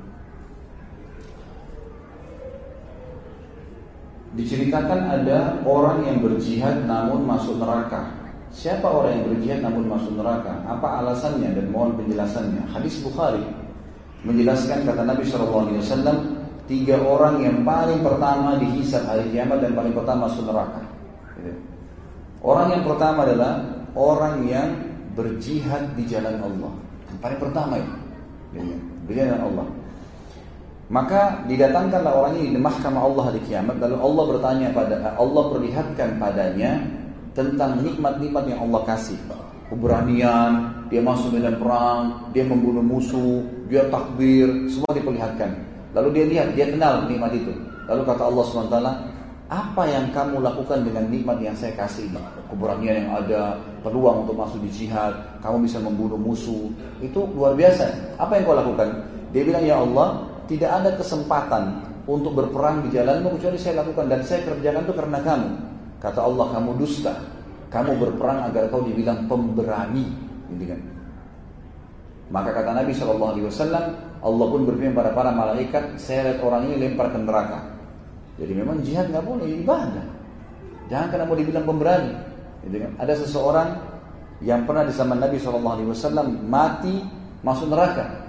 Diceritakan ada orang yang berjihad namun masuk neraka. Siapa orang yang berjihad namun masuk neraka? Apa alasannya dan mohon penjelasannya? Hadis Bukhari menjelaskan kata Nabi shallallahu alaihi wasallam, tiga orang yang paling pertama dihisab hari kiamat dan paling pertama masuk neraka. Orang yang pertama adalah orang yang berjihad di jalan Allah. Yang paling pertama itu di jalan Allah. Maka didatangkanlah orang ini di mahkamah Allah di kiamat, lalu Allah bertanya pada Allah perlihatkan padanya tentang nikmat-nikmat yang Allah kasih. Keberanian, dia masuk medan perang, dia membunuh musuh, dia takbir, semua diperlihatkan. Lalu dia lihat, dia kenal nikmat itu. Lalu kata Allah subhanahu wa taala, apa yang kamu lakukan dengan nikmat yang saya kasih ini? Keberanian yang ada, peluang untuk masuk di jihad, kamu bisa membunuh musuh, itu luar biasa. Apa yang kau lakukan? Dia bilang, ya Allah, tidak ada kesempatan untuk berperang di jalanmu kecuali saya lakukan, dan saya kerjakan itu karena kamu. Kata Allah, kamu dusta. Kamu berperang agar kau dibilang pemberani, gitu kan? Maka kata Nabi shallallahu alaihi wasallam, Allah pun berfirman pada para malaikat, saya lihat orang ini lempar ke neraka. Jadi memang jihad nggak boleh, ibadah. Jangan karena mau dibilang pemberani, gitu kan? Ada seseorang yang pernah di zaman Nabi shallallahu alaihi wasallam mati masuk neraka.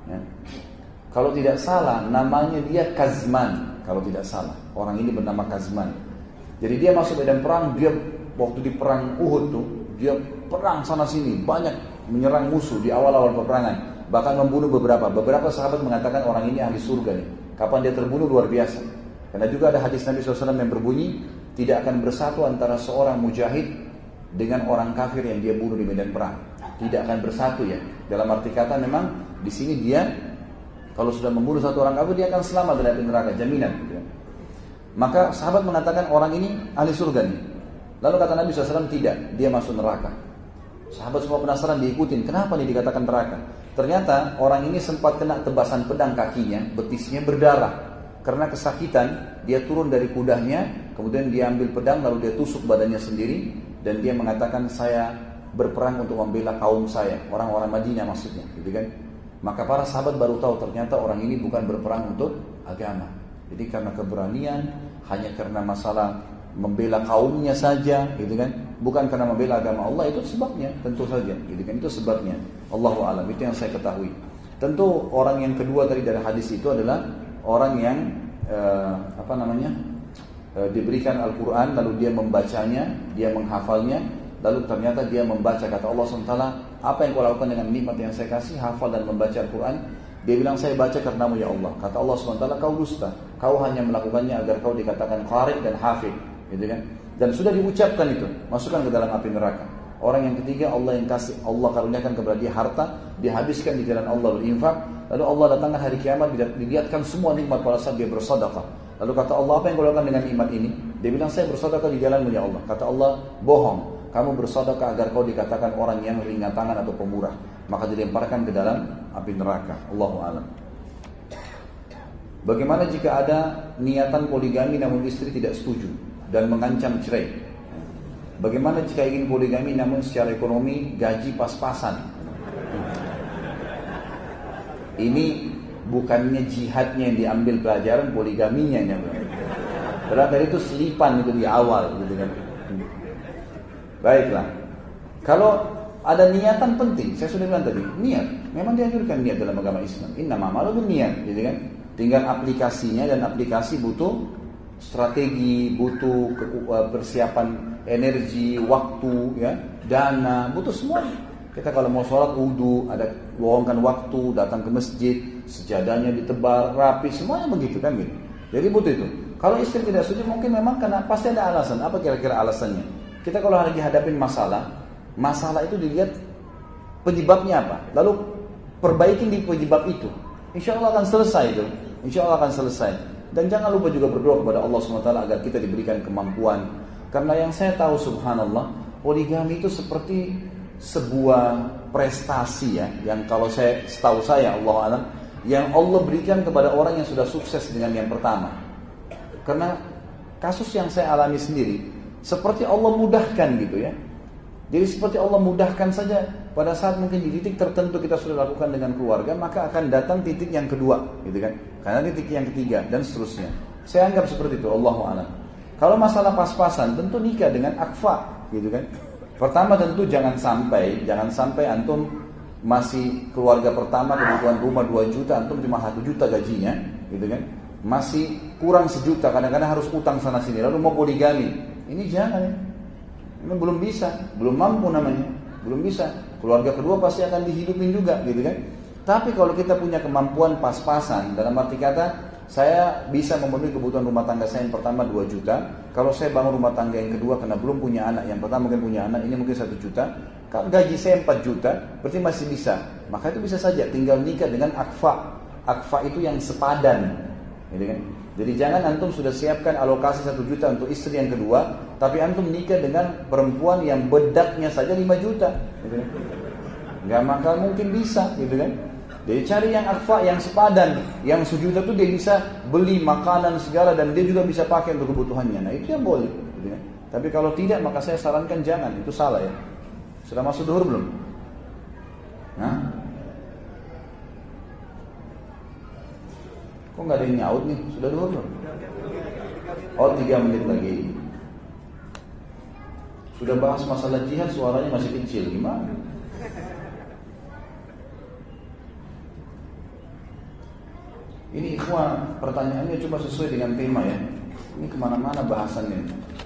Ya. Kalau tidak salah, namanya dia Kazman. Kalau tidak salah, orang ini bernama Kazman. Jadi dia masuk medan perang, dia waktu di perang Uhud tuh, dia perang sana sini, banyak menyerang musuh di awal-awal peperangan. Bahkan membunuh beberapa. Beberapa sahabat mengatakan orang ini ahli surga nih. Kapan dia terbunuh luar biasa. Karena juga ada hadis Nabi shallallahu alaihi wasallam yang berbunyi, tidak akan bersatu antara seorang mujahid dengan orang kafir yang dia bunuh di medan perang. Tidak akan bersatu ya. Dalam arti kata memang di sini dia kalau sudah membunuh satu orang kafir dia akan selamat dari api neraka, jaminan. Gitu ya. Maka sahabat mengatakan orang ini ahli surga nih. Lalu kata Nabi shallallahu alaihi wasallam tidak, dia masuk neraka. Sahabat semua penasaran, diikutin. Kenapa nih dikatakan neraka? Ternyata orang ini sempat kena tebasan pedang kakinya, betisnya berdarah. Karena kesakitan, dia turun dari kudanya, kemudian dia ambil pedang lalu dia tusuk badannya sendiri. Dan dia mengatakan, saya berperang untuk membela kaum saya, orang-orang Madinah maksudnya, gitu kan? Maka para sahabat baru tahu ternyata orang ini bukan berperang untuk agama. Jadi karena keberanian, hanya karena masalah membela kaumnya saja, gitu kan? Bukan karena membela agama Allah, itu sebabnya, tentu saja, gitu kan? Itu sebabnya. Allahu a'lam, itu yang saya ketahui. Tentu orang yang kedua tadi dari hadis itu adalah orang yang eh, apa namanya eh, diberikan Al-Quran lalu dia membacanya, dia menghafalnya, lalu ternyata dia membaca kata Allah subhanahu wa taala, apa yang kau lakukan dengan nikmat yang saya kasih, hafal dan membaca Al-Quran. Dia bilang, saya baca karenamu ya Allah. Kata Allah subhanahu wa taala, kau dusta, kau hanya melakukannya agar kau dikatakan qari dan hafid, gitu kan? Dan sudah diucapkan itu, masukkan ke dalam api neraka. Orang yang ketiga, Allah yang kasih, Allah karuniakan kepada dia harta, dihabiskan di jalan Allah berinfak, lalu Allah datangkan hari kiamat, dilihatkan semua nikmat pada saat dia bersedekah. Lalu kata Allah, apa yang kau lakukan dengan nikmat ini? Dia bilang, saya bersedekah di jalanmu ya Allah. Kata Allah, bohong, kamu bersedekah agar kau dikatakan orang yang ringan tangan atau pemurah. Maka dilemparkan ke dalam api neraka. Allahu a'lam. Bagaimana jika ada niatan poligami namun istri tidak setuju dan mengancam cerai? Bagaimana jika ingin poligami namun secara ekonomi gaji pas-pasan? Ini bukannya jihadnya yang diambil pelajaran, poligaminya yang Padahal tadi itu selipan itu di awal, gitu kan? Baiklah. Kalau ada niatan penting, saya sudah bilang tadi, niat. Memang dianjurkan niat dalam agama Islam. Innama a'malu binniyat, gitu kan? Tinggal aplikasinya, dan aplikasi butuh strategi, butuh persiapan energi, waktu, ya, dana, butuh semuanya. Kita kalau mau sholat wudu, ada luangkan waktu, datang ke masjid, sejadahnya ditebar, rapi, semuanya begitu kan gitu. Jadi butuh itu. Kalau istri tidak setuju, mungkin memang karena pasti ada alasan. Apa kira-kira alasannya? Kita kalau lagi hadapin masalah, masalah itu dilihat penyebabnya apa, lalu perbaikin di penyebab itu. Insya Allah akan selesai itu. Insya Allah akan selesai. Dan jangan lupa juga berdoa kepada Allah subhanahu wa taala agar kita diberikan kemampuan. Karena yang saya tahu subhanallah, poligami itu seperti sebuah prestasi ya, yang kalau saya setahu saya Allah alam, yang Allah berikan kepada orang yang sudah sukses dengan yang pertama. Karena kasus yang saya alami sendiri, seperti Allah mudahkan gitu ya. Jadi seperti Allah mudahkan saja, pada saat mungkin di titik tertentu kita sudah lakukan dengan keluarga, maka akan datang titik yang kedua, gitu kan? Karena titik yang ketiga dan seterusnya. Saya anggap seperti itu, Allahu a'lam. Kalau masalah pas-pasan, tentu nikah dengan akfa, gitu kan? Pertama tentu jangan sampai, jangan sampai antum masih keluarga pertama kebutuhan rumah dua juta, antum cuma satu juta gajinya, gitu kan? Masih kurang sejuta, kadang-kadang harus utang sana sini, lalu mau poligami. Ini jangan ya. Ini belum bisa, belum mampu namanya, belum bisa. Keluarga kedua pasti akan dihidupin juga, gitu kan? Tapi kalau kita punya kemampuan pas-pasan, dalam arti kata, saya bisa memenuhi kebutuhan rumah tangga saya yang pertama dua juta. Kalau saya bangun rumah tangga yang kedua karena belum punya anak, yang pertama mungkin punya anak, ini mungkin satu juta. Kalau gaji saya empat juta, berarti masih bisa. Maka itu bisa saja, tinggal nikah dengan akfa. Akfa itu yang sepadan, gitu kan? Jadi jangan antum sudah siapkan alokasi satu juta untuk istri yang kedua, tapi antum nikah dengan perempuan yang bedaknya saja lima juta, gitu kan? Gak bakal mungkin bisa, gitu kan? Jadi cari yang akfa, yang sepadan, yang sejuta itu dia bisa beli makanan segala dan dia juga bisa pakai untuk kebutuhannya. Nah itu yang boleh, gitu kan? Tapi kalau tidak, maka saya sarankan jangan, itu salah ya. Sudah masuk duhur belum? Nah, kok nggak ada yang nyaut nih? Sudah duhur belum? Oh, tiga menit lagi. Sudah bahas masalah jihad, suaranya masih kecil, gimana? Ini ikhwan, pertanyaannya coba sesuai dengan tema ya. Ini kemana-mana bahasannya.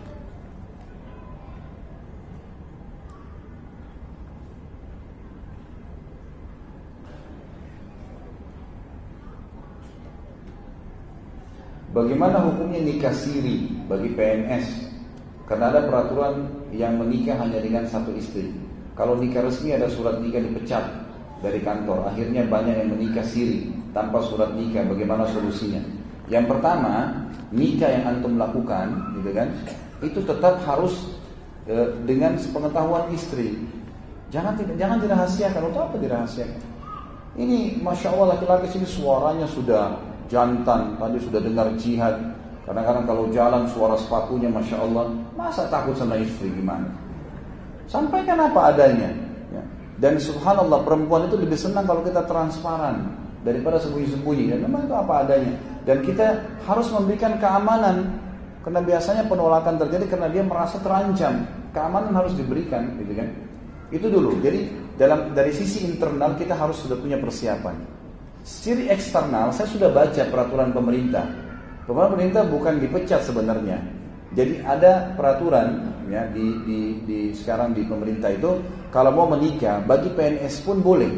Bagaimana hukumnya nikah siri bagi P N S? Karena ada peraturan yang menikah hanya dengan satu istri. Kalau nikah resmi ada surat nikah dipecat dari kantor. Akhirnya banyak yang menikah siri tanpa surat nikah. Bagaimana solusinya? Yang pertama, nikah yang antum lakukan, gitu kan, itu tetap harus e, dengan sepengetahuan istri. Jangan tidak, jangan dirahasiakan. Untuk apa dirahasiakan? Ini masya Allah laki-laki sini suaranya sudah jantan, tadi sudah dengar jihad. Kadang-kadang kalau jalan suara sepatunya masya Allah. Masa takut sama istri gimana? Sampaikan apa adanya ya. Dan subhanallah perempuan itu lebih senang kalau kita transparan daripada sembunyi-sembunyi. Dan memang itu apa adanya. Dan kita harus memberikan keamanan. Karena biasanya penolakan terjadi karena dia merasa terancam. Keamanan harus diberikan, gitu kan? Itu dulu. Jadi dalam dari sisi internal kita harus sudah punya persiapan. Secara eksternal saya sudah baca peraturan pemerintah. Peraturan pemerintah bukan dipecat sebenarnya. Jadi ada peraturan ya di, di, di sekarang di pemerintah itu kalau mau menikah bagi P N S pun boleh.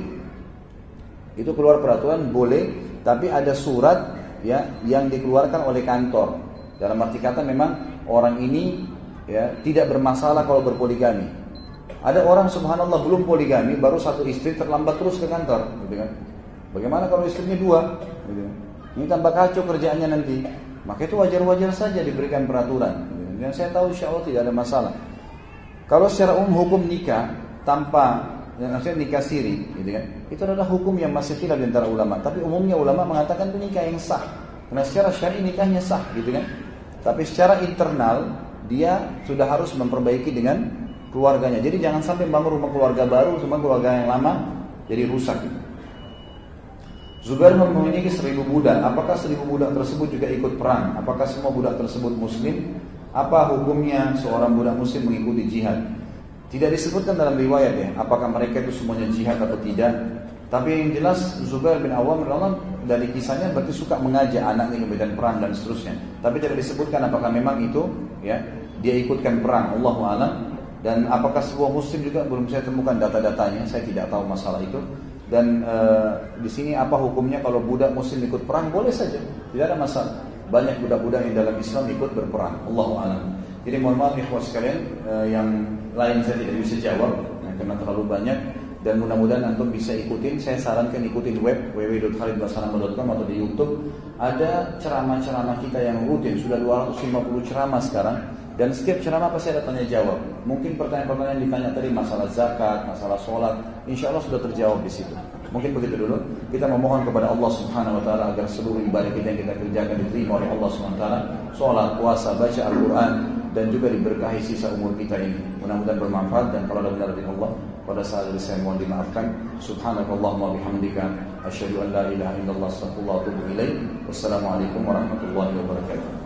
Itu keluar peraturan boleh, tapi ada surat ya yang dikeluarkan oleh kantor. Dalam arti kata memang orang ini ya tidak bermasalah kalau berpoligami. Ada orang subhanallah belum poligami, baru satu istri terlambat terus ke kantor, gitu kan? Bagaimana kalau istrinya dua? Gitu. Ini tambah kacau kerjaannya nanti. Maka itu wajar-wajar saja diberikan peraturan. Dan saya tahu insya Allah tidak ada masalah. Kalau secara umum hukum nikah tanpa, maksudnya nikah siri, gitu kan? Itu adalah hukum yang masih khilaf di antara ulama. Tapi umumnya ulama mengatakan itu nikah yang sah. Karena secara syar'i nikahnya sah, gitu kan? Tapi secara internal dia sudah harus memperbaiki dengan keluarganya. Jadi jangan sampai bangun rumah keluarga baru, semua keluarga yang lama jadi rusak. Zubair memiliki seribu budak. Apakah seribu budak tersebut juga ikut perang? Apakah semua budak tersebut muslim? Apa hukumnya seorang budak muslim mengikuti jihad? Tidak disebutkan dalam riwayat ya, apakah mereka itu semuanya jihad atau tidak. Tapi yang jelas Zubair bin Awam dari kisahnya berarti suka mengajak anaknya ke medan perang dan seterusnya. Tapi tidak disebutkan apakah memang itu ya dia ikutkan perang. Allahu a'lam. Dan apakah sebuah muslim juga belum saya temukan data-datanya. Saya tidak tahu masalah itu. Dan e, di sini apa hukumnya kalau budak muslim ikut perang? Boleh saja, tidak ada masalah. Banyak budak-budak yang dalam Islam ikut berperang. Allahu a'lam. Jadi mohon maaf ikhwan sekalian, e, yang lain saya tidak bisa jawab ya, karena terlalu banyak. Dan mudah-mudahan antum bisa ikutin. Saya sarankan ikutin web w w w dot khalid basalamah dot com atau di YouTube. Ada ceramah-ceramah kita yang rutin, sudah dua ratus lima puluh ceramah sekarang. Dan setiap ceramah pasti ada tanya jawab. Mungkin pertanyaan-pertanyaan yang ditanya tadi masalah zakat, masalah sholat, insya Allah sudah terjawab di situ. Mungkin begitu dulu. Kita memohon kepada Allah Subhanahu Wa Taala agar seluruh ibadah kita yang kita kerjakan diterima oleh Allah Subhanahu Wa Taala. Sholat, puasa, baca Al-Quran, dan juga diberkahi sisa umur kita ini. Mudah-mudahan bermanfaat dan kalau ada benar dari Allah, pada saat ini saya mohon dimaafkan. Subhanakallahumma bihamdika, asyhadu an la ilaha illallah, astaghfirullah wa atubu ilaik. Wassalamualaikum warahmatullahi wabarakatuh.